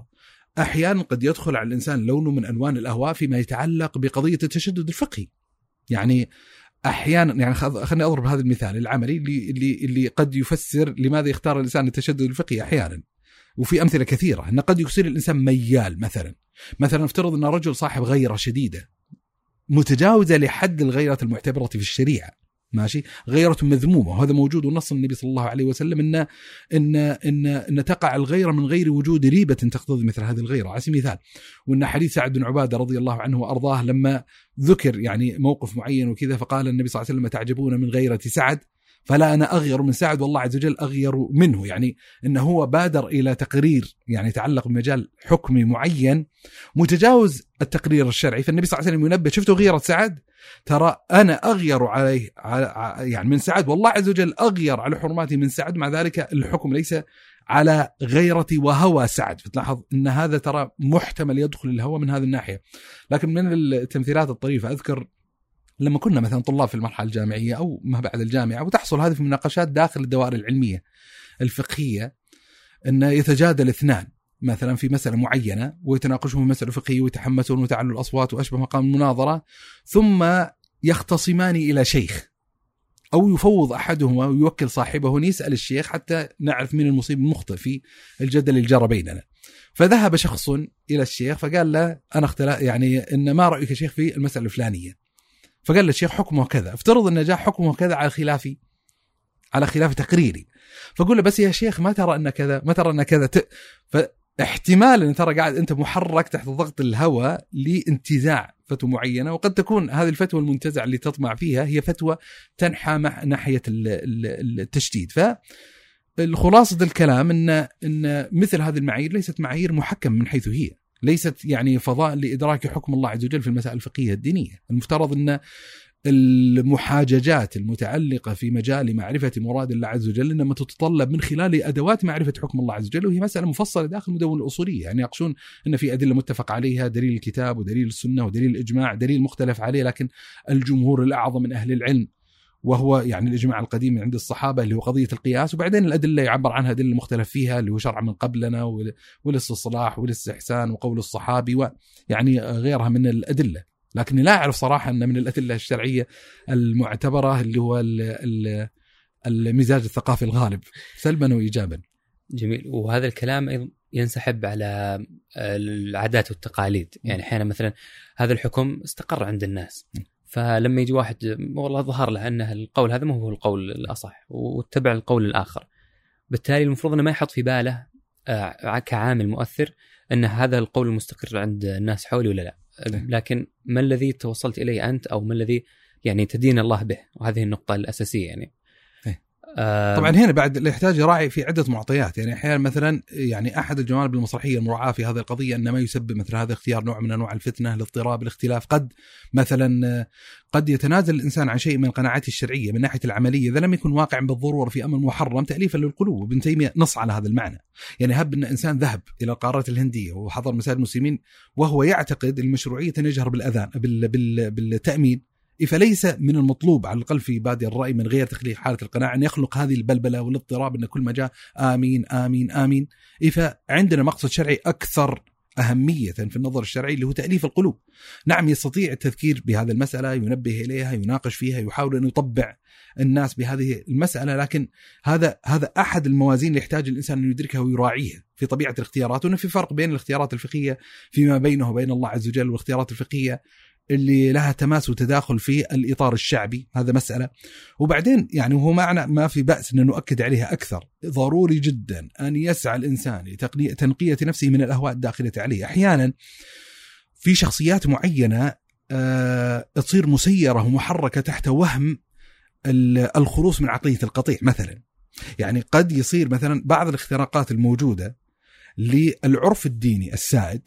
أحيانا قد يدخل على الإنسان لون من ألوان الأهواء فيما يتعلق بقضية التشدد الفقهي. يعني أحيانا يعني خلني أضرب هذا المثال العملي اللي اللي اللي قد يفسر لماذا يختار الإنسان التشدد الفقهي أحيانا، وفي أمثلة كثيرة أن قد يصير الإنسان ميال. مثلا مثلا افترض أن رجل صاحب غيرة شديدة متجاوزة لحد الغيرة المعتبرة في الشريعة، ماشي، غيرة مذمومة، وهذا موجود ونص النبي صلى الله عليه وسلم إن إن إن إن تقع الغيرة من غير وجود ريبة تقتضي مثل هذه الغيرة على سبيل المثال. وإن حديث سعد بن عبادة رضي الله عنه وأرضاه لما ذكر يعني موقف معين وكذا، فقال النبي صلى الله عليه وسلم تعجبون من غيرة سعد فلا أنا أغير من سعد والله عز وجل أغير منه. يعني إنه هو بادر إلى تقرير يعني يتعلق بمجال حكمي معين متجاوز التقرير الشرعي، فالنبي صلى الله عليه وسلم ينبه شفتوا غيرة سعد ترى أنا أغير عليه يعني من سعد والله عز وجل أغير على حرماتي من سعد، مع ذلك الحكم ليس على غيرتي وهوى سعد. فتلاحظ أن هذا ترى محتمل يدخل الهوى من هذه الناحية. لكن من التمثيلات الطريفة أذكر لما كنا مثلا طلاب في المرحلة الجامعية أو ما بعد الجامعة وتحصل هذه في مناقشات داخل الدوائر العلمية الفقهية، أن يتجادل اثنان مثلا في مسألة معينة ويتناقشون في مسألة فقهية ويتحمسون وتعلوا الأصوات وأشبه مقام المناظرة، ثم يختصمان إلى شيخ أو يفوض أحدهما ويوكل صاحبه يسأل الشيخ حتى نعرف من المصيب المخطئ في الجدل اللي جرى بيننا. فذهب شخص إلى الشيخ فقال له أنا اختلف يعني إن ما رأيك شيخ في المسألة الفلانية؟ فقال له الشيخ حكمه كذا. افترض أن جاء حكمه كذا على خلافي على خلاف تقريري، فقول له بس يا شيخ ما ترى أن كذا ما ترى أن كذا ت... فاحتمال أن ترى قاعد أنت محرك تحت ضغط الهوى لانتزاع فتوى معينة، وقد تكون هذه الفتوى المنتزع اللي تطمع فيها هي فتوى تنحى مع ناحية التشديد. فالخلاصة الكلام أن أن مثل هذه المعايير ليست معايير محكم من حيث هي، ليست يعني فضاء لإدراك حكم الله عز وجل في المسائل الفقهية الدينية. المفترض أن المحاججات المتعلقة في مجال معرفة مراد الله عز وجل إنما تتطلب من خلال أدوات معرفة حكم الله عز وجل، وهي مسألة مفصلة داخل مدون الأصولية. يعني يقصون أن في أدلة متفق عليها، دليل الكتاب ودليل السنة ودليل الإجماع، دليل مختلف عليه، لكن الجمهور الأعظم من أهل العلم وهو يعني الإجماع القديم عند الصحابة اللي هو قضية القياس، وبعدين الأدلة يعبر عنها أدلة مختلف فيها اللي هو شرع من قبلنا والاستصلاح والاستحسان وقول الصحابي ويعني غيرها من الأدلة. لكن لا أعرف صراحة أن من الأدلة الشرعية المعتبرة اللي هو المزاج الثقافي الغالب سلبا وإيجابا. جميل. وهذا الكلام أيضا ينسحب على العادات والتقاليد. يعني أحيانا مثلا هذا الحكم استقر عند الناس، فلما يجي واحد والله ظهر له أن القول هذا ما هو القول الأصح واتبع القول الآخر، بالتالي المفروض أنه ما يحط في باله كعامل مؤثر أن هذا القول المستقر عند الناس حولي ولا لا، لكن ما الذي توصلت إليه أنت أو ما الذي يعني تدين الله به، وهذه النقطة الأساسية. يعني آه طبعا هنا بعد يحتاج يراعي في عدة معطيات. يعني أحيانا مثلا يعني أحد الجوانب المسرحية المراعاة في هذه القضية أن ما يسبب مثل هذا اختيار نوع من أنواع الفتنة، الاضطراب، الاختلاف. قد مثلا قد يتنازل الإنسان عن شيء من القناعات الشرعية من ناحية العملية إذا لم يكن واقع بالضرورة في أمر محرم تأليفا للقلوب. ابن تيمية نص على هذا المعنى. يعني هب أن إنسان ذهب إلى القارة الهندية وحضر مساجد المسلمين وهو يعتقد المشروعية أن يجهر بالأذان بال بال بالتأمين، فليس من المطلوب على الأقل في بادئ الرأي من غير تخليق حالة القناعة أن يخلق هذه البلبلة والاضطراب أن كل ما جاء آمين آمين آمين. فعندنا مقصد شرعي أكثر أهمية في النظر الشرعي اللي هو تأليف القلوب. نعم يستطيع التذكير بهذه المسألة، ينبه إليها، يناقش فيها، يحاول أن يطبع الناس بهذه المسألة، لكن هذا هذا أحد الموازين اللي يحتاج الإنسان أن يدركها ويراعيها في طبيعة الاختيارات. وأن في فرق بين الاختيارات الفقهية فيما بينه وبين الله عز وجل والاختيارات الفقهية اللي لها تماس وتداخل في الإطار الشعبي، هذا مسألة. وبعدين يعني هو معنى ما في بأس أن نؤكد عليها أكثر، ضروري جدا أن يسعى الإنسان لتنقية نفسه من الأهواء الداخلة عليه. أحيانا في شخصيات معينة أه تصير مسيرة ومحركة تحت وهم الخلوص من عقلية القطيع مثلا. يعني قد يصير مثلا بعض الاختراقات الموجودة للعرف الديني السائد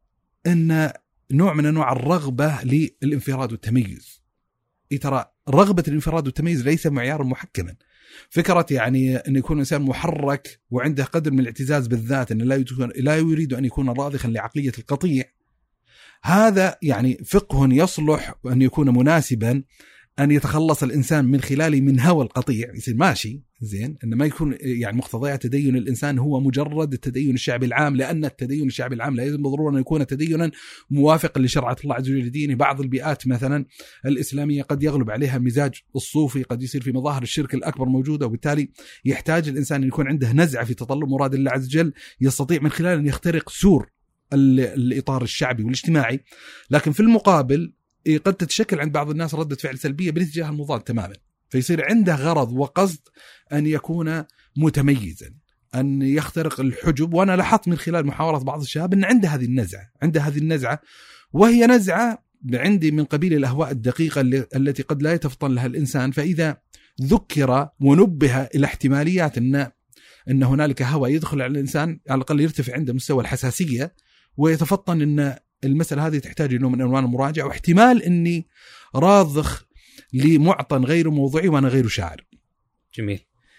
أن نوع من أنواع الرغبة للانفراد والتميز. ترى رغبة الانفراد والتميز ليس معيار محكما. فكرة يعني أن يكون إنسان محرك وعنده قدر من الاعتزاز بالذات أن لا لا يريد أن يكون راضخا لعقلية القطيع، هذا يعني فقه يصلح أن يكون مناسبا أن يتخلص الإنسان من خلاله من هوى القطيع، يصير ماشي زين، إنه ما يكون يعني مقتضيات تدين الإنسان هو مجرد التدين الشعبي العام، لأن التدين الشعبي العام لا يلزم بالضرورة أن يكون تدينا موافقا لشرعة الله عز وجل لدينه. بعض البيئات مثلا الإسلامية قد يغلب عليها مزاج الصوفي، قد يصير في مظاهر الشرك الأكبر موجودة، وبالتالي يحتاج الإنسان أن يكون عنده نزعة في تطلب مراد الله عز وجل يستطيع من خلال أن يخترق سور الإطار الشعبي والاجتماعي. لكن في المقابل قد تتشكل عند بعض الناس ردة فعل سلبية بالاتجاه المضاد تماما، فيصير عنده غرض وقصد أن يكون متميزا، أن يخترق الحجب. وأنا لاحظت من خلال محاورات بعض الشباب أن عنده هذه النزعة، عنده هذه النزعة وهي نزعة عندي من قبيل الأهواء الدقيقة التي قد لا يتفطن لها الإنسان. فإذا ذكر ونبه إلى احتماليات أن أن هنالك هوى يدخل على الإنسان، على الأقل يرتفع عنده مستوى الحساسية ويتفطن أن المسألة هذه تحتاج إنه من أنواع المراجعة، واحتمال أني راضخ لمعطى غير موضوعي وأنا غير شاعر. جميل.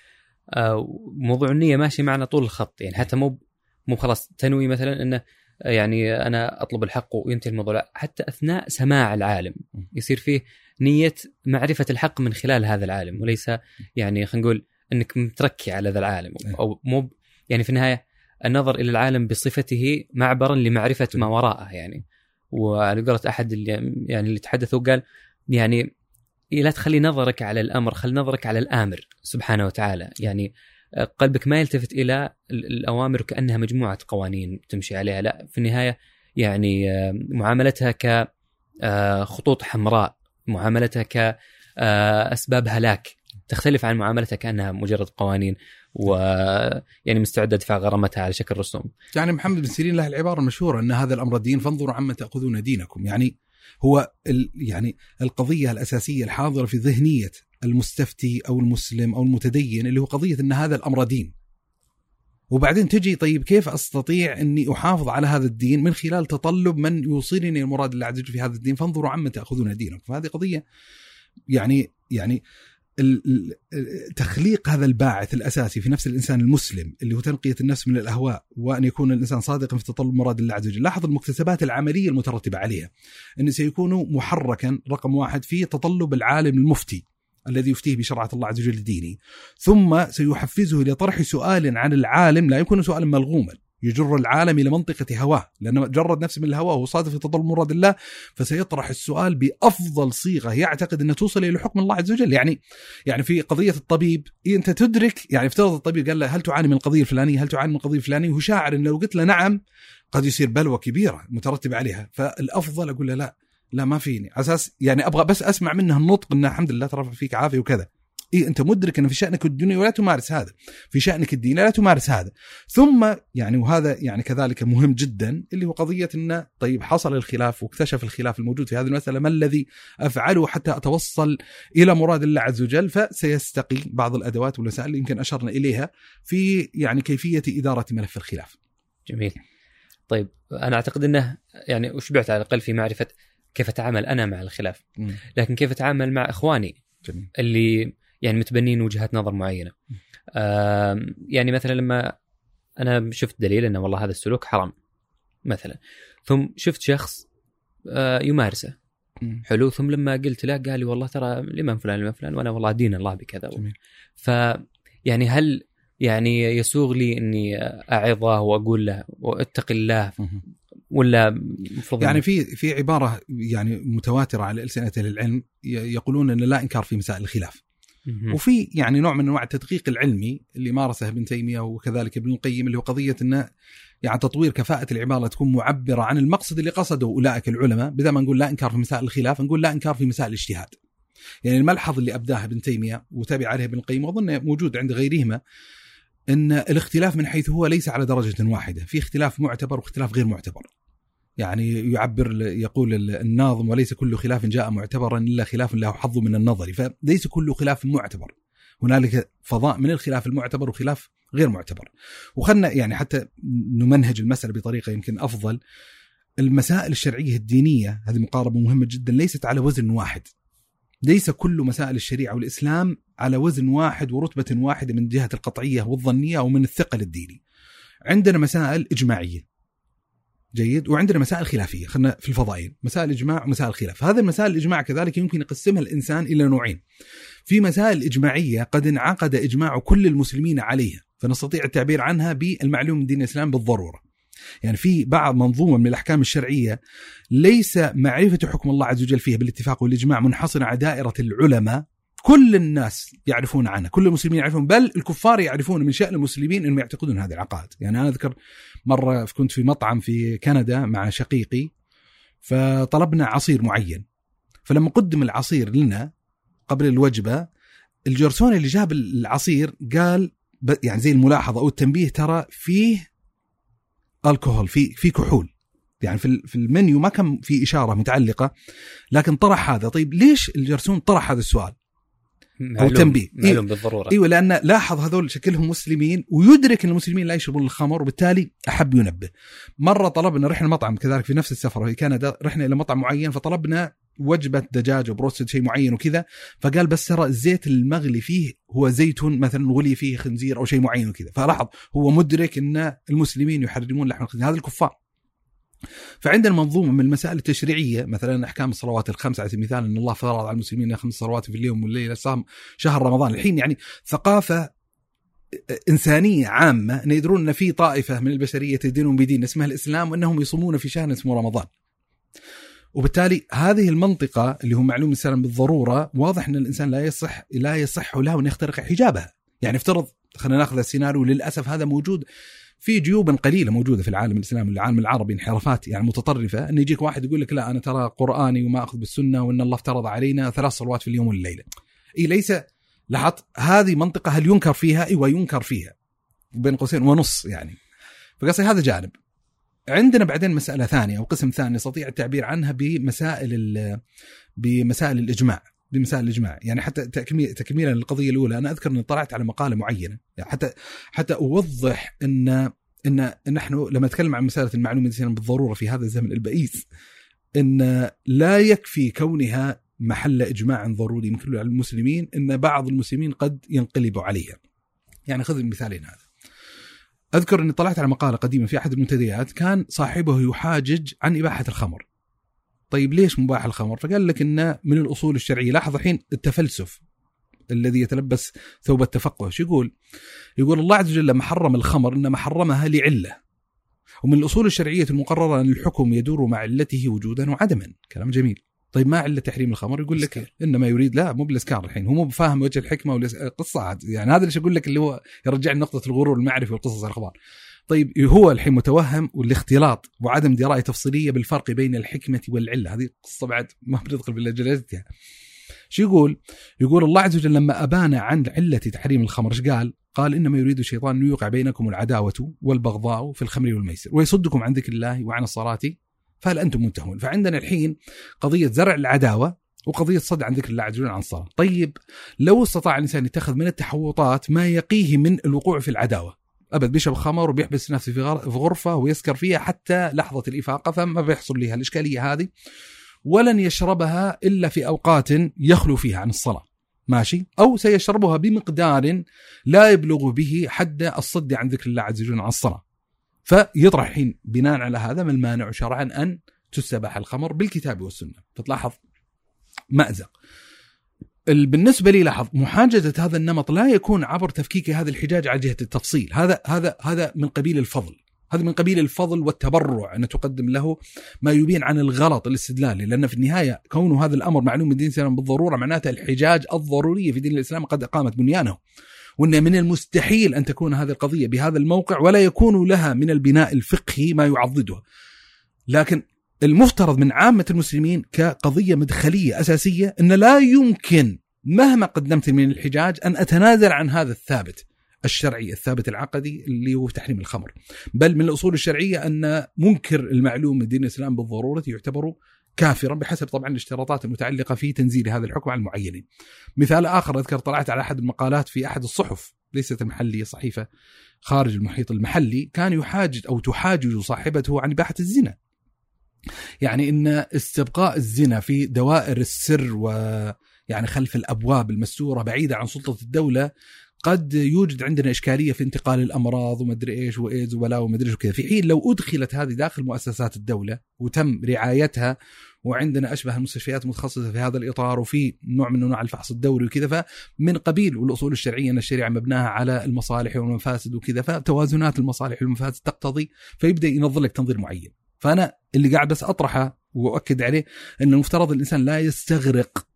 آه موضوع النية ماشي معنا طول الخط، يعني حتى مو مو خلاص تنوي مثلا أنه يعني أنا أطلب الحق وينتهي الموضوع، لا، حتى أثناء سماع العالم يصير فيه نية معرفة الحق من خلال هذا العالم، وليس يعني خلينا نقول أنك متركي على ذا العالم، أو مو يعني في النهاية النظر إلى العالم بصفته معبرا لمعرفة ما وراءه. يعني وعلى قولة أحد اللي يعني اللي تحدثوا قال يعني لا تخلي نظرك على الأمر، خلي نظرك على الآمر سبحانه وتعالى. يعني قلبك ما يلتفت إلى الأوامر كأنها مجموعة قوانين تمشي عليها، لا، في النهاية يعني معاملتها كخطوط حمراء، معاملتها كأسباب هلاك، تختلف عن معاملتها كأنها مجرد قوانين ويعني مستعد أدفع غرامتها على شكل رسوم. يعني محمد بن سيرين له العبارة المشهورة أن هذا الأمر الدين فانظروا عما تأخذون دينكم. يعني هو يعني القضية الأساسية الحاضرة في ذهنية المستفتي أو المسلم أو المتدين اللي هو قضية أن هذا الأمر دين، وبعدين تجي طيب كيف أستطيع أني أحافظ على هذا الدين من خلال تطلب من يوصلني المراد الله عز وجل في هذا الدين، فانظروا عما تأخذون دينكم. فهذه قضية يعني يعني تخليق هذا الباعث الأساسي في نفس الإنسان المسلم اللي هو تنقية النفس من الأهواء، وأن يكون الإنسان صادقا في تطلب مراد الله عز وجل. لاحظ المكتسبات العملية المترتبة عليها، أنه سيكون محركا رقم واحد في تطلب العالم المفتي الذي يفتيه بشرعة الله عز وجل ديني، ثم سيحفزه لطرح سؤال عن العالم لا يكون سؤالا ملغوما يجر العالم إلى منطقة هواه، لأنه جرد نفسه من الهوى وهو صادق في تطلب مراد الله، فسيطرح السؤال بأفضل صيغة يعتقد أنه توصل إلى حكم الله عز وجل. يعني يعني في قضية الطبيب أنت تدرك، يعني افترض الطبيب قال له هل تعاني من القضية الفلانية، هل تعاني من القضية الفلانية، وهو شاعر أنه لو قلت له نعم قد يصير بلوى كبيرة مترتب عليها، فالأفضل أقول له لا لا ما فيني، أساس يعني أبغى بس أسمع منه النطق أنه الحمد لله ترى فيك عافية وكذا. إيه أنت مدرك أن في شأنك الدنيا ولا تمارس هذا، في شأنك الدين لا تمارس هذا. ثم يعني وهذا يعني كذلك مهم جدا اللي هو قضية أنه طيب حصل الخلاف واكتشف الخلاف الموجود في هذه المسألة، ما الذي أفعله حتى أتوصل إلى مراد الله عز وجل؟ فسيستقي بعض الأدوات والوسائل اللي يمكن أشرنا إليها في يعني كيفية إدارة ملف الخلاف. جميل. طيب أنا أعتقد أنه يعني أشبعت على الأقل في معرفة كيف أتعامل أنا مع الخلاف، لكن كيف أتعامل مع إخواني جميل. اللي يعني متبنين وجهات نظر معينة. يعني مثلا لما أنا شفت دليل أنه والله هذا السلوك حرام مثلا، ثم شفت شخص يمارسه حلو، ثم لما قلت له قال لي والله ترى الإمام فلان الإمام فلان وأنا والله دين الله بكذا. فيعني هل يعني يسوغ لي أني أعظه وأقول له واتق الله، ولا يعني في في عبارة يعني متواترة على ألسنة العلم يقولون أن لا إنكار في مسائل الخلاف، وفي يعني نوع من انواع التدقيق العلمي اللي مارسه ابن تيمية وكذلك ابن القيم، اللي هو قضية انه يعني تطوير كفاءة العبارة تكون معبرة عن المقصد اللي قصده أولئك العلماء، بدل ما نقول لا إنكار في مسائل الخلاف نقول لا إنكار في مسائل الاجتهاد. يعني الملحظ اللي أبداه ابن تيمية وتابع عليه ابن القيم وأظن موجود عند غيرهما، أن الاختلاف من حيث هو ليس على درجة واحدة، في اختلاف معتبر واختلاف غير معتبر. يعني يعبر يقول الناظم وليس كل خلاف جاء معتبرا إلا خلاف له حظ من النظر، فليس كل خلاف معتبر، هنالك فضاء من الخلاف المعتبر وخلاف غير معتبر. وخلنا يعني حتى نمنهج المسألة بطريقة يمكن أفضل، المسائل الشرعية الدينية هذه مقاربة مهمة جدا، ليست على وزن واحد، ليس كل مسائل الشريعة والإسلام على وزن واحد ورتبة واحدة من جهة القطعية والظنية ومن الثقل الديني. عندنا مسائل إجماعية، جيد. وعندنا مسائل خلافية، خلنا في الفضائين مسائل إجماع ومسائل خلاف. هذا المسائل الإجماع كذلك يمكن يقسمها الإنسان إلى نوعين. في مسائل إجماعية قد انعقد إجماع كل المسلمين عليها فنستطيع التعبير عنها بالمعلوم من دين الإسلام بالضرورة. يعني في بعض منظومة من الأحكام الشرعية ليس معرفة حكم الله عز وجل فيها بالاتفاق والإجماع منحصرة على دائرة العلماء، كل الناس يعرفون عنها، كل المسلمين يعرفون، بل الكفار يعرفون من شأن المسلمين أنهم يعتقدون هذه العقائد. يعني أنا أذكر مرة كنت في مطعم في كندا مع شقيقي فطلبنا عصير معين، فلما قدم العصير لنا قبل الوجبة الجرسون اللي جاب العصير قال يعني زي الملاحظة أو التنبيه ترى فيه الكحول، في في كحول، يعني في في المنيو ما كان في إشارة متعلقة لكن طرح هذا. طيب ليش الجرسون طرح هذا السؤال أو تنبيه؟ معلوم إيه؟ بالضرورة. ايوه لأن لاحظ هذول شكلهم مسلمين ويدرك ان المسلمين لا يشربون الخمر وبالتالي احب ينبه. مره طلبنا رحنا مطعم كذلك في نفس السفره في كندا، رحنا الى مطعم معين فطلبنا وجبه دجاج وبروستد شيء معين وكذا، فقال بس ترى الزيت المغلي فيه هو زيت مثلا غلي فيه خنزير او شيء معين وكذا. فلاحظ هو مدرك ان المسلمين يحرمون لحم الخنزير، هذا الكفار. فعندنا منظومة من المسائل التشريعية مثلا أحكام الصلوات الخمس على سبيل المثال، أن الله فرض على المسلمين خمس صلوات في اليوم والليلة صام شهر رمضان. الحين يعني ثقافة إنسانية عامة أن يدرون أن في طائفة من البشرية تدينون بدين اسمها الإسلام وأنهم يصومون في شهر اسمه رمضان، وبالتالي هذه المنطقة اللي هو معلوم السلام بالضرورة واضح أن الإنسان لا يصح لا يصح له أن يخترق حجابها. يعني افترض خلينا ناخذ السيناريو، للأسف هذا موجود في جيوب قليلة موجودة في العالم الإسلامي العالم العربي، انحرافات يعني متطرفة، أن يجيك واحد يقول لك لا أنا ترى قرآني وما أخذ بالسنة وأن الله افترض علينا ثلاث صلوات في اليوم والليلة. إيه ليس لاحظت هذه منطقة هل ينكر فيها؟ إيه وينكر فيها بين قوسين ونص يعني. فقصي هذا جانب. عندنا بعدين مسألة ثانية أو قسم ثاني نستطيع التعبير عنها بمسائل بمسائل الإجماع بمسائل الإجماع. يعني حتى تكميلا للقضية الأولى أنا أذكر أني طلعت على مقالة معينة يعني حتى حتى أوضح أن إن نحن لما نتكلم عن مسألة المعلومة بالضرورة في هذا الزمن البئيس أن لا يكفي كونها محل إجماع ضروري من كل المسلمين، إن بعض المسلمين قد ينقلبوا عليها. يعني خذ المثالين هذا. أذكر أني طلعت على مقالة قديمة في أحد المنتديات كان صاحبه يحاجج عن إباحة الخمر. طيب ليش مباح الخمر؟ فقال لك إنه من الأصول الشرعية. لاحظ الحين التفلسف الذي يتلبس ثوب التفقه. شو يقول؟ يقول الله عز وجل لما حرم الخمر إنما حرمها لعلة، ومن الأصول الشرعية المقررة أن الحكم يدور مع علته وجودا وعدما. كلام جميل. طيب ما علة تحريم الخمر؟ يقول لك سكر. إنما يريد لا مو بالإسكار. الحين هو مو بفاهم وجه الحكمة والقصة يعني هذا اللي أقول لك اللي هو يرجع نقطة الغرور المعرفي والقصص الأخبار. طيب هو الحين متوهم والاختلاط وعدم دراية تفصيلية بالفرق بين الحكمة والعلة. هذه قصة بعد ما بندخل بالجلالتها. شو يقول؟ يقول الله عز وجل لما أبان عن علة تحريم الخمر ايش قال؟ قال إنما يريد الشيطان أن يوقع بينكم العداوة والبغضاء في الخمر والميسر ويصدكم عن ذكر الله وعن الصلاة فهل أنتم منتهون. فعندنا الحين قضية زرع العداوة وقضية صد عن ذكر الله عز وجل عن الصلاة. طيب لو استطاع الإنسان يتخذ من التحوطات ما يقيه من الوقوع في العداوة، أبد بيشرب خمر وبيحبس نفسه في غرفة ويسكر فيها حتى لحظة الإفاقة فما بيحصل لها الإشكالية هذه، ولن يشربها إلا في أوقات يخلو فيها عن الصلاة ماشي، أو سيشربها بمقدار لا يبلغ به حد الصد عن ذكر الله عز وجل عن الصلاة. فيطرح حين بناء على هذا ما المانع شرعا أن تستباح الخمر بالكتاب والسنة. فتلاحظ مأزق. بالنسبة لي لاحظ محاججة هذا النمط لا يكون عبر تفكيك هذا الحجاج على جهة التفصيل. هذا هذا هذا من قبيل الفضل، هذا من قبيل الفضل والتبرع أن تقدم له ما يبين عن الغلط الاستدلالي، لأن في النهاية كون هذا الأمر معلوم من دين الإسلام بالضرورة معناته الحجاج الضرورية في دين الإسلام قد أقامت بنيانه، وأن من المستحيل أن تكون هذه القضية بهذا الموقع ولا يكون لها من البناء الفقهي ما يعضدها. لكن المفترض من عامة المسلمين كقضية مدخلية أساسية أن لا يمكن مهما قدمت من الحجاج أن أتنازل عن هذا الثابت الشرعي الثابت العقدي اللي هو تحريم الخمر. بل من الأصول الشرعية أن منكر المعلوم من دين الإسلام بالضرورة يعتبر كافرا بحسب طبعا الاشتراطات المتعلقة في تنزيل هذا الحكم على المعينين. مثال آخر أذكر طلعت على أحد المقالات في أحد الصحف ليست المحلية، صحيفة خارج المحيط المحلي، كان يحاجج أو تحاجج صاحبته عن إباحة الزنا. يعني إن استبقاء الزنا في دوائر السر ويعني خلف الأبواب المستورة بعيدة عن سلطة الدولة قد يوجد عندنا إشكالية في انتقال الأمراض ومدري إيش وإيدز ولا ومدري إيش وكذا، في حين لو أدخلت هذه داخل مؤسسات الدولة وتم رعايتها، وعندنا أشبه المستشفيات متخصصة في هذا الإطار وفي نوع من أنواع الفحص الدوري وكذا، فمن قبيل والأصول الشرعية أن الشريعة مبناها على المصالح والمفاسد وكذا، فتوازنات المصالح والمفاسد تقتضي فيبدأ ينظر لك تنظير معين. فأنا اللي قاعد بس أطرحه وأؤكد عليه أن المفترض الإنسان لا يستغرق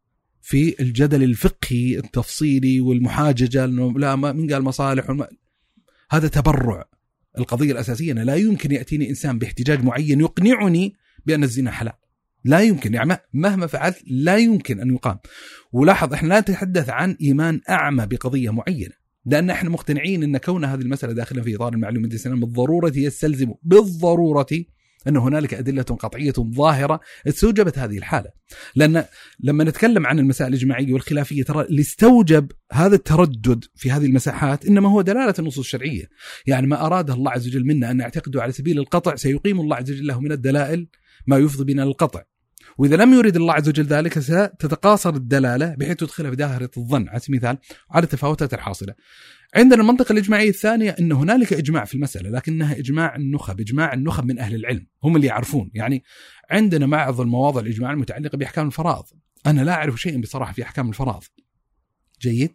في الجدل الفقهي التفصيلي والمحاججة أنه لا ما من قال مصالح والم... هذا تبرع. القضية الأساسية أنه لا يمكن يأتيني إنسان باحتجاج معين يقنعني بأن الزنا حلال، لا يمكن، يعني مهما فعلت لا يمكن أن يقام. ولاحظ إحنا لا نتحدث عن إيمان أعمى بقضية معينة، لأن إحنا مقتنعين أن كون هذه المسألة داخلة في إطار المعلومة الإسلامية بالضرورة يستلزم بالضرورة أن هنالك أدلة قطعية ظاهرة استوجبت هذه الحالة. لأن لما نتكلم عن المسائل الإجماعية والخلافية ترى اللي استوجب هذا التردد في هذه المساحات إنما هو دلالة النصوص الشرعية. يعني ما أراده الله عز وجل منا أن نعتقده على سبيل القطع سيقيم الله عز وجل له من الدلائل ما يفضي بنا للقطع، وإذا لم يريد الله عز وجل ذلك ستتقاصر الدلالة بحيث تدخل في دائرة الظن على سبيل المثال على التفاوتات الحاصلة. عندنا المنطقة الإجماعية الثانية أن هنالك إجماع في المسألة، لكنها إجماع النخب، إجماع النخب من أهل العلم هم اللي يعرفون. يعني عندنا بعض المواضع الإجماع المتعلقة بأحكام الفرائض، أنا لا أعرف شيئا بصراحة في أحكام الفرائض جيد،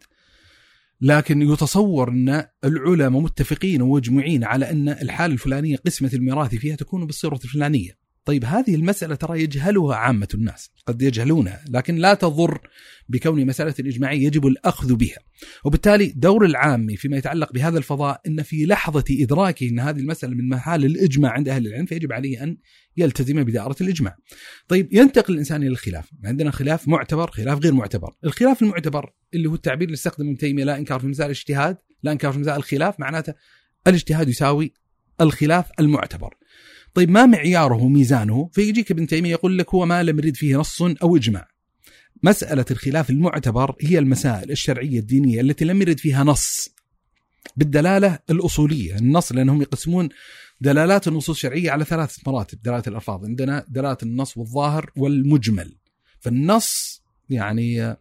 لكن يتصور أن العلماء متفقين ومجمعين على أن الحالة الفلانية قسمة الميراث فيها تكون بالصورة الفلانية. طيب هذه المسألة ترى يجهلها عامة الناس، قد يجهلونها، لكن لا تضر بكون مسألة إجماعية يجب الأخذ بها. وبالتالي دور العامي فيما يتعلق بهذا الفضاء أن في لحظة إدراكه أن هذه المسألة من محال الإجماع عند أهل العلم فيجب عليه أن يلتزم بدائرة الإجماع. طيب ينتقل الإنسان إلى الخلاف، عندنا خلاف معتبر، خلاف غير معتبر. الخلاف المعتبر اللي هو التعبير اللي استخدم ابن تيمية لا إنكار في مسائل الاجتهاد، لا إنكار في مسائل الخلاف، معناته الاجتهاد يساوي الخلاف المعتبر. طيب ما معياره وميزانه؟ فيجيك ابن تيمية يقول لك هو ما لم يرد فيه نص أو إجماع. مسألة الخلاف المعتبر هي المسائل الشرعية الدينية التي لم يرد فيها نص بالدلالة الأصولية، النص، لأنهم يقسمون دلالات النصوص الشرعية على ثلاث مراتب. دلالة الألفاظ عندنا دلالة النص والظاهر والمجمل. فالنص يعني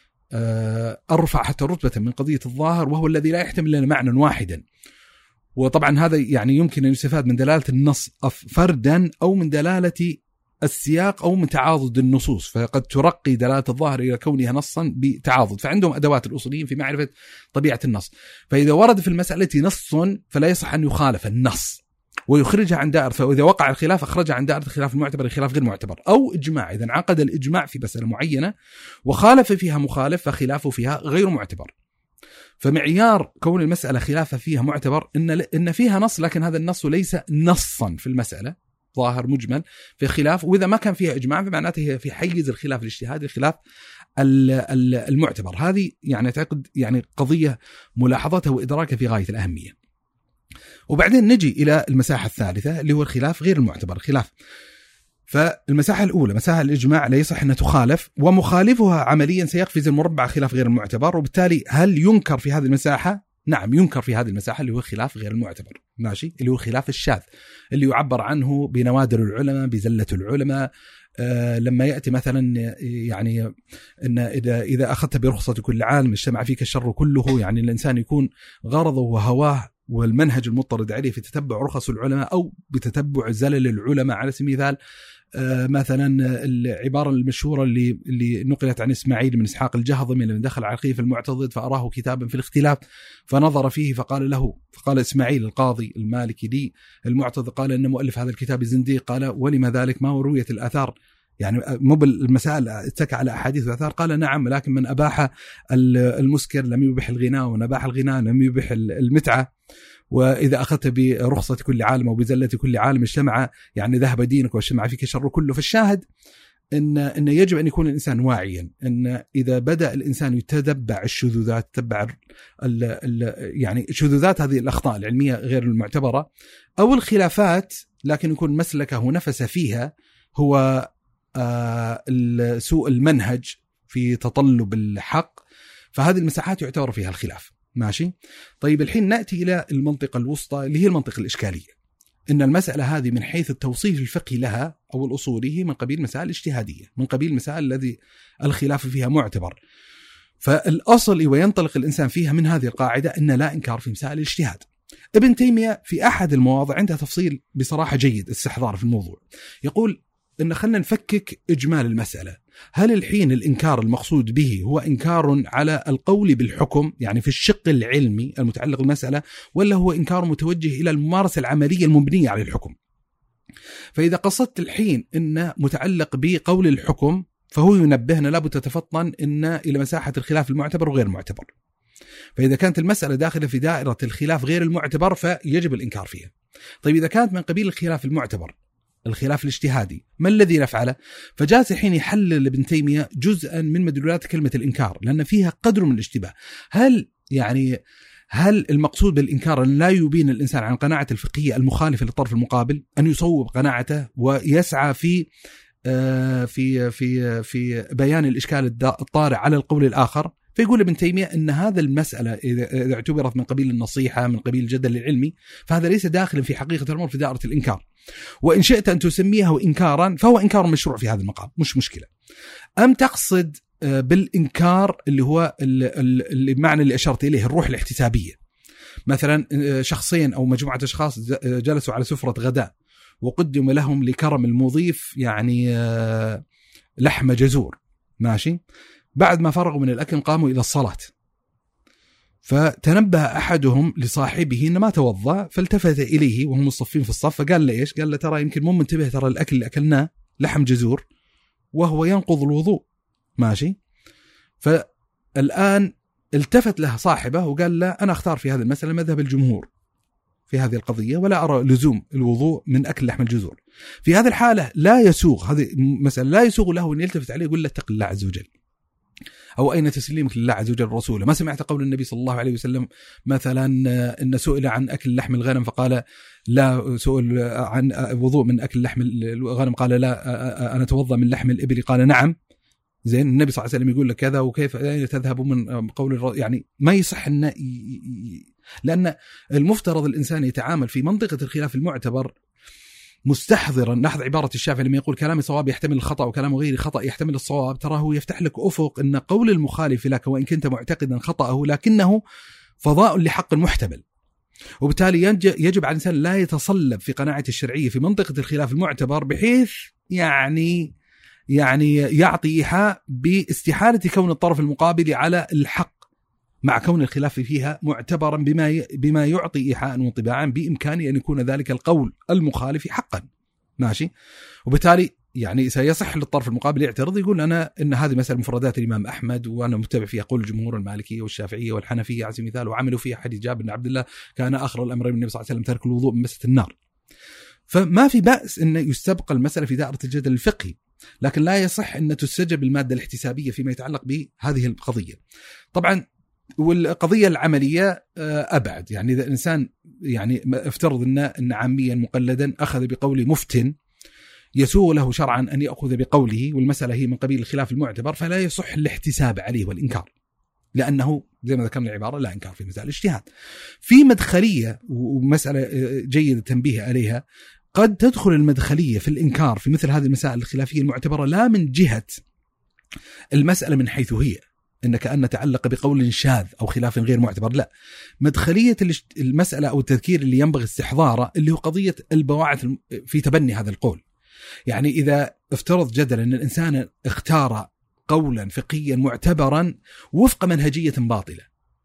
أرفع حتى رتبة من قضية الظاهر، وهو الذي لا يحتمل لنا معنى واحدا. وطبعا هذا يعني يمكن أن يستفاد من دلالة النص فردا أو من دلالة السياق أو من تعاضد النصوص، فقد ترقي دلالة الظاهر إلى كونها نصا بتعاضد. فعندهم أدوات الأصوليين في معرفة طبيعة النص، فإذا ورد في المسألة نص فلا يصح أن يخالف النص ويخرجها عن دائرة، فإذا وقع الخلاف أخرجها عن دائرة الخلاف المعتبر الخلاف غير معتبر. أو إجماع، إذا انعقد الإجماع في مسألة معينة وخالف فيها مخالف فخلافه فيها غير معتبر. فمعيار كون المسألة خلافة فيها معتبر إن إن فيها نص، لكن هذا النص ليس نصا في المسألة، ظاهر مجمل في خلاف. وإذا ما كان فيها إجماع فمعناته هي في حيز الخلاف الاجتهادي، الخلاف المعتبر. هذه يعني أعتقد يعني قضية ملاحظتها وإدراكها في غاية الأهمية. وبعدين نجي إلى المساحة الثالثة اللي هو الخلاف غير المعتبر، الخلاف. فالمساحة الأولى مساحة الإجماع لا يصح أن تخالف، ومخالفها عمليا سيقفز المربع خلاف غير المعتبر. وبالتالي هل ينكر في هذه المساحة؟ نعم ينكر في هذه المساحة اللي هو خلاف غير المعتبر، ماشي، اللي هو الخلاف الشاذ اللي يعبر عنه بنوادر العلماء، بزلة العلماء. آه لما يأتي مثلا يعني إن إذا إذا أخذت برخصة كل عالم اجتمع فيك الشر كله، يعني الإنسان يكون غرضه وهواه والمنهج المضطرد عليه في تتبع رخص العلماء أو بتتبع زلل العلماء. على سبيل المثال آه مثلا العبارة المشهورة اللي اللي نقلت عن إسماعيل من إسحاق الجهضمي لما دخل على الخليفة المعتضد فأراه كتابا في الاختلاف فنظر فيه فقال له فقال إسماعيل القاضي المالكي لي المعتضد قال إن مؤلف هذا الكتاب زنديق. قال ولما ذلك؟ ما هو رؤية الآثار؟ يعني مو بالمسائل اتكى على أحاديث الآثار. قال نعم، لكن من أباح المسكر لم يبح الغناء، ومن أباح الغناء لم يبح المتعة. وإذا أخذت برخصة كل عالم أو بزلة كل عالم اجتمع يعني ذهب دينك واجتمع فيك الشر كله. فالشاهد إن إن يجب أن يكون الإنسان واعيا إن إذا بدأ الإنسان يتتبع الشذوذات، يتبع ال ال يعني شذوذات هذه الأخطاء العلمية غير المعتبرة أو الخلافات، لكن يكون مسلكه نفس فيها هو آه سوء المنهج في تطلب الحق، فهذه المساحات يعتبر فيها الخلاف. ماشي. طيب الحين نأتي إلى المنطقة الوسطى اللي هي المنطقة الإشكالية، إن المسألة هذه من حيث التوصيف الفقهي لها أو الأصولي من قبيل مسائل اجتهادية، من قبيل مسائل الذي الخلاف فيها معتبر. فالأصل وينطلق الإنسان فيها من هذه القاعدة أن لا إنكار في مسائل الاجتهاد. ابن تيمية في أحد المواضع عنده تفصيل بصراحة جيد استحضار في الموضوع، يقول إن خلنا نفكك إجمال المسألة. هل الحين الإنكار المقصود به هو إنكار على القول بالحكم يعني في الشق العلمي المتعلق بالمسألة، ولا هو إنكار متوجه إلى الممارسة العملية المبنية على الحكم؟ فإذا قصدت الحين إنه متعلق بقول الحكم فهو ينبهنا لابد تتفطن إن إلى مساحة الخلاف المعتبر وغير المعتبر. فإذا كانت المسألة داخلة في دائرة الخلاف غير المعتبر فيجب الإنكار فيها. طيب إذا كانت من قبيل الخلاف المعتبر الخلاف الاجتهادي ما الذي نفعله؟ فجاء حين يحلل ابن تيمية جزءا من مدلولات كلمة الإنكار لأن فيها قدر من الاشتباه. هل يعني هل المقصود بالإنكار أن لا يبين الإنسان عن قناعة الفقهية المخالفة للطرف المقابل، أن يصوب قناعته ويسعى في في في في بيان الإشكال الطارئ على القول الآخر؟ فيقول ابن تيمية أن هذا المسألة إذا اعتبرت من قبيل النصيحة من قبيل الجدل العلمي فهذا ليس داخل في حقيقة الأمر في دائرة الإنكار، وإن شئت أن تسميه إنكارا فهو إنكار مشروع في هذا المقام مش مشكلة. أم تقصد بالإنكار اللي هو المعنى اللي أشرت إليه الروح الاحتسابية، مثلا شخصين أو مجموعة أشخاص جلسوا على سفرة غداء وقدم لهم لكرم المضيف يعني لحم جزور ماشي، بعد ما فرغوا من الأكل قاموا إلى الصلاة، فتنبه أحدهم لصاحبه إن ما توضأ فالتفت إليه وهم مصفين في الصف فقال له إيش؟ قال له ترى يمكن مو منتبه ترى الأكل اللي أكلناه لحم جزور وهو ينقض الوضوء ماشي. فالآن التفت له صاحبه وقال له أنا أختار في هذه المسألة مذهب الجمهور في هذه القضية ولا أرى لزوم الوضوء من أكل لحم الجزور. في هذه الحالة لا يسوغ هذه مسألة لا يسوغ له أن يلتفت عليه يقول له اتق الله عز وجل أو أين تسليمك لله عز وجل رسوله. ما سمعت قول النبي صلى الله عليه وسلم مثلا إن سئل عن أكل لحم الغنم فقال لا، سئل عن وضوء من أكل لحم الغنم قال لا أنا أتوضأ من لحم الإبل قال نعم. زين النبي صلى الله عليه وسلم يقول لك كذا وكيف تذهب من قول يعني ما يصح إن لأن المفترض الإنسان يتعامل في منطقة الخلاف المعتبر مستحضرا. لاحظ عبارة الشافعي لما يقول كلام صواب يحتمل الخطأ وكلام غير خطأ يحتمل الصواب، تراه يفتح لك أفق أن قول المخالف لك وإن كنت معتقدا خطأه لكنه فضاء لحق محتمل، وبالتالي يجب على الإنسان لا يتصلب في قناعة الشرعية في منطقة الخلاف المعتبر بحيث يعني يعني يعطي إيحاء باستحالة كون الطرف المقابل على الحق مع كون الخلاف فيها معتبرا بما بما يعطي إيحاء وانطباعا بإمكانه أن يكون ذلك القول المخالف حقا ماشي. وبالتالي يعني سيصح للطرف المقابل يعترض يقول أنا إن هذه مسألة مفردات الإمام أحمد وأنا متبع فيها قول الجمهور المالكية والشافعية والحنفية على سبيل المثال وعملوا فيها حديث جابر بن عبد الله كان آخر الأمر من النبي صلى الله عليه وسلم ترك الوضوء من مسة النار. فما في بأس أن يستبق المسألة في دائرة الجدل الفقهي، لكن لا يصح أن تسجب المادة الاحتسابية فيما يتعلق بهذه القضية. طبعا والقضية العملية أبعد، يعني إذا الإنسان يعني افترض أن أن عاميا مقلدا أخذ بقول مفتن يسوغ له شرعا أن يأخذ بقوله والمسألة هي من قبيل الخلاف المعتبر فلا يصح الاحتساب عليه والإنكار، لأنه زي ما ذكرنا العبارة لا إنكار في مسألة الاجتهاد. في مدخلية ومسألة جيدة تنبيه عليها، قد تدخل المدخلية في الإنكار في مثل هذه المسائل الخلافية المعتبرة لا من جهة المسألة من حيث هي إن كأن تعلق بقول شاذ أو خلاف غير معتبر، لا، مدخلية المسألة أو التذكير اللي ينبغي استحضاره اللي هو قضية البواعث في تبني هذا القول. يعني إذا افترض جدلا أن الإنسان اختار قولا فقهيا معتبرا وفق منهجية باطلة،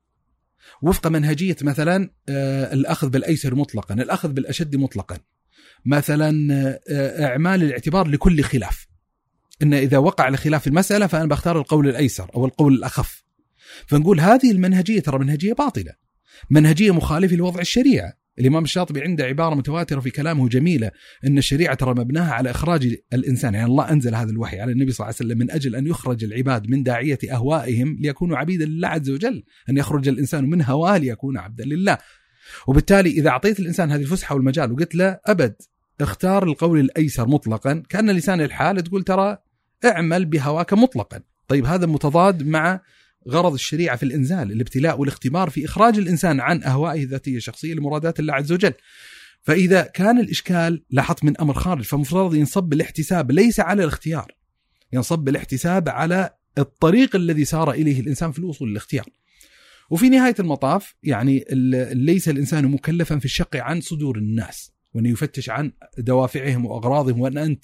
وفق منهجية مثلا الأخذ بالأيسر مطلقا، الأخذ بالأشد مطلقا، مثلا إعمال الاعتبار لكل خلاف، إن إذا وقع الخلاف في المسألة فأنا بختار القول الأيسر أو القول الأخف. فنقول هذه المنهجية ترى منهجية باطلة، منهجية مخالفة لوضع الشريعة. الإمام الشاطبي عنده عبارة متواترة في كلامه جميلة إن الشريعة ترى مبناها على إخراج الإنسان، يعني الله أنزل هذا الوحي على النبي صلى الله عليه وسلم من أجل أن يخرج العباد من داعية أهوائهم ليكونوا عبيدا لله عز وجل، أن يخرج الإنسان من هواه ليكون عبدا لله. وبالتالي إذا أعطيت الإنسان هذه الفسحة والمجال وقلت له أبد اختار القول الأيسر مطلقا، كأن لسان الحال تقول ترى اعمل بهواك مطلقا. طيب هذا متضاد مع غرض الشريعة في الإنزال، الابتلاء والاختبار في إخراج الإنسان عن أهوائه الذاتية الشخصية لمرادات الله عز وجل. فإذا كان الإشكال لاحظت من أمر خارج فمفترض ينصب الاحتساب ليس على الاختيار، ينصب الاحتساب على الطريق الذي سار إليه الإنسان في الوصول للاختيار. وفي نهاية المطاف يعني ليس الإنسان مكلفا في الشق عن صدور الناس وأن يفتش عن دوافعهم وأغراضهم، وأن أنت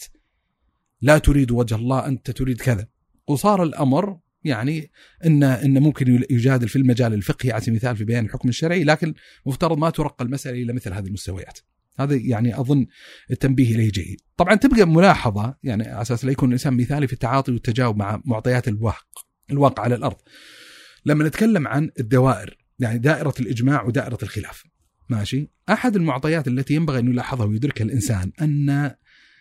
لا تريد وجه الله، أنت تريد كذا. وصار الأمر يعني إن إن ممكن يجادل في المجال الفقهي على سبيل المثال في بيان الحكم الشرعي، لكن مفترض ما ترقى المسألة إلى مثل هذه المستويات. هذا يعني أظن التنبيه إليه جيد. طبعا تبقى ملاحظة يعني على أساس لا يكون الإنسان مثالي في التعاطي والتجاوب مع معطيات الواقع الواقع على الأرض. لما نتكلم عن الدوائر يعني دائرة الإجماع ودائرة الخلاف، ماشي، أحد المعطيات التي ينبغي أن يلاحظها ويدركها الإنسان أن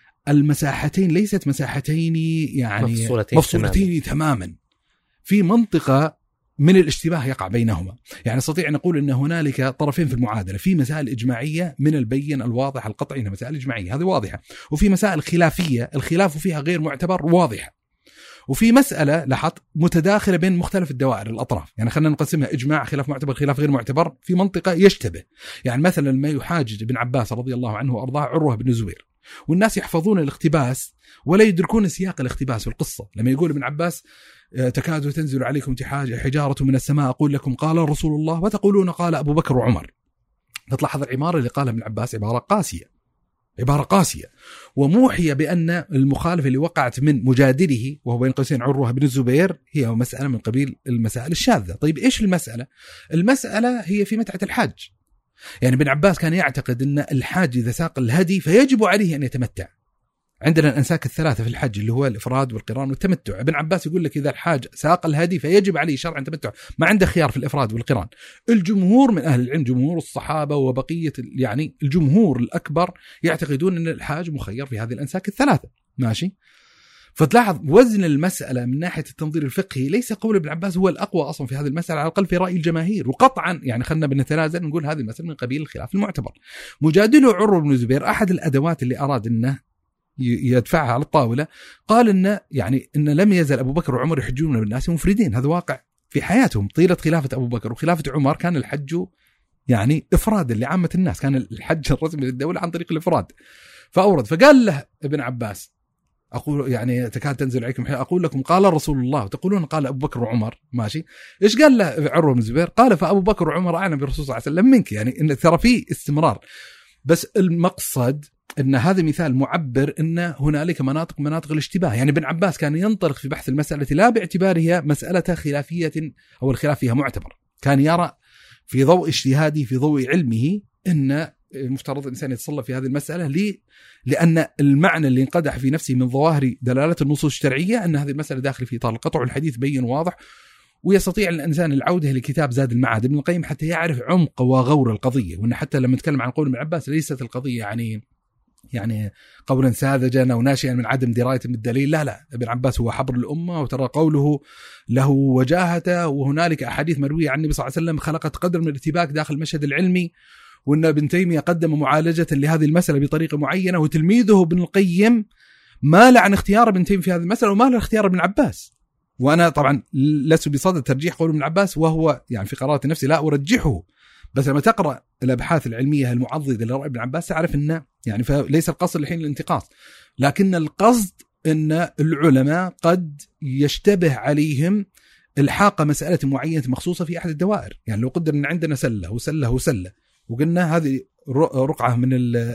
المساحتين ليست مساحتين يعني مفصولتين, مفصولتين تماما. تماما في منطقة من الاشتباه يقع بينهما. يعني نستطيع أن نقول أن هنالك طرفين في المعادلة، في مسائل إجماعية من البين الواضح القطعي أنها مسائل إجماعية هذه واضحة، وفي مسائل خلافية الخلاف فيها غير معتبر واضحة، وفي مسألة لاحظت متداخلة بين مختلف الدوائر الأطراف. يعني خلينا نقسمها إجماع خلاف معتبر خلاف غير معتبر في منطقة يشتبه. يعني مثلا ما يحاجج ابن عباس رضي الله عنه وأرضاه عروة بن الزبير، والناس يحفظون الاقتباس ولا يدركون سياق الاقتباس والقصة. لما يقول ابن عباس تكاد تنزل عليكم حجارة من السماء أقول لكم قال رسول الله وتقولون قال أبو بكر وعمر، تلاحظ العبارة اللي قالها ابن عباس عبارة قاسية، عبارة قاسية وموحية بأن المخالفة اللي وقعت من مجادله وهو بين قوسين عروة بن الزبير هي مسألة من قبيل المسائل الشاذة. طيب إيش المسألة؟ المسألة هي في متعة الحج. يعني ابن عباس كان يعتقد أن الحاج إذا ساق الهدي فيجب عليه أن يتمتع. عندنا الأنساك الثلاثة في الحج اللي هو الإفراد والقران والتمتع. ابن عباس يقول لك إذا الحاج ساق الهدي فيجب عليه شرعا التمتع، ما عنده خيار في الإفراد والقران. الجمهور من أهل العلم، جمهور الصحابة وبقية يعني الجمهور الأكبر يعتقدون أن الحاج مخير في هذه الأنساك الثلاثة، ماشي. فتلاحظ وزن المسألة من ناحية التنظير الفقهي ليس قول ابن عباس هو الأقوى أصلا في هذه المسألة على الأقل في رأي الجماهير. وقطعا يعني خلنا بنتنازل نقول هذه المسألة من قبيل الخلاف المعتبر. مجادله عروة بن الزبير أحد الأدوات اللي أراد أنه يدفعها على الطاولة قال إن يعني إن لم يزل أبو بكر وعمر يحجون بالناس مفردين، هذا واقع في حياتهم. طيلة خلافة أبو بكر وخلافة عمر كان الحج يعني إفراد لعامة الناس، كان الحج الرسمي للدولة عن طريق الإفراد. فأورد فقال له ابن عباس أقول يعني تكاد تنزل عليكم أقول لكم قال رسول الله وتقولون قال أبو بكر وعمر، ماشي. إيش قال له عروة بن الزبير؟ قال فأبو بكر وعمر أعلم بالرسول صلى الله عليه وسلم منك. يعني إن ترى فيه استمرار، بس المقصد أن هذا مثال معبر أن هنالك مناطق مناطق الاشتباه. يعني ابن عباس كان ينطلق في بحث المسألة لا باعتبارها مسألة خلافية أو الخلاف فيها معتبر، كان يرى في ضوء اجتهاده في ضوء علمه أن مفترض الإنسان يتصلب في هذه المسألة لي لأن المعنى اللي انقدح في نفسه من ظواهر دلالة النصوص الشرعية أن هذه المسألة داخل في إطار القطع، والحديث بين واضح، ويستطيع الإنسان العودة لكتاب زاد المعاد ابن القيم حتى يعرف عمق وغور القضية. وأن حتى لما نتكلم عن قول ابن عباس ليست القضية يعني يعني قولا ساذجا أو ناشئا من عدم دراية بالدليل، لا لا، ابن عباس هو حبر الأمة، وترى قوله له وجاهته، وهنالك أحاديث مروية عن النبي صلى الله عليه وسلم خلقت قدر من الارتباك داخل المشهد العلمي، وأن ابن تيمية قدم معالجة لهذه المسألة بطريقة معينة، وتلميذه ابن القيم مال عن اختيار ابن تيمية في هذه المسألة ومال عن اختيار ابن عباس. وأنا طبعا لست بصدد ترجيح قول ابن عباس، وهو يعني في قراءة نفسي لا أرجحه، بس لما تقرأ الأبحاث العلمية المعضدة لرأي ابن عباس تعرف أنه يعني فليس القصد الحين الانتقاص، لكن القصد أن العلماء قد يشتبه عليهم الحاق مسألة معينة مخصوصة في أحد الدوائر. يعني لو قدر أن عندنا سلة وسلة وسلة وقلنا هذه رقعة من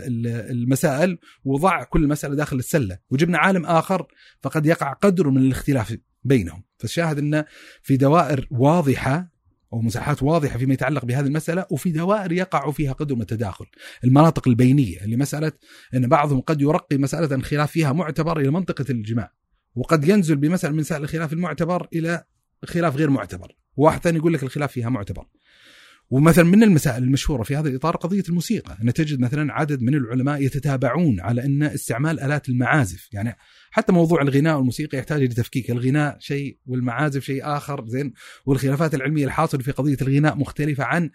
المسائل وضع كل مسألة داخل السلة وجبنا عالم آخر، فقد يقع قدر من الاختلاف بينهم. فالشاهد أن في دوائر واضحة أو مساحات واضحة فيما يتعلق بهذه المسألة، وفي دوائر يقع فيها قدر من التداخل، المناطق البينية اللي مسألة أن بعضهم قد يرقي مسألة الخلاف فيها معتبر إلى منطقة الإجماع، وقد ينزل بمسألة من مسائل الخلاف المعتبر إلى خلاف غير معتبر، واحد ثاني يقول لك الخلاف فيها معتبر. ومثلا من المسائل المشهورة في هذا الإطار قضية الموسيقى، أن تجد مثلا عدد من العلماء يتتابعون على أن استعمال آلات المعازف، يعني حتى موضوع الغناء والموسيقى يحتاج لتفكيك، الغناء شيء والمعازف شيء آخر، زين، والخلافات العلمية الحاصلة في قضية الغناء مختلفة عن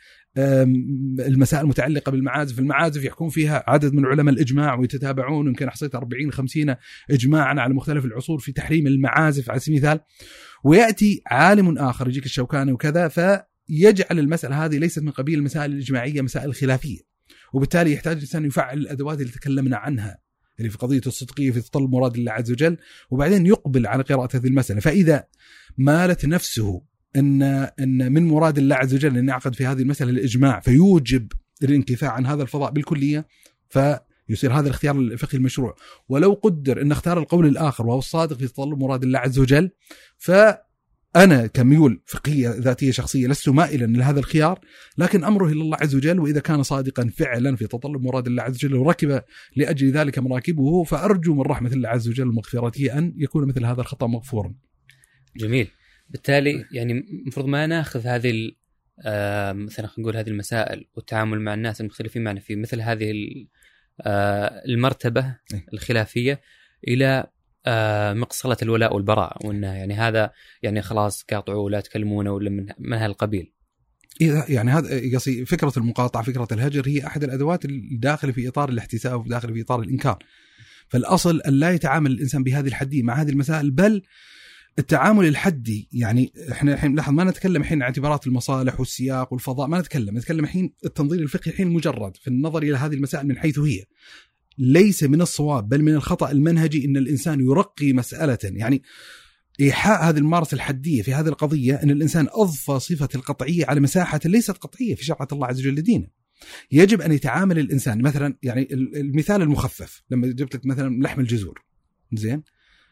المسائل المتعلقة بالمعازف. المعازف يحكم فيها عدد من علماء الإجماع ويتتابعون، يمكن حصيت أربعين خمسين إجماعا على مختلف العصور في تحريم المعازف على سبيل المثال، ويأتي عالم آخر يجيك الشوكاني وكذا ف يجعل المسألة هذه ليست من قبيل المسائل الإجماعية، مسائل خلافية، وبالتالي يحتاج الإنسان يفعل الأدوات اللي تكلمنا عنها اللي في قضية الصدقية في تطلب مراد الله عز وجل، وبعدين يقبل على قراءة هذه المسألة. فإذا مالت نفسه أن أن من مراد الله عز وجل أن يعقد في هذه المسألة الإجماع فيوجب الانكفاء عن هذا الفضاء بالكلية، فيصير هذا الاختيار الفقهي المشروع. ولو قدر أن اختار القول الآخر وهو الصادق في تطلب مراد الله عز وجل، فأنا كميول فقهية ذاتية شخصية لست مائلا لهذا الخيار، لكن أمره إلى الله عز وجل. وإذا كان صادقا فعلا في تطلب مراد الله عز وجل وركب لأجل ذلك مراكبه، فأرجو من رحمة الله عز وجل ومغفرته أن يكون مثل هذا الخطأ مغفورا. جميل. بالتالي يعني المفروض ما ناخذ هذه مثلا نقول هذه المسائل والتعامل مع الناس المختلفين معنا في مثل هذه المرتبة الخلافية إلى مقصلة الولاء والبراء، وإنه يعني هذا يعني خلاص قاطعوا ولا تكلمونه ولا من من هالقبيل. يعني هذا قصي فكرة المقاطعة، فكرة الهجر هي أحد الأدوات الداخل في إطار الاحتساب وداخل في إطار الإنكار. فالأصل أن لا يتعامل الإنسان بهذه الحدية مع هذه المسائل، بل التعامل الحدي. يعني احنا الحين لاحظ ما نتكلم الحين عن اعتبارات المصالح والسياق والفضاء، ما نتكلم نتكلم الحين التنظير الفقهي الحين المجرد في النظر إلى هذه المسائل من حيث هي. ليس من الصواب بل من الخطأ المنهجي أن الإنسان يرقي مسألة، يعني إيحاء هذه الممارسة الحدية في هذه القضية، أن الإنسان أضفى صفة القطعية على مساحة ليست قطعية في شريعة الله عز وجل لدينه. يجب أن يتعامل الإنسان مثلا، يعني المثال المخفف لما جبت لك مثلا لحم الجزور، زين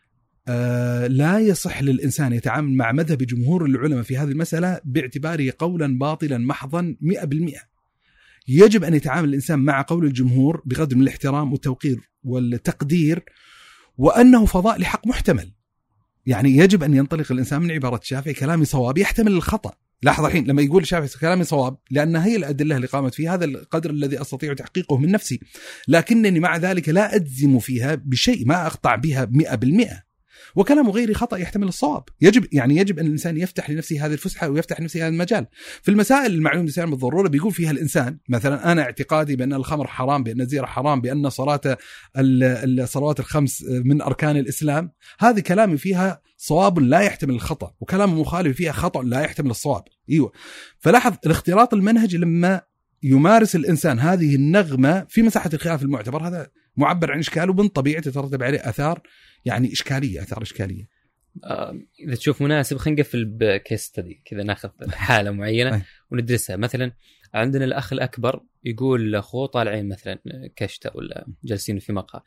آه لا يصح للإنسان يتعامل مع مذهب جمهور العلماء في هذه المسألة باعتباره قولا باطلا محضا مئة بالمئة. يجب أن يتعامل الإنسان مع قول الجمهور بقدر من الاحترام والتوقير والتقدير، وأنه فضاء لحق محتمل. يعني يجب أن ينطلق الإنسان من عبارة الشافعي كلامي صواب يحتمل الخطأ. لاحظ الحين لما يقول الشافعي كلامي صواب، لأن هي الأدلة اللي قامت في هذا القدر الذي أستطيع تحقيقه من نفسي، لكنني مع ذلك لا أجزم فيها بشيء، ما أقطع بها مئة بالمئة. وكلام غيري خطأ يحتمل الصواب. يجب يعني يجب أن الإنسان يفتح لنفسه هذه الفسحة ويفتح لنفسه هذا المجال. في المسائل المعلوم للإنسان بالضرورة بيقول فيها الإنسان مثلا أنا اعتقادي بأن الخمر حرام، بأن الزنا حرام، بأن صلاة الصلوات الخمس من أركان الإسلام، هذه كلامي فيها صواب لا يحتمل الخطأ، وكلام مخالف فيها خطأ لا يحتمل الصواب. أيوة. فلاحظ الاختلاط المنهجي لما يمارس الإنسان هذه النغمة في مساحة الخلاف المعتبر، هذا معبر عن إشكال، ومن طبيعة تترتب عليه أثار يعني إشكالية أثار إشكالية. آه إذا تشوف مناسب خلينا نقفل بكيس ستدي كذا، ناخذ حالة معينة وندرسها. مثلا عندنا الأخ الأكبر يقول لأخوه طالعين مثلا كشتة ولا جالسين في مقهى،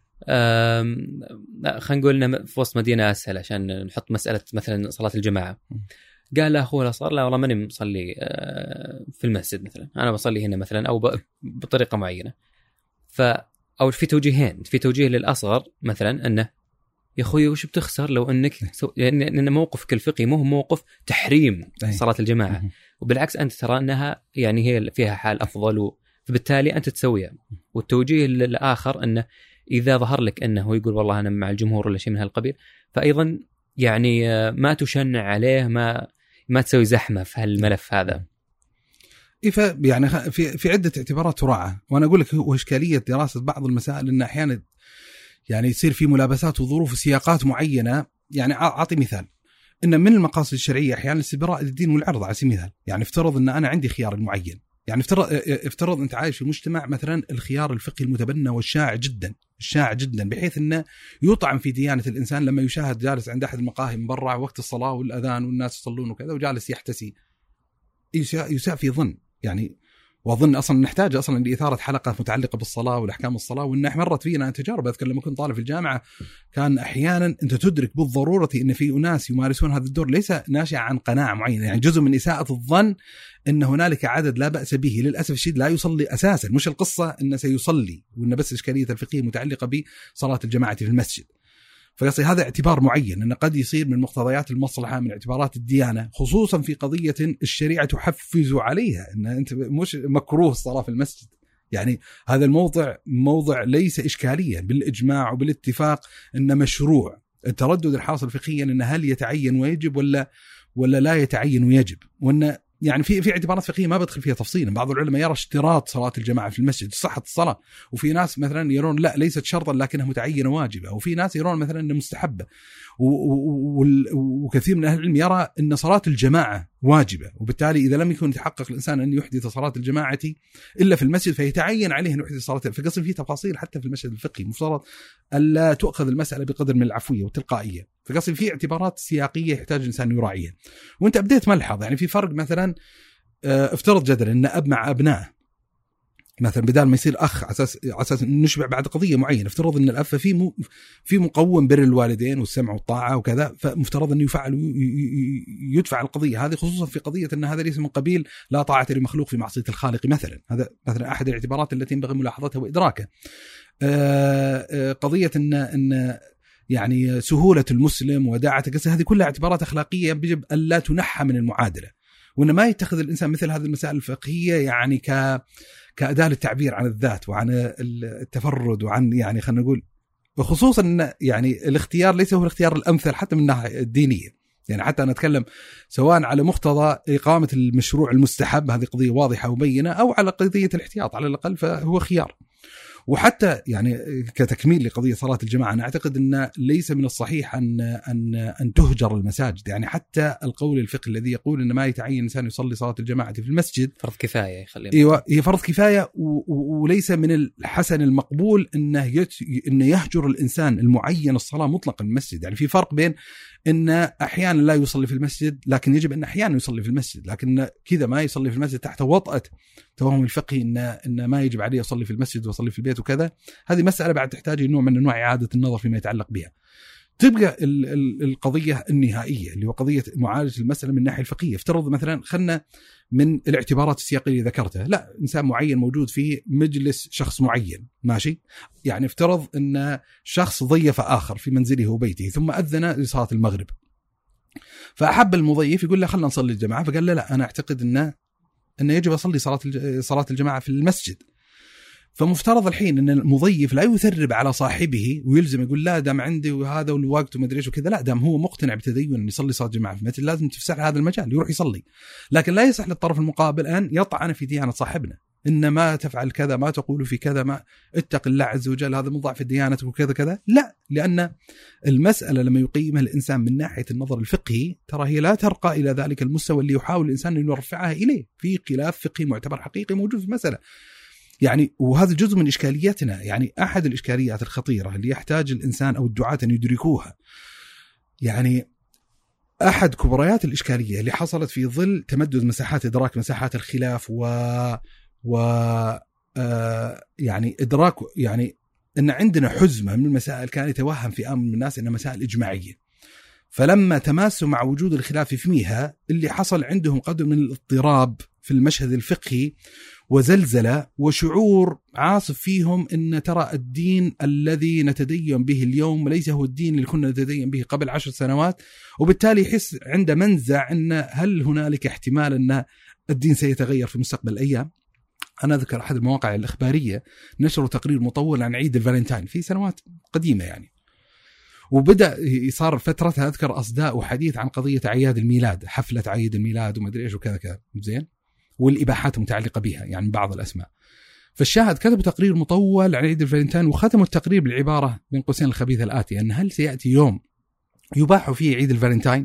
خلينا نقول إنه في وسط مدينة أسهل عشان نحط مسألة مثلا صلاة الجماعة. قال له أخوه صار لا والله ماني مصلي في المسجد، مثلا أنا بصلي هنا مثلا أو بطريقة معينة. ف أو في توجيهين، في توجيه للأصغر مثلا أنه يا أخوي وش بتخسر لو أنك سو... لأن موقفك الفقهي مو موقف تحريم صلاة الجماعة، وبالعكس أنت ترى أنها يعني هي فيها حال أفضل، و... فبالتالي أنت تسويها. والتوجيه الآخر أنه إذا ظهر لك أنه يقول والله أنا مع الجمهور ولا شيء من هالقبيل، فأيضا يعني ما تشنع عليه، ما ما تسوي زحمة في هالملف هذا. إيه يعني في في عدة اعتبارات تراعى. وأنا أقول لك هو إشكالية دراسة بعض المسائل إن أحيانا يعني يصير في ملابسات وظروف وسياقات معينة. يعني أعطي مثال، إن من المقاصد الشرعية أحيانا استبراء الدين والعرض على سبيل المثال. يعني افترض إن أنا عندي خيار معين، يعني افترض افترض أنت عايش في مجتمع مثلا الخيار الفقهي المتبنى والشائع جدا الشائع جدا بحيث إنه يطعن في ديانة الإنسان لما يشاهد جالس عند أحد المقاهي من برا وقت الصلاة والأذان والناس يصلون وكذا وجالس يحتسي، يساء في ظن يعني. وأظن أصلا نحتاج أصلا لإثارة حلقة متعلقة بالصلاة والأحكام الصلاة، وإن مرت فينا تجارب. أذكر لما كنت طالب في الجامعة كان أحيانا أنت تدرك بالضرورة إن في أناس يمارسون هذا الدور ليس ناشئ عن قناعة معينة، يعني جزء من إساءة الظن أن هنالك عدد لا بأس به للأسف الشديد لا يصلي أساسا. مش القصة أنه سيصلي وإن بس إشكالية الفقهية متعلقة بصلاة الجماعة في المسجد. فيصير هذا اعتبار معين أنه قد يصير من مقتضيات المصلحة من اعتبارات الديانة، خصوصا في قضية الشريعة تحفز عليها أن أنت مش مكروه الصلاة في المسجد. يعني هذا الموضع موضع ليس إشكاليا بالإجماع وبالاتفاق أنه مشروع. التردد الحاصل فقهيا أنه هل يتعين ويجب ولا ولا لا يتعين ويجب، وأن يعني في في اعتبارات فقهية ما بدخل فيها تفصيلا. بعض العلماء يرى اشتراط صلاة الجماعة في المسجد صحة الصلاة، وفي ناس مثلا يرون لا ليست شرطا لكنها متعينة واجبة، وفي ناس يرون مثلا انها مستحبة، وكثير من أهل العلم يرى أن صلاة الجماعة واجبة، وبالتالي إذا لم يكن يتحقق الإنسان أن يحدث صلاة الجماعة إلا في المسجد فيتعين عليه أن يحدث صلاة. فقصد فيه تفاصيل حتى في المشهد الفقهي، مفترض ألا تؤخذ المسألة بقدر من العفوية والتلقائية، فقصد فيه اعتبارات سياقية يحتاج الإنسان يراعيها. وأنت بديت ملحظ يعني في فرق، مثلا افترض جدلا أن أب مع أبنائه مثلا، بدال ما يصير أخ على أساس أساس نشبع بعد قضية معينة، افترض أن الأب في م... في مقوم بر الوالدين والسمع والطاعة وكذا، فمفترض أن يفعل يدفع القضية هذه، خصوصا في قضية أن هذا ليس من قبيل لا طاعة لمخلوق في معصية الخالق مثلا. هذا مثلا أحد الاعتبارات التي ينبغي ملاحظتها وإدراكها. قضية أن أن يعني سهولة المسلم وداعة قصة، هذه كلها اعتبارات أخلاقية يجب أن لا تنحى من المعادلة، وأن ما يتخذ الإنسان مثل هذه المسائل الفقهية يعني ك كأداة للتعبير عن الذات وعن التفرد وعن يعني خلينا نقول، وخصوصا أن يعني الاختيار ليس هو الاختيار الأمثل حتى من الناحية الدينية. يعني حتى أنا أتكلم سواء على مقتضى إقامة المشروع المستحب، هذه قضية واضحة وبينة، أو على قضية الاحتياط على الأقل فهو خيار. وحتى يعني كتكميل لقضية صلاة الجماعة، أنا أعتقد أن ليس من الصحيح أن أن أن تهجر المساجد. يعني حتى القول الفقهي الذي يقول أن ما يتعين الإنسان يصلي صلاة الجماعة في المسجد فرض كفاية، خلينا أيوة هي فرض كفاية، وليس من الحسن المقبول أنه أن يهجر الإنسان المعين الصلاة مطلقا المسجد. يعني في فرق بين أن أحيانا لا يصلي في المسجد، لكن يجب أن أحيانا يصلي في المسجد، لكن كذا ما يصلي في المسجد تحت وطأة توهم الفقهي أن أن ما يجب عليه يصلي في المسجد ويصلي في البيت وكذا. هذه مسألة بعد تحتاج نوع من أنواع إعادة النظر فيما يتعلق بها. تبقى القضية النهائية اللي هو قضية معالجة المسألة من الناحية الفقهية. افترض مثلا خلنا من الاعتبارات السياقية اللي ذكرتها، لا إنسان معين موجود في مجلس شخص معين ماشي، يعني افترض أن شخص ضيف آخر في منزله وبيته ثم أذن لصلاة المغرب، فأحب المضيف يقول له خلنا نصلي الجماعة، فقال له لا أنا أعتقد أن أن يجب أصلي صلاة صلاة الجماعة في المسجد. فمفترض الحين أن المضيف لا يثرب على صاحبه ويلزم يقول لا دام عندي وهذا والوقت وما أدري إيش وكذا، لا دام هو مقتنع بتدين أن يصلي صلاة الجماعة في المسجد لازم تفسح هذا المجال يروح يصلي. لكن لا يصح للطرف المقابل أن يطعن في ديانة صاحبنا، إن ما تفعل كذا، ما تقول في كذا، ما اتق الله عز وجل، هذا من ضعف الديانة وكذا كذا. لا، لأن المسألة لما يقيمها الإنسان من ناحية النظر الفقهي ترى هي لا ترقى إلى ذلك المستوى اللي يحاول الإنسان أن يرفعها إليه. في خلاف فقهي معتبر حقيقي موجود في المسألة يعني، وهذا جزء من إشكالياتنا. يعني أحد الإشكاليات الخطيرة اللي يحتاج الإنسان أو الدعاة أن يدركوها، يعني أحد كبريات الإشكالية اللي حصلت في ظل تمدد مساحات إدراك مساحات الخلاف و و آه يعني إدراك يعني أن عندنا حزمة من المسائل كان يتوهم في آمن من الناس أنها مسائل إجماعية، فلما تماسوا مع وجود الخلاف فيها اللي حصل عندهم قدر من الاضطراب في المشهد الفقهي وزلزلة وشعور عاصف فيهم أن ترى الدين الذي نتدين به اليوم ليس هو الدين اللي كنا نتدين به قبل عشر سنوات، وبالتالي يحس عند منزع أن هل هنالك احتمال أن الدين سيتغير في مستقبل الأيام. أنا أذكر أحد المواقع الإخبارية نشروا تقرير مطول عن عيد الفالنتين في سنوات قديمة يعني، وبدأ يصار فترتها أذكر أصداء وحديث عن قضية أعياد الميلاد، حفلة عيد الميلاد وما أدري إيش وكذا كذا زين، والإباحات المتعلقة بها يعني بعض الأسماء. فالشاهد كتبوا تقرير مطول عن عيد الفالنتين وختموا التقرير بالعبارة بين قوسين الخبيثة الآتية، أن هل سيأتي يوم يباح فيه عيد الفالنتين؟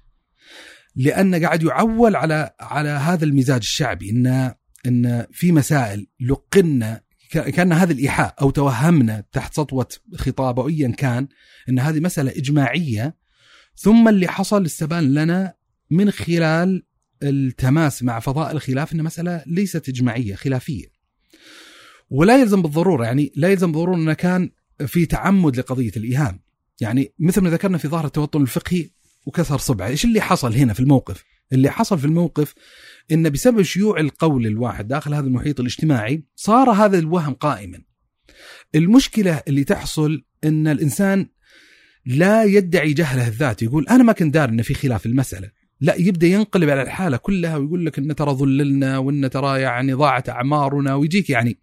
لأن قاعد يعول على على هذا المزاج الشعبي، إن إن في مسائل لقنا كان هذا الإيحاء أو توهمنا تحت سطوة خطابه أو أيا كان إن هذه مسألة إجماعية، ثم اللي حصل استبان لنا من خلال التماس مع فضاء الخلاف إن مسألة ليست إجماعية خلافية. ولا يلزم بالضرورة يعني لا يلزم بالضرورة أنه كان في تعمد لقضية الإيهام، يعني مثل ما ذكرنا في ظاهر التوطن الفقهي وكسر صبعه. إيش اللي حصل هنا في الموقف؟ اللي حصل في الموقف إن بسبب شيوع القول الواحد داخل هذا المحيط الاجتماعي صار هذا الوهم قائما. المشكلة اللي تحصل إن الإنسان لا يدعي جهله الذاتي، يقول أنا ما كنت دار إن في خلاف المسألة، لا يبدأ ينقلب على الحالة كلها ويقول لك إن ترى ظللنا وإن ترى يعني ضاعت أعمارنا، ويجيك يعني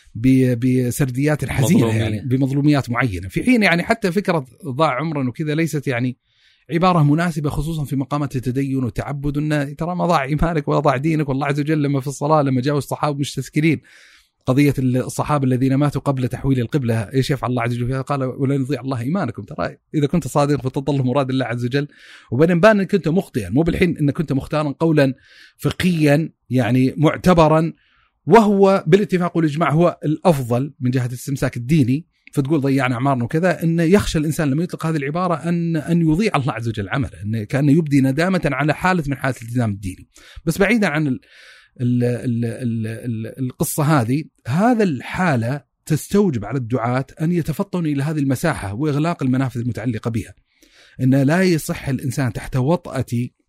بسرديات الحزينة يعني بمظلوميات معينة، في حين يعني حتى فكرة ضاع عمرا وكذا ليست يعني عبارة مناسبة خصوصا في مقامات التدين والتعبد، أن ترى ما ضاع إيمانك ولا ضاع دينك، والله عز وجل لما في الصلاة لما جاءوا الصحابة مستسكرين قضية الصحابة الذين ماتوا قبل تحويل القبلة إيش يفعل الله عز وجل؟ قال ولا يضيع الله إيمانكم، ترى إذا كنت صادق فتضل مراد الله عز وجل. وبين بان إن كنت مخطئا، مو بالحين إن كنت مختارا قولا فقهيا يعني معتبرا وهو بالاتفاق والإجماع هو الأفضل من جهة الاستمساك الديني، فتقول ضيعنا أعمارنا وكذا. إن يخشى الإنسان لما يطلق هذه العبارة أن أن يضيع الله عز وجل عمله، إن كأنه يبدي ندامة على حالة من حالة الالتزام الديني. بس بعيدا عن ال ال ال ال ال القصة هذه، هذا الحالة تستوجب على الدعاة أن يتفطنوا إلى هذه المساحة وإغلاق المنافذ المتعلقة بها. إن لا يصح الإنسان تحت وطأة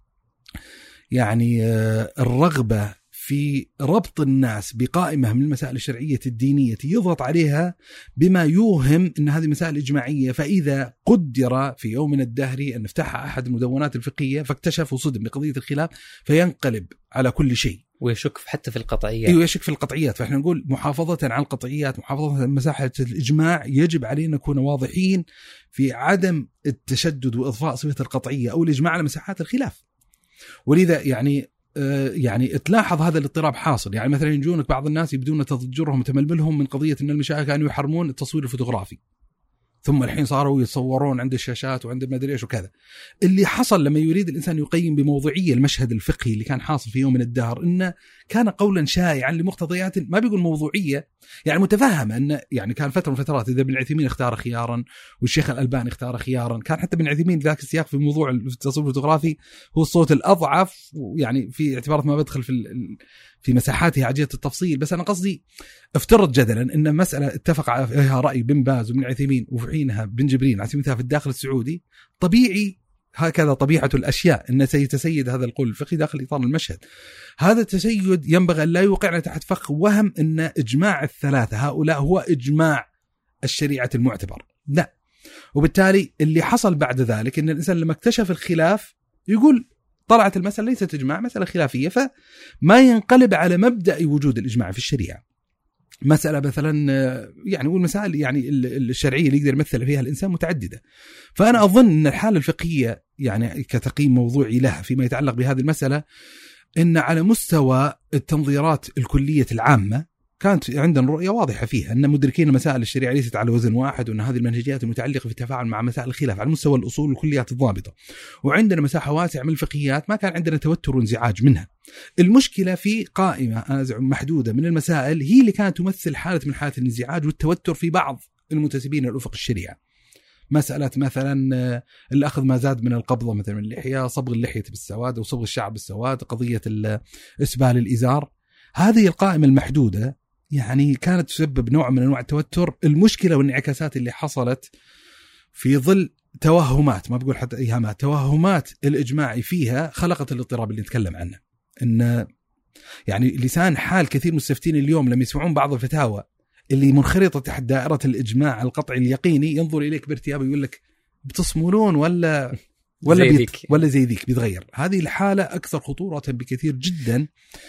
يعني الرغبة في ربط الناس بقائمة من المسائل الشرعية الدينية يضغط عليها بما يوهم أن هذه مسائل إجماعية، فإذا قدر في يوم من الدهر أن نفتحها أحد المدونات الفقهية فاكتشف وصدم بقضية الخلاف فينقلب على كل شيء ويشك حتى في القطعيات. أيوة يشك في القطعيات. فإحنا نقول محافظة على القطعيات، محافظة على مساحة الإجماع، يجب علينا نكون واضحين في عدم التشدد وإضفاء صفة القطعية أو الإجماع على مساحات الخلاف. ولذا يعني يعني تلاحظ هذا الاضطراب حاصل. يعني مثلا يجونك بعض الناس يبدون تضجرهم وتململهم من قضية أن المشايخ كانوا يحرمون التصوير الفوتوغرافي، ثم الحين صاروا يتصورون عند الشاشات وعند ما أدري إيش وكذا. اللي حصل لما يريد الإنسان يقيم بموضوعية المشهد الفقهي اللي كان حاصل في يوم من الدهر، إنه كان قولا شائعا لمقتضيات ما بيقول موضوعية، يعني متفهمة. أن يعني كان فترة من فترات إذا ابن عثيمين اختار خيارا والشيخ الألباني اختار خيارا، كان حتى ابن عثيمين ذاك السياق في موضوع التصوير الفوتوغرافي هو الصوت الأضعف، يعني في اعتبارات ما بدخل في في مساحاتها عجية التفصيل. بس أنا قصدي افترض جدلا أن مسألة اتفق عليها رأي بن باز وابن عثيمين وفي حينها بن جبرين على سبيل المثال في الداخل السعودي، طبيعي هكذا طبيعة الأشياء أن سيتسيد هذا القول الفقهي داخل إطار المشهد. هذا التسيد ينبغي أن لا يوقعنا تحت فخ وهم أن إجماع الثلاثة هؤلاء هو إجماع الشريعة المعتبر، لا. وبالتالي اللي حصل بعد ذلك أن الإنسان لما اكتشف الخلاف يقول طلعت المسألة ليست إجماع، مسألة خلافية، فما ينقلب على مبدأ وجود الإجماع في الشريعة. مسألة مثلا يعني والمسائل يعني الشرعية اللي يقدر يمثل فيها الإنسان متعددة. فأنا أظن أن الحالة الفقهية يعني كتقييم موضوعي لها فيما يتعلق بهذه المسألة، إن على مستوى التنظيرات الكلية العامة كانت عندنا رؤية واضحة فيها أن مدركين مسائل الشريعة ليست على وزن واحد، وأن هذه المنهجيات المتعلقة في التفاعل مع مسائل الخلاف على مستوى الأصول والكليات الضابطة. وعندنا مساحة واسعة من الفقهيات ما كان عندنا توتر وانزعاج منها. المشكلة في قائمة أنا محدودة من المسائل هي اللي كانت تمثل حالة من حالة الانزعاج والتوتر في بعض المنتسبين لأفق الشريعة. مسألة مثلا الأخذ ما زاد من القبضة مثلا من اللحية، صبغ اللحية بالسواد أو صبغ الشعر بالسواد، قضية إسبال الإزار، هذه القائمة المحدودة يعني كانت تسبب نوع من أنواع التوتر. المشكلة والانعكاسات اللي حصلت في ظل توهمات، ما بقول حتى إيهامات، توهمات الإجماع فيها خلقت الاضطراب اللي نتكلم عنه. إن يعني لسان حال كثير من المستفتين اليوم لما يسمعون بعض الفتاوى اللي منخرطة تحت دائرة الإجماع القطعي اليقيني ينظر إليك بارتياب ويقول لك بتصملون ولا ولا زي بيت ولا زي ذيك بيتغير. هذه الحالة أكثر خطورة بكثير جدا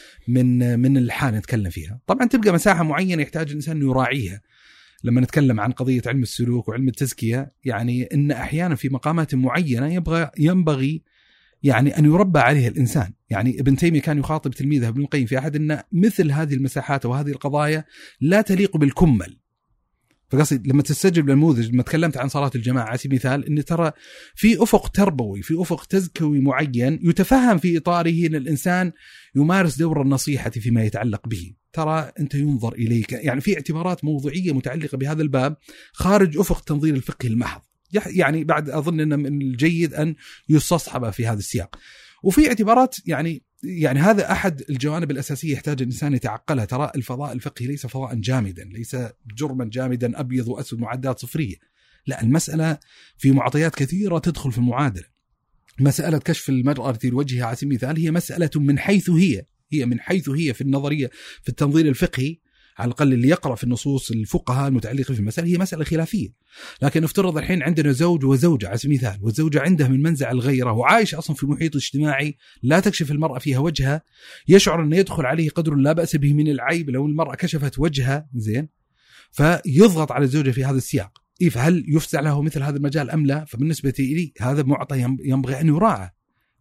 من من الحالة نتكلم فيها. طبعا تبقى مساحة معينة يحتاج الإنسان يراعيها لما نتكلم عن قضية علم السلوك وعلم التزكية، يعني إن أحيانا في مقامات معينة يبغى ينبغي يعني أن يربى عليها الإنسان. يعني ابن تيمية كان يخاطب تلميذه ابن القيم في أحد أن مثل هذه المساحات وهذه القضايا لا تليق بالكمل. فقصد لما تستجب للنموذج لما تكلمت عن صلاة الجماعة على سبيل المثال إن ترى في أفق تربوي في أفق تزكوي معين يتفهم في إطاره أن الإنسان يمارس دور النصيحة فيما يتعلق به، ترى أنت ينظر إليك، يعني في اعتبارات موضوعية متعلقة بهذا الباب خارج أفق تنظير الفقه المحض. يعني بعد أظن أن من الجيد أن يستصحب في هذا السياق. وفي اعتبارات يعني يعني هذا أحد الجوانب الأساسية يحتاج الإنسان يتعقلها. ترى الفضاء الفقهي ليس فضاء جامدا، ليس جرما جامدا أبيض وأسود معدات صفرية، لا، المسألة في معطيات كثيرة تدخل في المعادلة. مسألة كشف المرأة لوجهها على سبيل المثال هي مسألة من حيث هي هي من حيث هي في النظرية في التنظير الفقهي على الأقل اللي يقرأ في النصوص الفقهاء المتعلقة في المسألة هي مسألة خلافية. لكن افترض الحين عندنا زوج وزوجة على سبيل المثال، والزوجة عندها من منزع الغيرة وعايش أصلا في محيط اجتماعي لا تكشف المرأة فيها وجهها، يشعر أن يدخل عليه قدر لا بأس به من العيب لو المرأة كشفت وجهها، زين، فيضغط على الزوجة في هذا السياق. إيه، هل يفسع له مثل هذا المجال أم لا؟ فبالنسبة لي هذا معطى ينبغي أن يراعى.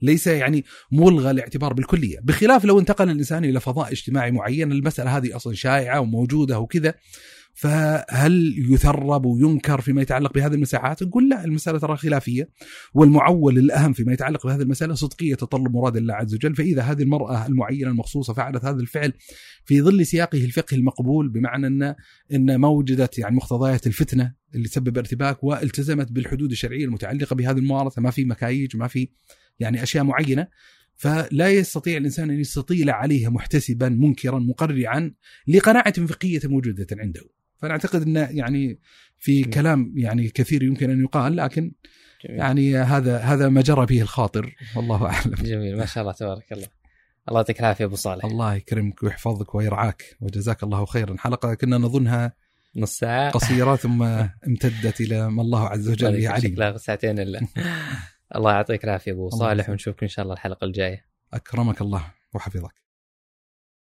ليس يعني ملغى الاعتبار بالكلية، بخلاف لو انتقل الإنسان إلى فضاء اجتماعي معين المسألة هذه أصلا شائعة وموجودة وكذا، فهل يثرب وينكر فيما يتعلق بهذه المساحات؟ نقول لا، المسألة ترى خلافية، والمعول الأهم فيما يتعلق بهذه المسألة صدقية تطلب مراد الله عز وجل. فإذا هذه المرأة المعينة المخصوصة فعلت هذا الفعل في ظل سياقه الفقهي المقبول، بمعنى أن إن ما وجدت يعني مقتضيات الفتنة اللي تسبب ارتباك، والتزمت بالحدود الشرعية المتعلقة بهذه الممارسة، ما في مكايج، ما في يعني أشياء معينة، فلا يستطيع الإنسان أن يستطيل عليها محتسبا منكرا مقرعا لقناعة فقهية موجودة عنده. فأنا أعتقد أن يعني في كلام يعني كثير يمكن أن يقال، لكن جميل. يعني هذا هذا ما جرى به الخاطر، والله أعلم. جميل، ما شاء الله تبارك الله. الله يعطيك العافية أبو صالح. الله يكرمك ويحفظك ويرعاك، وجزاك الله خيرا. حلقة كنا نظنها نص ساعة قصيرة ثم امتدت إلى ما الله عز وجل به عليم. لا ساعتين إلا. الله يعطيك العافية أبو صالح، ونشوفك إن شاء الله الحلقة الجاية. أكرمك الله وحفظك.